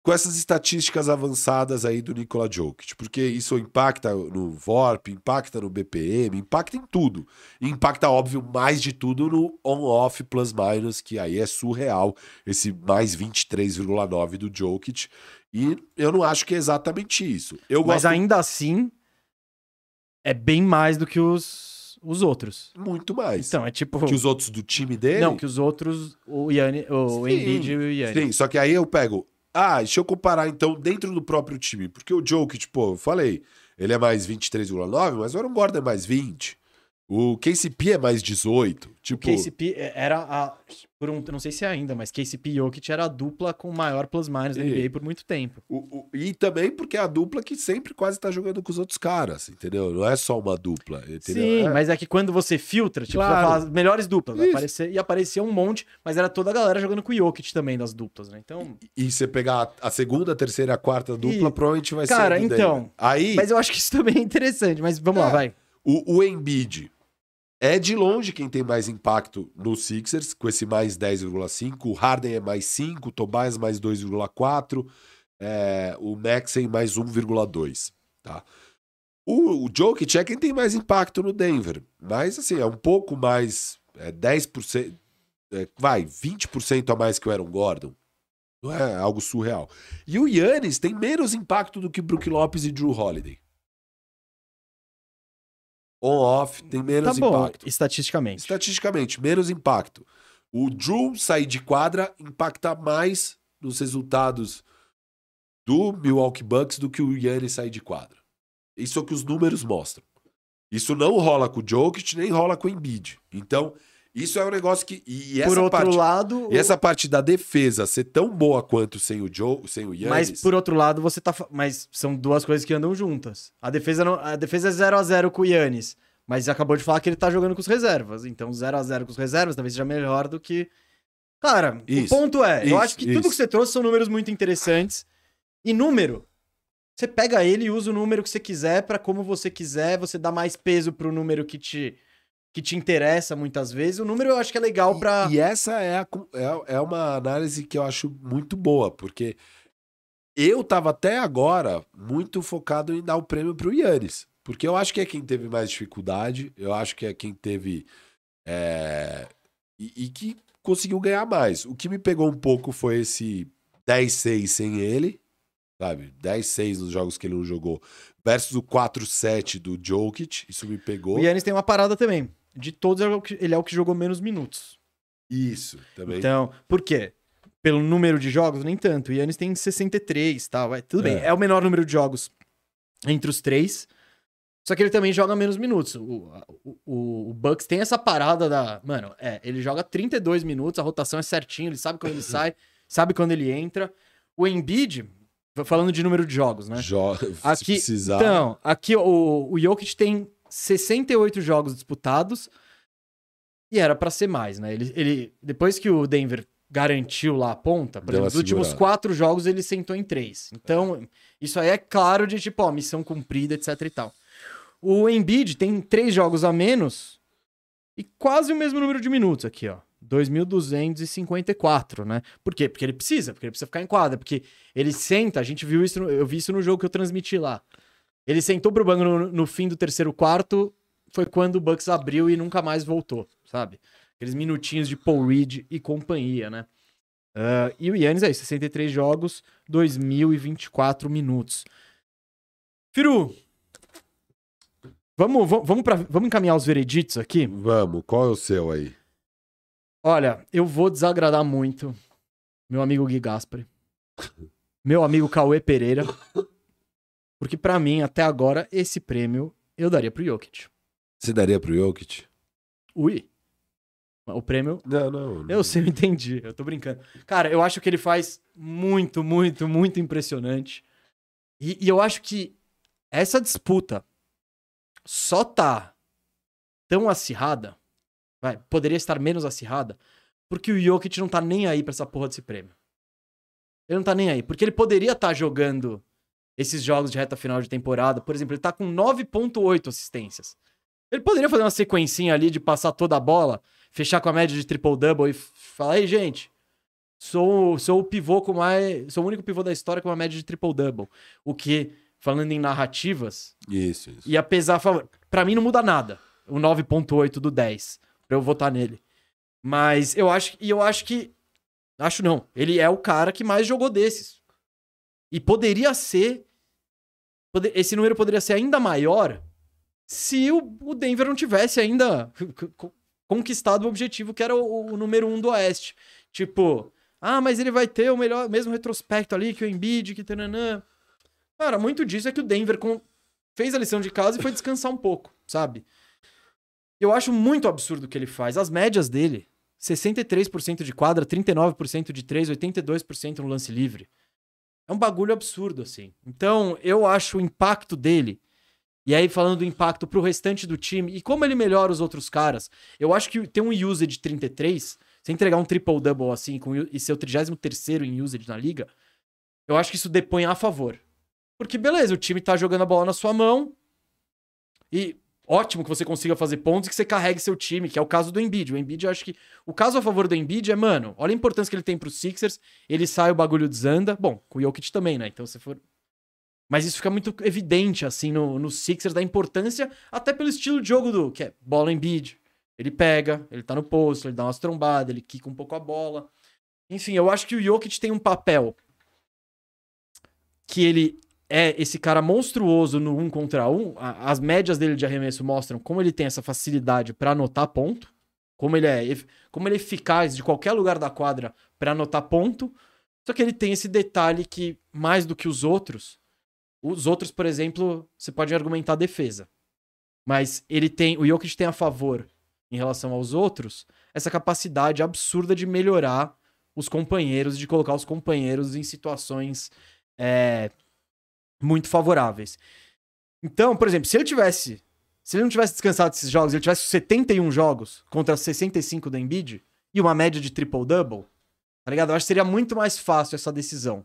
com essas estatísticas avançadas aí do Nikola Jokic, porque isso impacta no VORP, impacta no BPM, impacta em tudo. E impacta, óbvio, mais de tudo no on-off plus-minus, que aí é surreal, esse mais 23,9 do Jokic. E eu não acho que é exatamente isso. Mas ainda assim, é bem mais do que os outros. Muito mais. Então, é tipo... Que os outros do time dele? Não, que os outros, o Embiid e o Giannis. Sim, só que aí eu pego... deixa eu comparar então dentro do próprio time. Porque o Jokic, pô, eu falei, ele é mais 23,9, mas o Aaron Gordon é mais 20. O KCP é mais 18. Tipo... O KCP era não sei se é ainda, mas KCP e Jokic era a dupla com maior plus-minus da NBA por muito tempo. E também porque é a dupla que sempre quase tá jogando com os outros caras, entendeu? Não é só uma dupla, entendeu? Sim, mas é que quando você filtra, tipo, Claro. você vai falar as melhores duplas, vai aparecer, e aparecia um monte, mas era toda a galera jogando com o Jokic também das duplas, né? Então... E você pegar a segunda, a terceira, a quarta dupla, provavelmente vai Cara, ser... então... Aí... Mas eu acho que isso também é interessante, mas vamos lá, vai. O Embiid é de longe quem tem mais impacto no Sixers, com esse mais 10,5. O Harden é mais 5, o Tobias mais 2,4, o Maxey mais 1,2. Tá? O Jokic é quem tem mais impacto no Denver. Mas, assim, é um pouco mais... 10%... 20% a mais que o Aaron Gordon. Não é algo surreal. E o Giannis tem menos impacto do que Brook Lopes e Drew Holiday. On-off tem menos impacto. Estatisticamente. Estatisticamente, menos impacto. O Drew sair de quadra impacta mais nos resultados do Milwaukee Bucks do que o Giannis sair de quadra. Isso é o que os números mostram. Isso não rola com o Jokic, nem rola com o Embiid. Então, isso é um negócio que... Por outro lado... E essa parte da defesa ser tão boa quanto sem o Giannis... Mas, por outro lado, você tá... Mas são duas coisas que andam juntas. A defesa é 0x0 com o Giannis, mas acabou de falar que ele tá jogando com os reservas. Então, 0x0 com os reservas talvez seja melhor do que... Cara, o ponto é... eu acho que tudo que você trouxe são números muito interessantes. E número... Você pega ele e usa o número que você quiser pra como você quiser. Você dá mais peso pro número que te interessa muitas vezes. O número eu acho que é legal pra... E essa é uma análise que eu acho muito boa, porque eu tava até agora muito focado em dar o prêmio pro Giannis, porque eu acho que é quem teve mais dificuldade, eu acho que é quem teve... E que conseguiu ganhar mais. O que me pegou um pouco foi esse 10-6 sem ele, sabe? 10-6 nos jogos que ele não jogou, versus o 4-7 do Jokic, isso me pegou. O Giannis tem uma parada também. De todos, ele é o que jogou menos minutos. Isso, também. Então, por quê? Pelo número de jogos, nem tanto. O Giannis tem 63, tá? Tudo bem, é o menor número de jogos entre os três. Só que ele também joga menos minutos. O Bucks tem essa parada da... Mano, ele joga 32 minutos, a rotação é certinho, ele sabe quando ele sai, sabe quando ele entra. O Embiid... Falando de número de jogos, né? Se precisar. Então, aqui o Jokic tem 68 jogos disputados e era pra ser mais, né? Ele depois que o Denver garantiu lá a ponta, por exemplo, nos últimos 4 jogos ele sentou em 3. Então, isso aí é claro de tipo, missão cumprida, etc e tal. O Embiid tem 3 jogos a menos e quase o mesmo número de minutos aqui, ó. 2.254, né? Por quê? Porque ele precisa ficar em quadra, porque ele senta, a gente viu isso, eu vi isso no jogo que eu transmiti lá. Ele sentou pro banco no fim do terceiro quarto, foi quando o Bucks abriu e nunca mais voltou, sabe? Aqueles minutinhos de Paul Reed e companhia, né? E o Giannis 63 jogos, 2.024 minutos. Firu, vamos encaminhar os vereditos aqui? Vamos, qual é o seu aí? Olha, eu vou desagradar muito meu amigo Gui Gaspari, meu amigo Cauê Pereira, porque pra mim, até agora, esse prêmio eu daria pro Jokic. Você daria pro Jokic? Ui. O prêmio... Não. Eu sei, eu entendi, eu tô brincando. Cara, eu acho que ele faz muito, muito, muito impressionante. E eu acho que essa disputa só tá tão acirrada, poderia estar menos acirrada, porque o Jokic não tá nem aí pra essa porra desse prêmio. Ele não tá nem aí, porque ele poderia estar jogando esses jogos de reta final de temporada, por exemplo, ele tá com 9.8 assistências. Ele poderia fazer uma sequencinha ali de passar toda a bola, fechar com a média de triple-double e falar, ei, gente, sou o pivô com mais... Sou o único pivô da história com uma média de triple-double. O que, falando em narrativas, Isso. ia pesar a favor. Pra mim não muda nada. O 9.8 do 10. Pra eu votar nele. Mas eu acho que... Acho não. Ele é o cara que mais jogou desses. E poderia ser... Esse número poderia ser ainda maior se o Denver não tivesse ainda conquistado o objetivo que era o número 1 do Oeste. Tipo, mas ele vai ter o mesmo retrospecto ali que o Embiid, que tananã. Cara, muito disso é que o Denver fez a lição de casa e foi descansar um pouco, sabe? Eu acho muito absurdo o que ele faz. As médias dele, 63% de quadra, 39% de 3, 82% no lance livre. É um bagulho absurdo, assim. Então, eu acho o impacto dele, e aí falando do impacto pro restante do time, e como ele melhora os outros caras, eu acho que ter um usage de 33, se entregar um triple-double assim, e ser o 33º em usage na liga, eu acho que isso depõe a favor. Porque, beleza, o time tá jogando a bola na sua mão, e ótimo que você consiga fazer pontos e que você carregue seu time, que é o caso do Embiid. O Embiid, eu acho que... O caso a favor do Embiid é, mano, olha a importância que ele tem pros Sixers, ele sai, o bagulho desanda. Bom, com o Jokic também, né? Então, se for... Mas isso fica muito evidente, assim, no Sixers, da importância, até pelo estilo de jogo que é bola Embiid. Ele pega, ele tá no posto, ele dá umas trombadas, ele quica um pouco a bola. Enfim, eu acho que o Jokic tem um papel que ele... é esse cara monstruoso no 1 contra 1, as médias dele de arremesso mostram como ele tem essa facilidade pra anotar ponto, como ele é eficaz de qualquer lugar da quadra pra anotar ponto, só que ele tem esse detalhe que, mais do que os outros, por exemplo, você pode argumentar a defesa, mas o Jokic tem a favor, em relação aos outros, essa capacidade absurda de melhorar os companheiros, de colocar os companheiros em situações... muito favoráveis. Então, por exemplo, se ele não tivesse descansado desses jogos, ele tivesse 71 jogos contra 65 do Embiid e uma média de triple-double, tá ligado? Eu acho que seria muito mais fácil essa decisão.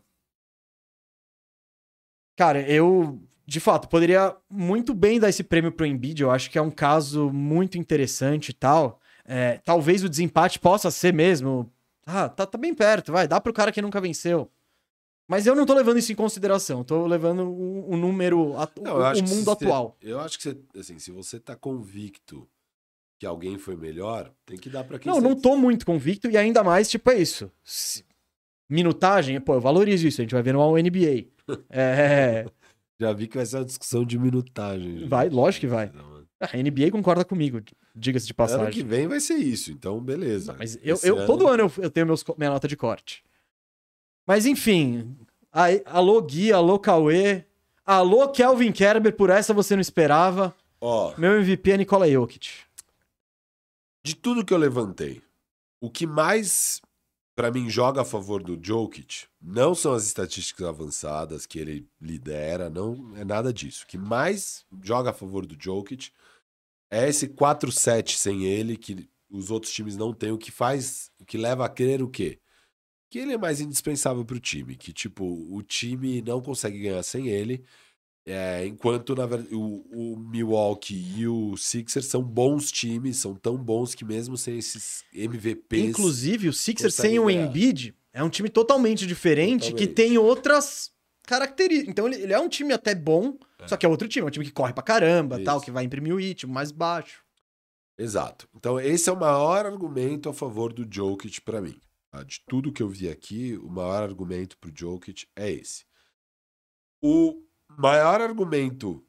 Cara, eu, de fato, poderia muito bem dar esse prêmio pro Embiid, eu acho que é um caso muito interessante e tal. Talvez o desempate possa ser mesmo... tá bem perto, dá pro cara que nunca venceu. Mas eu não tô levando isso em consideração. Tô levando o número... o mundo atual. Eu acho que assim, se você tá convicto que alguém foi melhor, tem que dar pra quem... Não tô muito convicto. E ainda mais, tipo, é isso. Minutagem, eu valorizo isso. A gente vai ver no NBA. Já vi que vai ser uma discussão de minutagem. Vai, lógico que vai. A NBA concorda comigo, diga-se de passagem. Ano que vem vai ser isso, então beleza. Não, mas todo ano eu tenho minha nota de corte. Mas enfim, alô Gui, alô Cauê, alô Kelvin Kerber, por essa você não esperava. Meu MVP é Nikola Jokic. De tudo que eu levantei, o que mais, pra mim, joga a favor do Jokic não são as estatísticas avançadas que ele lidera, não é nada disso. O que mais joga a favor do Jokic é esse 4-7 sem ele, que os outros times não têm, o que leva a crer o quê? Que ele é mais indispensável pro time, que tipo, o time não consegue ganhar sem ele, enquanto na verdade o Milwaukee e o Sixers são bons times, são tão bons que mesmo sem esses MVPs... Inclusive, o Sixers sem o Embiid é um time totalmente diferente, que tem outras características. Então ele é um time até bom, só que é outro time, é um time que corre pra caramba, tal, que vai imprimir o ritmo mais baixo. Exato. Então esse é o maior argumento a favor do Jokic pra mim. De tudo que eu vi aqui, o maior argumento pro Jokic é esse. O maior argumento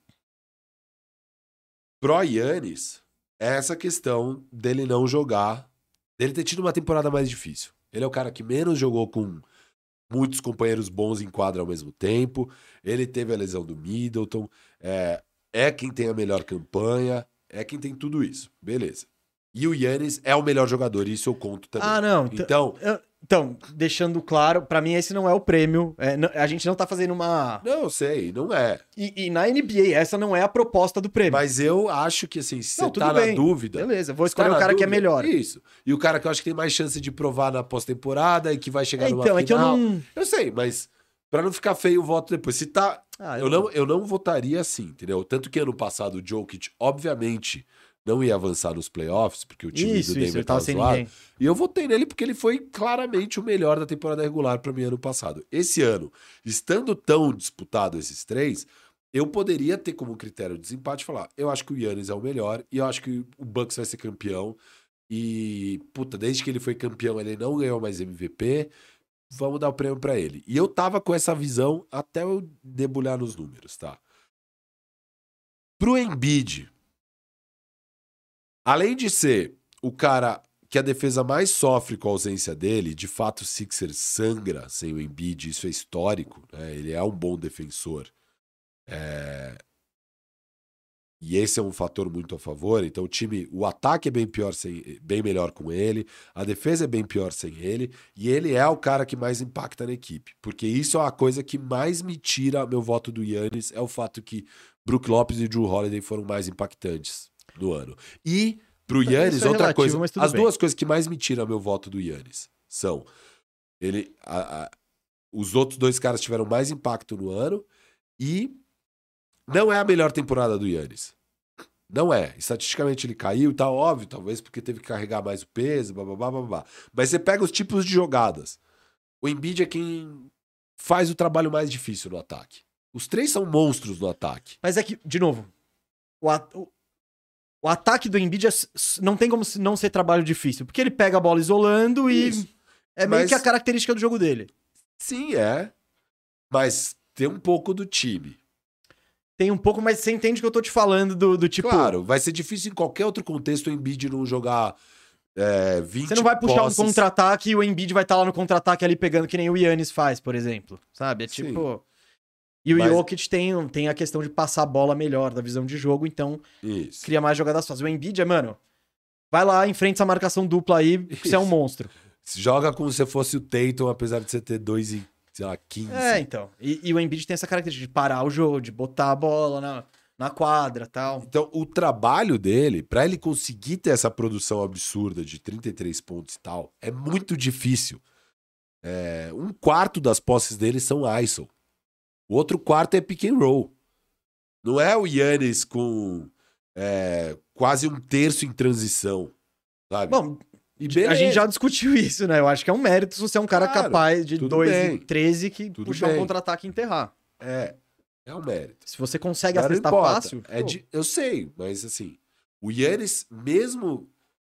pro Giannis é essa questão dele não jogar, dele ter tido uma temporada mais difícil. Ele é o cara que menos jogou com muitos companheiros bons em quadra ao mesmo tempo. Ele teve a lesão do Middleton. É quem tem a melhor campanha. É quem tem tudo isso. Beleza. E o Giannis é o melhor jogador, isso eu conto também. Não. Então, deixando claro, pra mim esse não é o prêmio. A gente não tá fazendo uma... Não, eu sei, não é. E na NBA, essa não é a proposta do prêmio. Mas eu acho que, assim, se você tá na dúvida... Beleza, vou escolher o cara que é melhor. Isso. E o cara que eu acho que tem mais chance de provar na pós-temporada e que vai chegar numa final. É que eu não... Eu sei, mas pra não ficar feio o voto depois. Se tá... eu não votaria assim, entendeu? Tanto que ano passado o Jokic, obviamente... não ia avançar nos playoffs, porque o time do Denver ele tava sem zoado. ninguém. E eu votei nele porque ele foi claramente o melhor da temporada regular para mim ano passado. Esse ano, estando tão disputado esses três, eu poderia ter como critério de desempate falar, eu acho que o Giannis é o melhor e eu acho que o Bucks vai ser campeão. E, puta, desde que ele foi campeão, ele não ganhou mais MVP. Vamos dar o prêmio pra ele. E eu tava com essa visão até eu debulhar nos números, tá? Pro Embiid, além de ser o cara que a defesa mais sofre com a ausência dele, de fato o Sixers sangra sem o Embiid, isso é histórico, né? Ele é um bom defensor. E esse é um fator muito a favor. Então o ataque é bem melhor com ele, a defesa é bem pior sem ele, e ele é o cara que mais impacta na equipe. Porque isso é a coisa que mais me tira meu voto do Giannis, é o fato que Brook Lopes e Jrue Holiday foram mais impactantes no ano. E pro Giannis, Isso é outra relativo, coisa, mas tudo as bem. duas coisas que mais me tiram meu voto do Giannis são os outros dois caras tiveram mais impacto no ano e não é a melhor temporada do Giannis. Não é. Estatisticamente ele caiu e tá óbvio, talvez porque teve que carregar mais o peso, blá. Mas você pega os tipos de jogadas. O Embiid é quem faz o trabalho mais difícil no ataque. Os três são monstros no ataque. Mas é que, de novo, o ataque do Embiid não tem como não ser trabalho difícil, porque ele pega a bola isolando e Isso. é meio Mas- que a característica do jogo dele. Sim, é. Mas tem um pouco do time. Tem um pouco, mas você entende o que eu tô te falando do tipo... Claro, vai ser difícil em qualquer outro contexto o Embiid não jogar 20 Você não vai puxar posses. um contra-ataque e o Embiid vai estar lá no contra-ataque ali pegando que nem o Giannis faz, por exemplo. Sabe? É Sim. tipo... E o Mas- Jokic tem a questão de passar a bola melhor da visão de jogo, então Isso. cria mais jogadas fáceis. O Embiid mano, vai lá, enfrenta essa marcação dupla aí, porque você é um Isso. monstro. Joga como se fosse o Tatum, apesar de você ter 2,15. É, então. E o Embiid tem essa característica de parar o jogo, de botar a bola na quadra e tal. Então, o trabalho dele, pra ele conseguir ter essa produção absurda de 33 pontos e tal, é muito difícil. Um quarto das posses dele são ISO. O outro quarto é pick and roll. Não é o Giannis com quase um terço em transição, sabe? Bom, E a beleza. gente já discutiu isso, né? Eu acho que é um mérito se você é um cara Claro, capaz de tudo 2 bem. e 13 que Tudo puxar um bem. contra-ataque e enterrar. É um mérito. Se você consegue Mas não acertar importa. fácil... Eu sei, mas assim, o Giannis, mesmo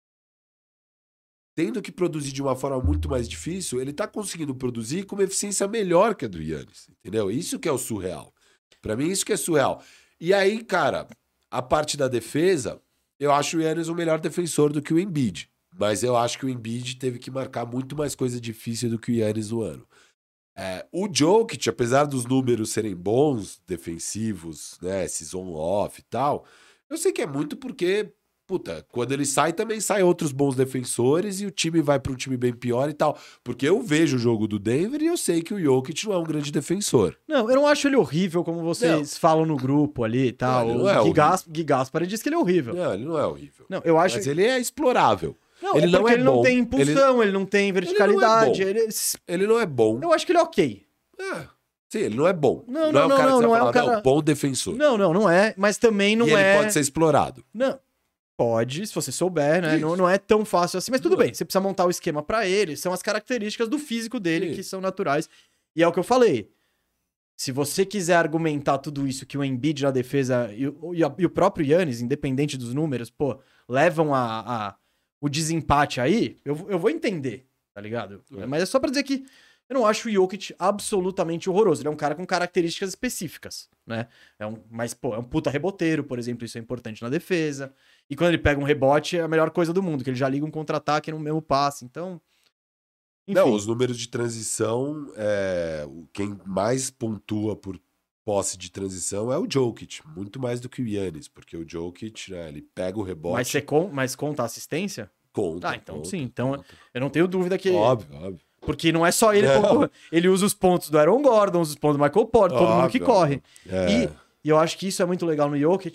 tendo que produzir de uma forma muito mais difícil, ele tá conseguindo produzir com uma eficiência melhor que a do Giannis, entendeu? Isso que é o surreal. Pra mim, isso que é surreal. E aí, cara, a parte da defesa, eu acho o Giannis o melhor defensor do que o Embiid. Mas eu acho que o Embiid teve que marcar muito mais coisa difícil do que o Giannis no ano. O Jokic, apesar dos números serem bons, defensivos, né, esses on-off e tal, eu sei que é muito porque, puta, quando ele sai, também saem outros bons defensores e o time vai para um time bem pior e tal. Porque eu vejo o jogo do Denver e eu sei que o Jokic não é um grande defensor. Não, eu não acho ele horrível, como vocês falam no grupo ali e tal. Não, ele não é O Gui Gaspari diz que ele é horrível. Não, ele não é horrível. Não, eu acho... Mas ele é explorável. Não, ele é não porque é ele não bom. tem impulsão, ele não tem verticalidade. bom. Ele não é bom. Eu acho que ele é ok. Sim, ele não é bom. Não, é o cara que você não vai é um falar, cara- não, bom defensor. Não é, mas também não e ele é... pode ser explorado. Não, pode, se você souber, né? Isso. Não é tão fácil assim, mas tudo Não é. bem, você precisa montar o esquema pra ele, são as características do físico dele Isso. que são naturais. E é o que eu falei. Se você quiser argumentar tudo isso que o Embiid na defesa e o próprio Giannis, independente dos números, pô, levam o desempate aí, eu vou entender, tá ligado? É. Mas é só pra dizer que eu não acho o Jokic absolutamente horroroso. Ele é um cara com características específicas, né? Mas, pô, é um puta reboteiro, por exemplo, isso é importante na defesa. E quando ele pega um rebote, é a melhor coisa do mundo, que ele já liga um contra-ataque no mesmo passe. Então, enfim. Não, os números de transição, quem mais pontua por posse de transição é o Jokic, muito mais do que o Giannis, porque o Jokic, né, ele pega o rebote, Mas conta a assistência? conta. Ah, então conta, sim. Então conta. eu não tenho dúvida que... Óbvio. Porque não é só ele. Não. Ele usa os pontos do Aaron Gordon, usa os pontos do Michael Porter, todo mundo que Óbvio, corre. É. E eu acho que isso é muito legal no Jokic,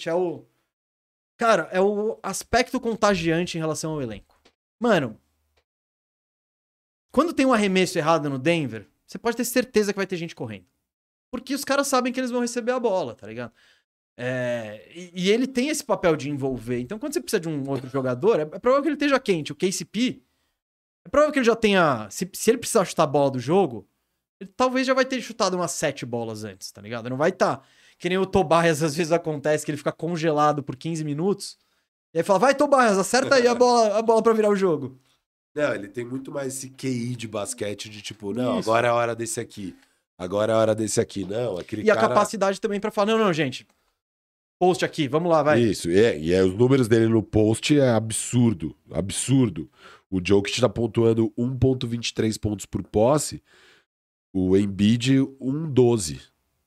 Cara, é o aspecto contagiante em relação ao elenco. Mano, quando tem um arremesso errado no Denver, você pode ter certeza que vai ter gente correndo. Porque os caras sabem que eles vão receber a bola, tá ligado? E ele tem esse papel de envolver. Então, quando você precisa de um outro jogador, é provável que ele esteja quente. O KCP, é provável que ele já tenha... Se ele precisar chutar a bola do jogo, ele talvez já vai ter chutado umas 7 bolas antes, tá ligado? Não vai estar... Que nem o Tobias às vezes acontece, que ele fica congelado por 15 minutos. E aí fala, vai Tobias, acerta aí a bola pra virar o jogo. Não, ele tem muito mais esse QI de basquete de tipo, não, agora é a hora desse aqui. Agora é a hora desse aqui. Não, aquele cara... E a capacidade também pra falar, não, gente, post aqui, vamos lá, vai. Isso, os números dele no post é absurdo, absurdo. O Jokic tá pontuando 1.23 pontos por posse, o Embiid 1.12.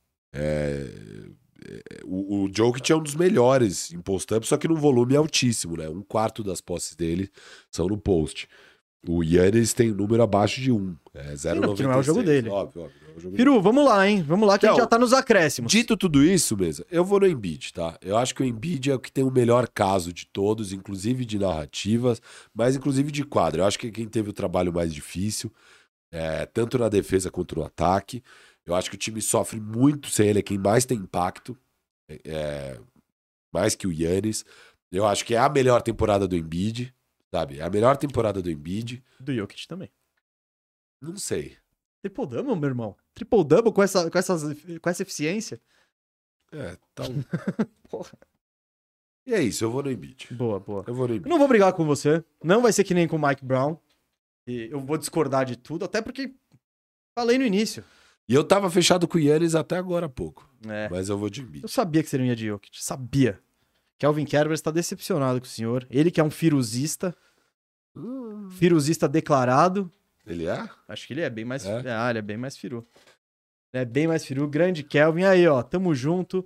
O Jokic é um dos melhores em post-up, só que num volume altíssimo, né? 1/4 das posses dele são no post. O Giannis tem um número abaixo de 1. É 0,96. Porque não é o jogo dele. Óbvio, não é o jogo Firu, vamos lá, hein? Vamos lá que a gente Então, já tá nos acréscimos. Dito tudo isso, mesmo, eu vou no Embiid, tá? Eu acho que o Embiid é o que tem o melhor caso de todos, inclusive de narrativas, mas inclusive de quadro. Eu acho que é quem teve o trabalho mais difícil, tanto na defesa quanto no ataque. Eu acho que o time sofre muito sem ele, é quem mais tem impacto, mais que o Giannis. Eu acho que é a melhor temporada do Embiid, sabe? É a melhor temporada do Embiid. Do Jokic também. Não sei. Triple-double, meu irmão. Triple-double com essa eficiência. Tá. Porra. E é isso, eu vou no Embiid. Boa. Eu vou no Eu Embiid. não vou brigar com você. Não vai ser que nem com o Mike Brown. E eu vou discordar de tudo, até porque falei no início. E eu tava fechado com o Giannis até agora há pouco. É. Mas eu vou de Embiid. Eu sabia que você não ia de Jokic. Sabia. Kelvin Kerber está decepcionado com o senhor. Ele que é um firuzista. Firuzista declarado. Ele é? Acho que ele é bem mais... É? ele é bem mais firu. Ele é bem mais firu. Grande Kelvin. Aí, ó. Tamo junto.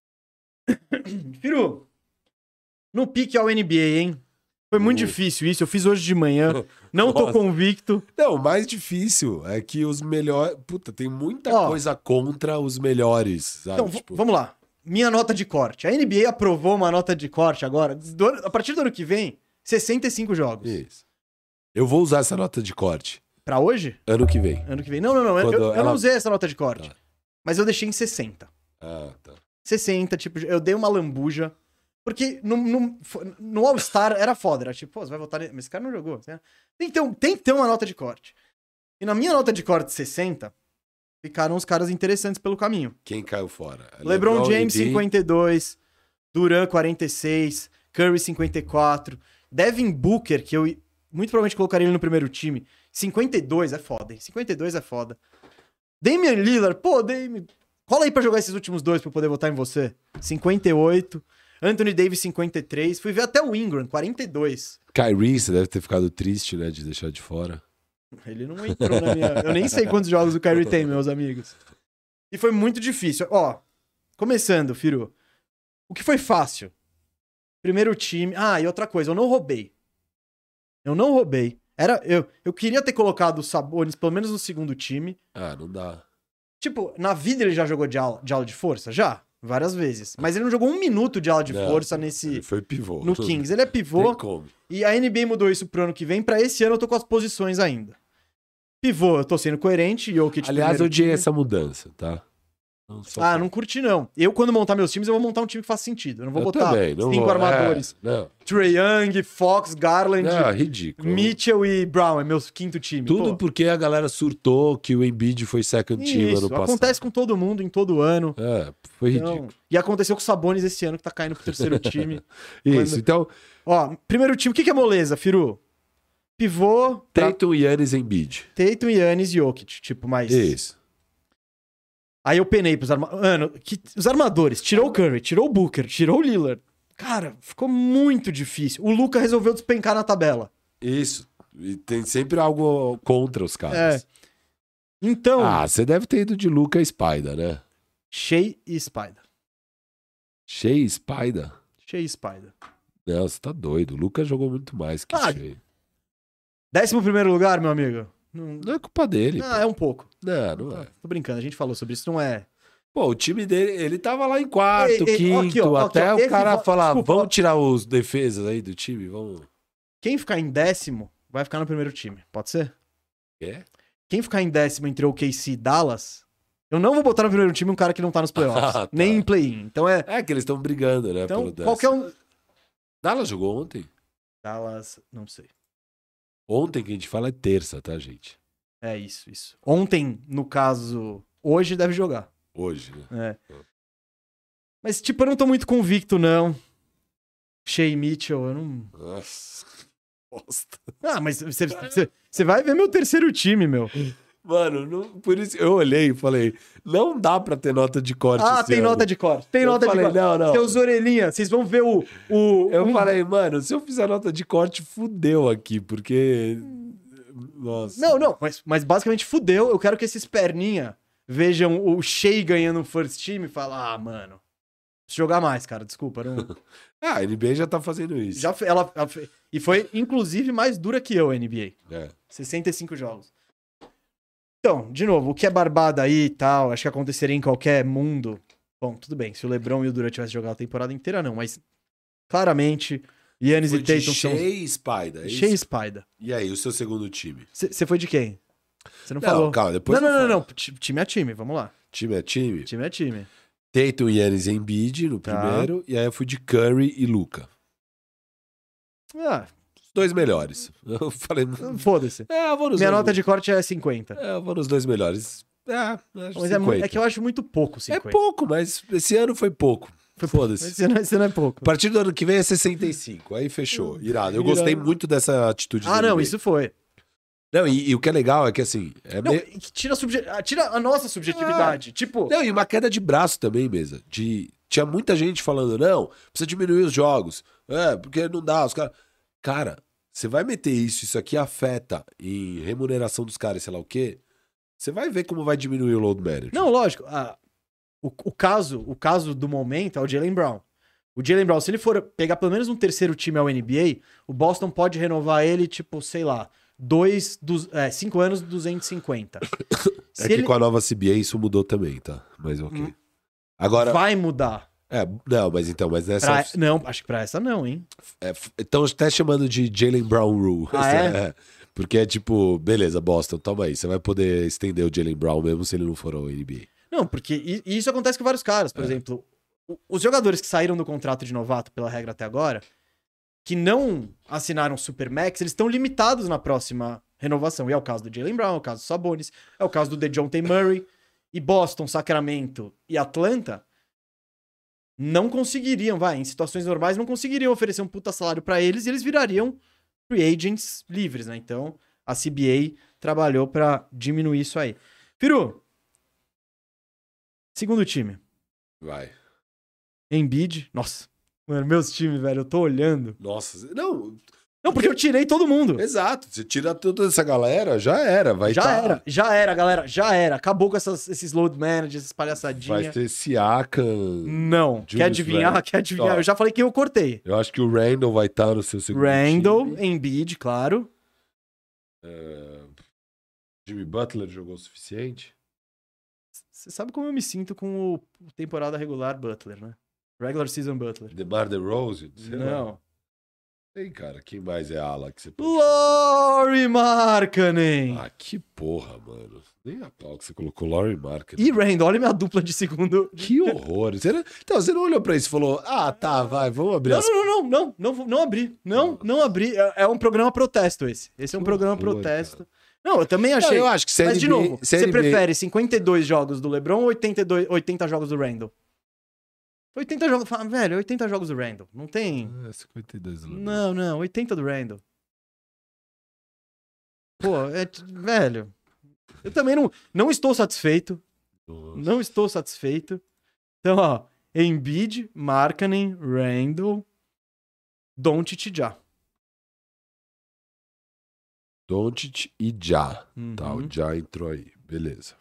Firu. No pique ao NBA, hein? Foi muito difícil isso. Eu fiz hoje de manhã. Não tô Nossa. convicto. Não, o mais difícil é que os melhores... Puta, tem muita coisa contra os melhores, sabe? Então, vamos lá. Minha nota de corte. A NBA aprovou uma nota de corte agora. A partir do ano que vem, 65 jogos. Isso. Eu vou usar essa nota de corte. Pra hoje? Ano que vem. Ano que vem. Não. Eu não usei essa nota de corte. Tá. Mas eu deixei em 60. Ah, tá. 60, tipo, eu dei uma lambuja. Porque no All-Star era foda. Era tipo, pô, você vai votar... Mas esse cara não jogou. Né? Tem que ter uma nota de corte. E na minha nota de corte 60, ficaram os caras interessantes pelo caminho. Quem caiu fora? LeBron James, AD. 52. Durant, 46. Curry, 54. Devin Booker, que eu muito provavelmente colocaria ele no primeiro time. 52 é foda, hein? 52 é foda. Damian Lillard, pô, cola aí pra jogar esses últimos dois pra eu poder votar em você. 58. Anthony Davis, 53. Fui ver até o Ingram, 42. Kyrie, você deve ter ficado triste, né, de deixar de fora. Ele não entrou na minha... Eu nem sei quantos jogos o Kyrie tem, meus amigos. E foi muito difícil. Ó, começando, Firu. O que foi fácil? Primeiro time... Ah, e outra coisa, eu não roubei. Eu queria ter colocado o Sabonis, pelo menos no segundo time. Ah, não dá. Tipo, na vida ele já jogou de ala de força? Já. Várias vezes. Mas ele não jogou um minuto de ala de força Ele foi pivô. no Kings. Ele é pivô. Tem como. E a NBA mudou isso pro ano que vem. Pra esse ano eu tô com as posições ainda. Pivô, eu tô sendo coerente. Jokic Aliás, eu odiei time. essa mudança, tá? Não curti não. Eu, quando montar meus times, eu vou montar um time que faça sentido. Eu não vou botar também, não 5 vou. armadores. Não. Trae Young, Fox, Garland, Ridículo. Mitchell e Brown. É meu quinto time. Tudo Pô, porque a galera surtou que o Embiid foi second team isso, ano passado. acontece com todo mundo, em todo ano. Foi Então, ridículo. e aconteceu com o Sabonis esse ano, que tá caindo pro terceiro time. Isso, então, Ó, primeiro time, o que é moleza, Firu? Pivô, Tatum, Giannis, Embiid. Tatum, Giannis e Jokic. Tipo, mais... Isso. Aí eu penei pros os armadores. Tirou o Curry, tirou o Booker, tirou o Lillard. Cara, ficou muito difícil. O Luka resolveu despencar na tabela. Isso. E tem sempre algo contra os caras. Então... você deve ter ido de Luka e Spider, né? Shea e Spider. Shea e Spider? Shea e Spider. Não, você tá doido. O Luka jogou muito mais que Shea. 11º lugar, meu amigo. Não é culpa dele. Não, é um pouco. Não é. Tô brincando, a gente falou sobre isso, não é... Pô, o time dele, ele tava lá em quarto, quinto, aqui, ó, até o cara falar, desculpa, vamos tirar os defesas aí do time, vamos... Quem ficar em 10º vai ficar no primeiro time, pode ser? É? Quem ficar em 10º entre o OKC e Dallas, Eu não vou botar no primeiro time um cara que não tá nos playoffs. Tá. Nem em play-in. Então é... É que eles estão brigando, né? Então, pelo qualquer um... Dallas jogou ontem. Dallas, não sei. Ontem que a gente fala é terça, tá, gente? É isso. Ontem, no caso, hoje deve jogar. Hoje, né? É. Mas, tipo, eu não tô muito convicto, não. Shea Mitchell, eu não... Nossa, bosta. Ah, mas você vai ver meu terceiro time, meu. Mano, por isso eu olhei e falei, não dá pra ter nota de corte esse Tem ano. nota de corte. Tem Eu nota falei, de corte. não. Seus orelhinhas, vocês vão ver Eu falei, mano, se eu fizer nota de corte, fudeu aqui, porque... Nossa. Não, mas basicamente fudeu. Eu quero que esses perninha vejam o Shea ganhando um first team e falem, mano, preciso jogar mais, cara, desculpa. Não... A NBA já tá fazendo isso. E foi, inclusive, mais dura que eu, a NBA. 65 jogos. Então, de novo, o que é barbada aí e tal, acho que aconteceria em qualquer mundo. Bom, tudo bem, se o LeBron e o Durant tivessem jogado a temporada inteira, não, mas claramente, Giannis e Tatum são... Shea e Spider. Shea e Spider. E aí, o seu segundo time? Você foi de quem? Você não falou? Calma, depois Não. Time é time, vamos lá. Time é time? Time é time. Tatum, Giannis e Embiid no primeiro, e aí eu fui de Curry e Luka. Os dois melhores. Eu falei... Foda-se. Eu vou nos Minha dois nota de corte é 50. Eu vou nos dois melhores. Acho Mas 50. é que eu acho muito pouco 50. É pouco, mas esse ano foi pouco. Foda-se. Esse não é pouco. A partir do ano que vem é 65. Aí fechou. Irado. Eu gostei muito dessa atitude. Não, isso foi. Não, e o que é legal é que assim... Tira a nossa subjetividade. Tipo... Não, e uma queda de braço também, mesa. Tinha muita gente falando, não, precisa diminuir os jogos. Porque não dá, os caras... Cara, você vai meter isso aqui afeta em remuneração dos caras, sei lá o quê, você vai ver como vai diminuir o load management. Não, lógico. O caso do momento é o Jaylen Brown. O Jaylen Brown, se ele for pegar pelo menos um terceiro time ao NBA, o Boston pode renovar ele, tipo, sei lá, 5 anos, 250. Com a nova CBA isso mudou também, tá? Mas ok. Agora... Vai mudar. Mas nessa... Não, acho que pra essa não, hein? Estão até chamando de Jaylen Brown Rule. É? Porque é tipo, beleza, Boston, toma aí. Você vai poder estender o Jaylen Brown mesmo se ele não for ao NBA. Não, porque isso acontece com vários caras. Por exemplo, os jogadores que saíram do contrato de novato pela regra até agora, que não assinaram Supermax, eles estão limitados na próxima renovação. E é o caso do Jaylen Brown, é o caso do Sabonis, é o caso do DeJounte Murray. E Boston, Sacramento e Atlanta não conseguiriam, em situações normais, não conseguiriam oferecer um puta salário pra eles e eles virariam free agents livres, né? Então, a CBA trabalhou pra diminuir isso aí. Firu, segundo time. Vai. Embiid. Nossa, mano, meus times, velho, eu tô olhando. Nossa, Não, porque eu tirei todo mundo. Exato. Você tira toda essa galera, já era. Já era, galera. Já era. Acabou com esses load managers, essas palhaçadinhas. Vai ter Siakam. Não. Quer adivinhar? Eu já falei que eu cortei. Eu acho que o Randall vai estar no seu segundo Randall, time. Embiid, claro. Jimmy Butler jogou o suficiente? Você sabe como eu me sinto com o temporada regular Butler, né? Regular season Butler. DeMar DeRozan? Não. Ei, cara, quem mais é ala que você pode... Lauri Markkanen! Que porra, mano. Nem a pau que você colocou Lauri Markkanen. E Randall, olha minha dupla de segundo. Que horror. Você não olhou pra isso e falou, vai, vamos abrir Não abri. Não abri. É um programa protesto esse. Esse é um programa protesto. Cara. Não, eu também achei. Eu acho que Mas, de novo, você prefere 52 jogos do LeBron ou 80 jogos do Randall? 80 jogos. Velho, 80 jogos do Randall. Não tem. 52 do LeBron. Não, 80 do Randall. Pô, velho. Eu também não estou satisfeito. Nossa. Não estou satisfeito. Então, ó. Embiid, Markkanen, Randall, Doncic e Ja. Doncic e Ja. Tá, o Ja entrou aí. Beleza.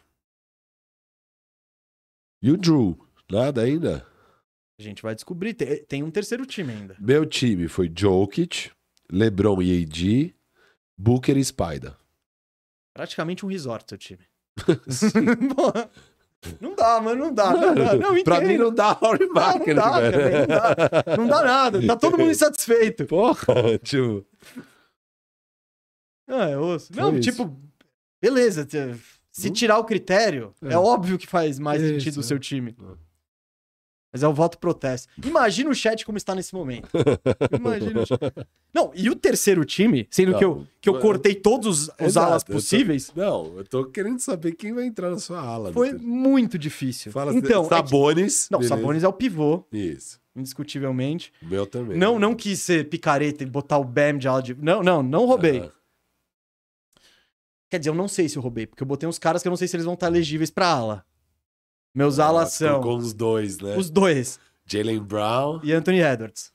E o Drew? Nada ainda? A gente vai descobrir. Tem um terceiro time ainda. Meu time foi Jokic, LeBron e AD, Booker e Spider. Praticamente um resort, seu time. Porra. Não dá, mano, não dá. Não, pra mim não dá Lauri Markkanen, velho. Não dá nada. Tá todo mundo insatisfeito. Porra, tio. É osso. Não, tipo, beleza. Se tirar o critério, é óbvio que faz mais sentido o seu time. Mas é o voto protesto. Imagina o chat como está nesse momento. Imagina o chat. Não, e o terceiro time, sendo que eu cortei todos os alas possíveis... eu tô querendo saber quem vai entrar na sua ala. Foi muito difícil. Fala então, Sabonis. Não, Sabonis é o pivô. Isso. Indiscutivelmente. O meu também. Não quis ser picareta e botar o Bam de ala de... Não roubei. Quer dizer, eu não sei se eu roubei, porque eu botei uns caras que eu não sei se eles vão estar elegíveis pra ala. Meus alas são... Com os dois, né? Os dois. Jaylen Brown. E Anthony Edwards.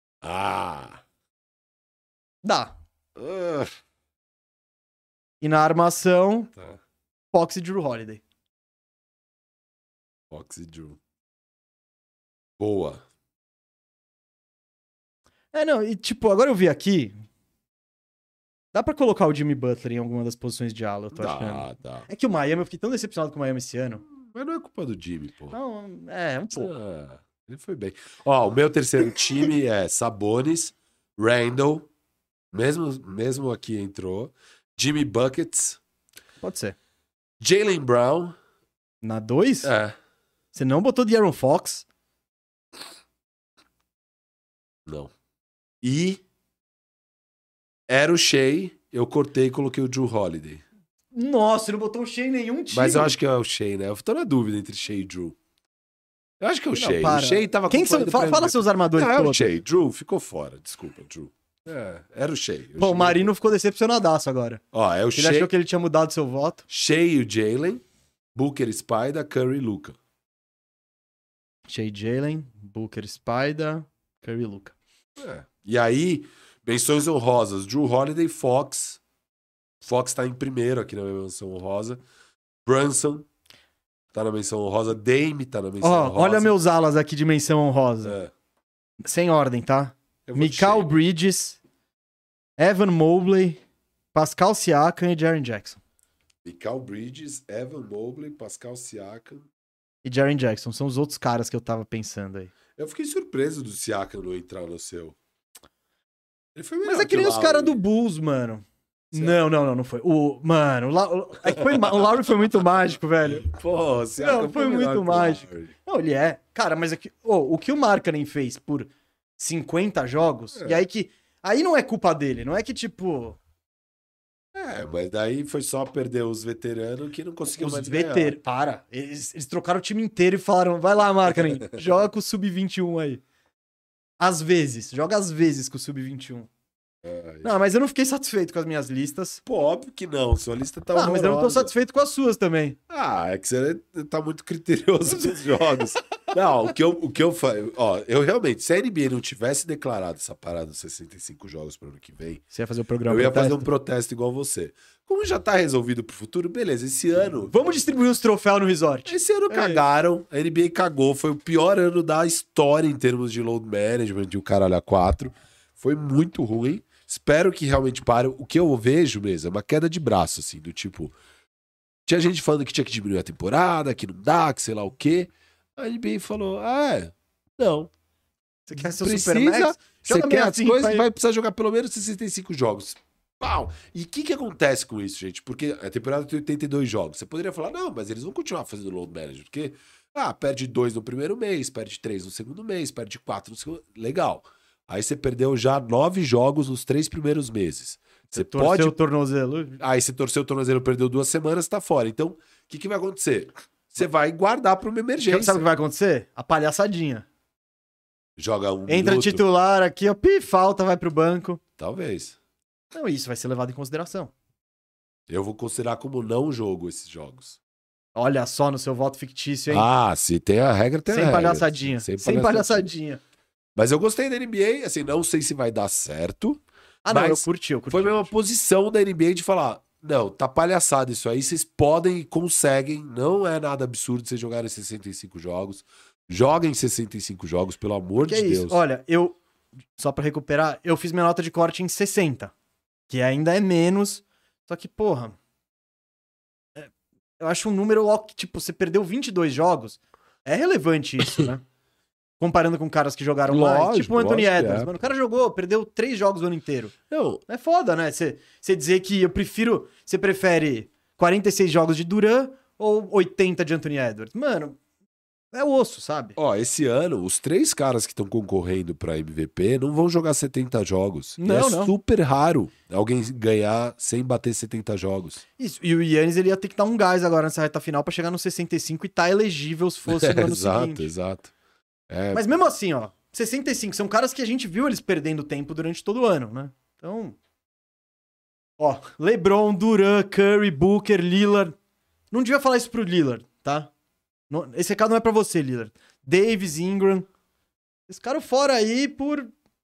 Dá. E na armação, Fox e Drew Holiday. Fox e Drew. Boa. E tipo, agora eu vi aqui... Dá pra colocar o Jimmy Butler em alguma das posições de ala, eu tô achando. Dá. É que o Miami, eu fiquei tão decepcionado com o Miami esse ano. Mas não é culpa do Jimmy, pô. Não, um pouco. Ele foi bem. O meu terceiro time é Sabonis, Randall, mesmo aqui entrou, Jimmy Buckets. Pode ser. Jaylen Brown. Na 2? É. Você não botou De'Aaron Fox? Não. E era o Shea, eu cortei e coloquei o Drew Holiday. Nossa, você não botou o Shea em nenhum time. Mas eu acho que é o Shea, né? Eu tô na dúvida entre Shea e Drew. Eu acho que é o Shea. Para. O Shea tava Quem são? Fala seus armadores todos. É o todos. Shea. Drew ficou fora. Desculpa, Drew. Era o Shea. Pô, o Marino ficou decepcionadaço agora. É o Ele Shea. achou que ele tinha mudado seu voto. Shea e o Jaylen, Booker, Spider, Curry e Luka. Shea, Jaylen, Booker, Spider, Curry e Luka. E aí, menções honrosas. Drew Holiday, Fox. Fox tá em primeiro aqui na minha menção honrosa. Brunson tá na menção honrosa. Dame tá na menção honrosa. Olha meus alas aqui de menção honrosa. Sem ordem, tá? Mikal Bridges, Evan Mobley, Pascal Siakam e Jaren Jackson. Mikal Bridges, Evan Mobley, Pascal Siakam. E Jaren Jackson. São os outros caras que eu tava pensando aí. Eu fiquei surpreso do Siakam não entrar no seu. Ele foi melhor. Mas é que nem os caras do Bulls, mano. Não foi. O Lowry foi muito mágico, velho. Pô, Não, foi muito mágico. Não, ele é. Cara, mas é que, o que o Markkanen fez por 50 jogos, e aí que... Aí não é culpa dele, não é que tipo... Mas daí foi só perder os veteranos que não conseguiu mais ganhar. Para. Eles trocaram o time inteiro e falaram, vai lá, Markkanen, joga com o Sub-21 aí. Joga às vezes com o Sub-21. Não, mas eu não fiquei satisfeito com as minhas listas. Pô, óbvio que não. Sua lista tá horrorosa. Mas eu não tô satisfeito com as suas também. É que você tá muito criterioso nos jogos. Não, o que eu faço... eu realmente, se a NBA não tivesse declarado essa parada dos 65 jogos pro ano que vem... Você ia fazer o programa eu ia fazer um protesto igual você. Como já tá resolvido pro futuro, beleza, esse ano... Vamos distribuir os troféus no resort. Esse ano cagaram, a NBA cagou, foi o pior ano da história em termos de load management, de um caralho a 4. Foi muito ruim. Espero que realmente pare. O que eu vejo mesmo é uma queda de braço, assim, do tipo... Tinha gente falando que tinha que diminuir a temporada, que não dá, que sei lá o quê. A NBA falou, não. Você quer ser o Supermax? Você quer as coisas, vai precisar jogar pelo menos 65 jogos. Pau! E o que acontece com isso, gente? Porque a temporada tem 82 jogos. Você poderia falar, não, mas eles vão continuar fazendo load management, porque, perde 2 no primeiro mês, perde 3 no segundo mês, perde 4 no segundo... Legal. Aí você perdeu já 9 jogos nos 3 primeiros meses. Você torceu o tornozelo. Aí você torceu o tornozelo, perdeu 2 semanas, tá fora. Então, o que vai acontecer? Você vai guardar pra uma emergência. Sabe o que vai acontecer? A palhaçadinha. Joga um Entra minuto. titular aqui, falta, vai pro banco. Talvez. Não, isso vai ser levado em consideração. Eu vou considerar como não jogo esses jogos. Olha só no seu voto fictício, hein? Se tem a regra, tem a regra. Palhaçadinha. Sem palhaçadinha. Mas eu gostei da NBA, assim, não sei se vai dar certo. Não, eu curti. Foi a mesma posição da NBA de falar, não, tá palhaçada isso aí, vocês podem e conseguem, não é nada absurdo vocês jogarem 65 jogos. Joguem 65 jogos, pelo amor de Deus. Isso? Olha, só pra recuperar, eu fiz minha nota de corte em 60, que ainda é menos, só que, porra, eu acho um número, tipo, você perdeu 22 jogos, é relevante isso, né? Comparando com caras que jogaram mais. Tipo o Anthony Edwards. Mano, o cara perdeu 3 jogos o ano inteiro. É foda, né? Você dizer que você prefere 46 jogos de Durant ou 80 de Anthony Edwards? Mano, é osso, sabe? Ó, esse ano, os 3 caras que estão concorrendo pra MVP não vão jogar 70 jogos. E Não, é não. super raro alguém ganhar sem bater 70 jogos. Isso. E o Giannis, ele ia ter que dar um gás agora nessa reta final pra chegar no 65 e tá elegível se fosse no ano Exato, seguinte. exato. É, Mas mesmo assim, ó, 65 são caras que a gente viu eles perdendo tempo durante todo o ano, né? Então, ó, LeBron, Durant, Curry, Booker, Lillard. Não devia falar isso pro Lillard, tá? Esse recado não é pra você, Lillard. Davis, Ingram. Esse cara fora aí por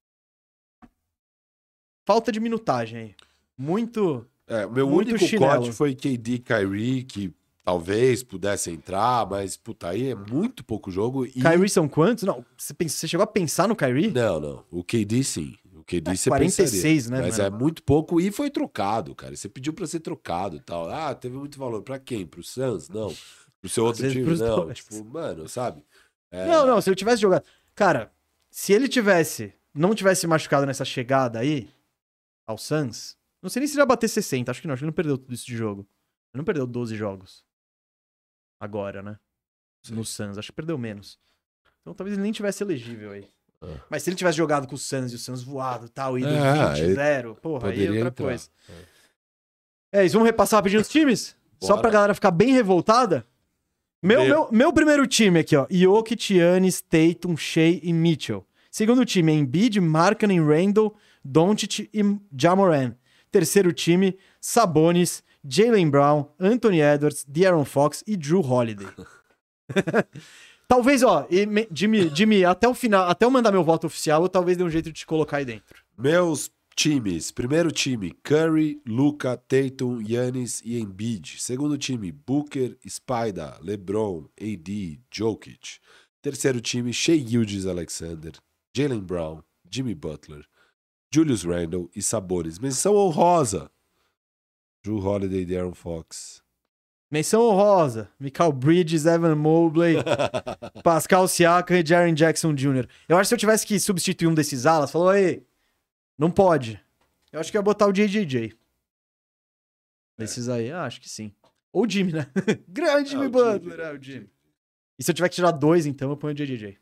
falta de minutagem aí. Muito. o meu Muito único chinelo. corte foi KD e Kyrie, que talvez pudesse entrar, mas, puta, aí é muito pouco jogo. E... Kyrie são quantos? Não, você chegou a pensar no Kyrie? Não. O KD, sim. O KD você 46, pensaria. né, Mas mano? é muito pouco e foi trocado, cara. Você pediu pra ser trocado e tal. Ah, teve muito valor. Pra quem? Pro Suns? Não. Pro seu outro vezes time? pros Não. dois. Tipo, mano, sabe? Não, se ele tivesse jogado. Cara, se ele não tivesse machucado nessa chegada aí, ao Suns, não sei nem se ele ia bater 60, acho que não, ele não perdeu tudo isso de jogo. Ele não perdeu 12 jogos. Agora, né? No Suns, acho que perdeu menos. Então talvez ele nem tivesse elegível aí. Mas se ele tivesse jogado com o Suns e o Suns voado e tal, ido 20-0, porra, aí é outra entrar. coisa. É isso, vamos repassar rapidinho os times? Só Bora. pra galera ficar bem revoltada? Meu primeiro time aqui, ó. Jokic, Giannis, Tatum, Shea e Mitchell. Segundo time, Embiid, Markkanen, Randall, Doncic e Ja Morant. Terceiro time, Sabonis, Jaylen Brown, Anthony Edwards, De'Aaron Fox e Drew Holiday. Talvez, ó, Jimmy, até o final, até eu mandar meu voto oficial, eu talvez dê um jeito de te colocar aí dentro. Meus times. Primeiro time, Curry, Luka, Tatum, Giannis e Embiid. Segundo time, Booker, Spider, LeBron, AD, Jokic. Terceiro time, Shai Gilgeous-Alexander, Jaylen Brown, Jimmy Butler, Julius Randle e Sabonis. Menção honrosa. Drew Holiday e De'Aaron Fox. Menção honrosa, Mikal Bridges, Evan Mobley, Pascal Siakam e Jaren Jackson Jr. Eu acho que se eu tivesse que substituir um desses alas, falou, aí, não pode. Eu acho que ia botar o JJJ. Desses aí, acho que sim. Ou o Jimmy, né? Grande Jimmy Butler, o Jimmy. E se eu tiver que tirar 2, então eu ponho o JJJ.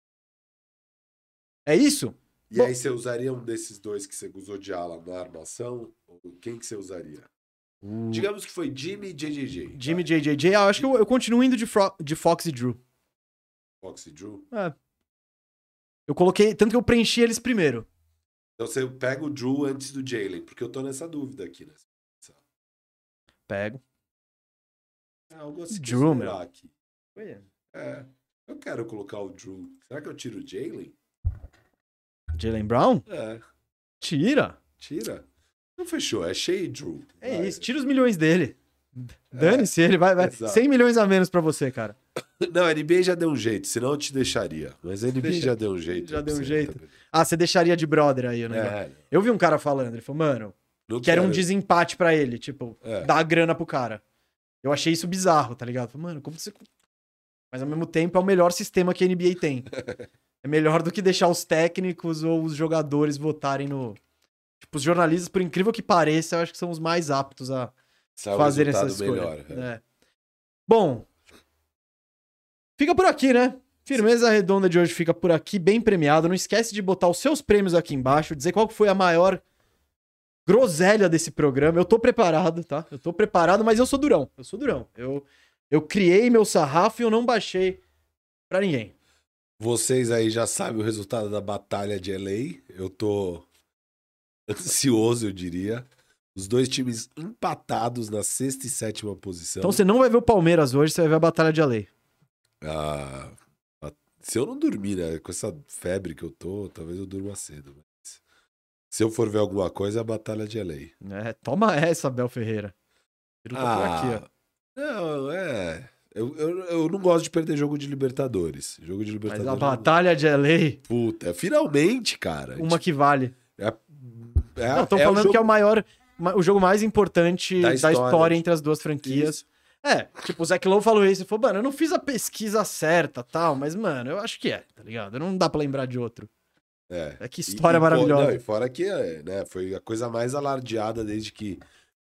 É isso? E aí você usaria um desses 2 que você usou de ala na armação? Ou quem que você usaria? Digamos que foi Jimmy e JJJ. Jimmy, JJJ. Eu acho que eu continuo indo de Fox e Drew. Fox e Drew? É. Eu coloquei, tanto que eu preenchi eles primeiro. Então você pega o Drew antes do Jaylen, porque eu tô nessa dúvida aqui, né? Pego. Algo assim que Drew, eu meu. aqui. Eu quero colocar o Drew. Será que eu tiro o Jaylen? Jaylen Brown? Tira. Tira. Não fechou, é Shea e Drew. É Vai. isso, tira os milhões dele. Dane-se ele, vai. Exato. 100 milhões a menos pra você, cara. Não, a NBA já deu um jeito, senão eu te deixaria. Mas a NBA já deu um jeito. Já deu um pra você jeito. também. Ah, você deixaria de brother aí o negócio. É, Eu vi um cara falando, ele falou, mano, não quero um quero. desempate pra ele, tipo, É. dar a grana pro cara. Eu achei isso bizarro, tá ligado? Falei, mano, como você... Mas ao mesmo tempo é o melhor sistema que a NBA tem. É melhor do que deixar os técnicos ou os jogadores votarem no... Tipo, os jornalistas, por incrível que pareça, eu acho que são os mais aptos a Sai o fazer resultado essa escolha. melhor. É. É. Bom, fica por aqui, né? Firmeza Redonda de hoje fica por aqui, bem premiado. Não esquece de botar os seus prêmios aqui embaixo, dizer qual que foi a maior groselha desse programa. Eu tô preparado, tá? Eu tô preparado, mas eu sou durão. Eu sou durão. Eu criei meu sarrafo e eu não baixei pra ninguém. Vocês aí já sabem o resultado da batalha de LA. Eu tô ansioso, eu diria. Os dois times empatados na 6ª e 7ª posição. Então você não vai ver o Palmeiras hoje, você vai ver a Batalha de LA. Se eu não dormir, né? Com essa febre que eu tô, talvez eu durma cedo. Mas se eu for ver alguma coisa, é a Batalha de LA. É, toma essa, Abel Ferreira. Ele tá por aqui, ó. Não, eu não gosto de perder jogo de Libertadores. Jogo de Mas Libertadores. a Batalha de LA, Puta, finalmente, cara. uma que vale. Não, estão o falando jogo que é o jogo mais importante Da da história. história entre as duas franquias. Isso. Tipo, o Zach Lowe falou isso. Ele falou, mano, eu não fiz a pesquisa certa tal, mas, mano, eu acho que tá ligado? Não dá pra lembrar de outro. É que história maravilhosa. E fora que né, foi a coisa mais alardeada desde que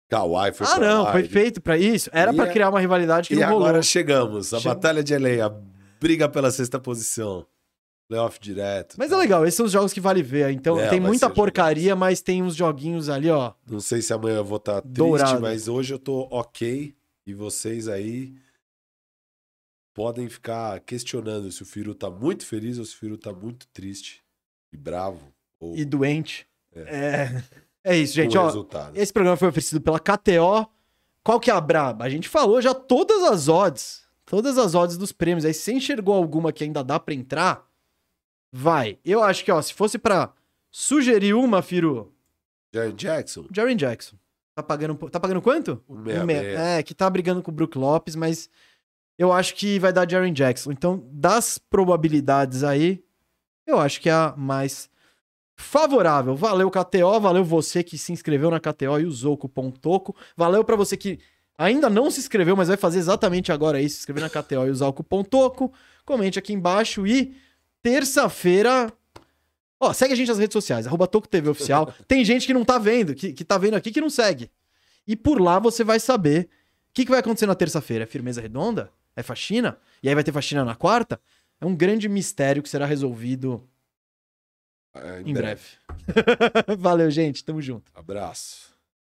Kawhi foi Ah, pra não, lá, foi ele- feito pra isso. Era E pra é- criar uma rivalidade que E não rolou. agora chegamos. A Che- Batalha de LA, a briga pela sexta posição. Playoff direto. Mas é tá? legal, esses são os jogos que vale ver. Então É, tem vai muita ser porcaria, mas tem uns joguinhos ali, ó. Não sei se amanhã eu vou estar triste, Dourado. mas hoje eu tô ok. E vocês aí podem ficar questionando se o Firu tá muito feliz ou se o Firu tá muito triste e bravo. Ou E doente. É isso, gente. com o Ó, resultado. esse programa foi oferecido pela KTO. Qual que é a braba? A gente falou já todas as odds. Todas as odds dos prêmios. Aí, se você enxergou alguma que ainda dá pra entrar, vai. Eu acho que, ó, se fosse pra sugerir uma, Firu, Jerry Jackson? Jaren Jackson. Tá pagando quanto? 1,66. É, que tá brigando com o Brook Lopes, mas eu acho que vai dar Jaren Jackson. Então, das probabilidades aí, eu acho que é a mais favorável. Valeu, KTO. Valeu você que se inscreveu na KTO e usou o cupom TOCO. Valeu pra você que ainda não se inscreveu, mas vai fazer exatamente agora aí, se inscrever na KTO e usar o cupom TOCO. Comente aqui embaixo e terça-feira... Ó, segue a gente nas redes sociais, @TocoTV Oficial. Tem gente que não tá vendo, que tá vendo aqui que não segue. E por lá você vai saber o que vai acontecer na terça-feira. É firmeza redonda? É faxina? E aí vai ter faxina na quarta? É um grande mistério que será resolvido em breve. Valeu, gente. Tamo junto. Abraço.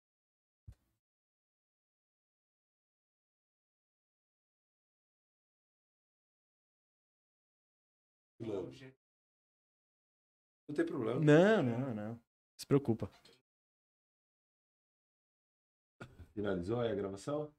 Não tem problema. Não. Se preocupa. Finalizou aí a gravação?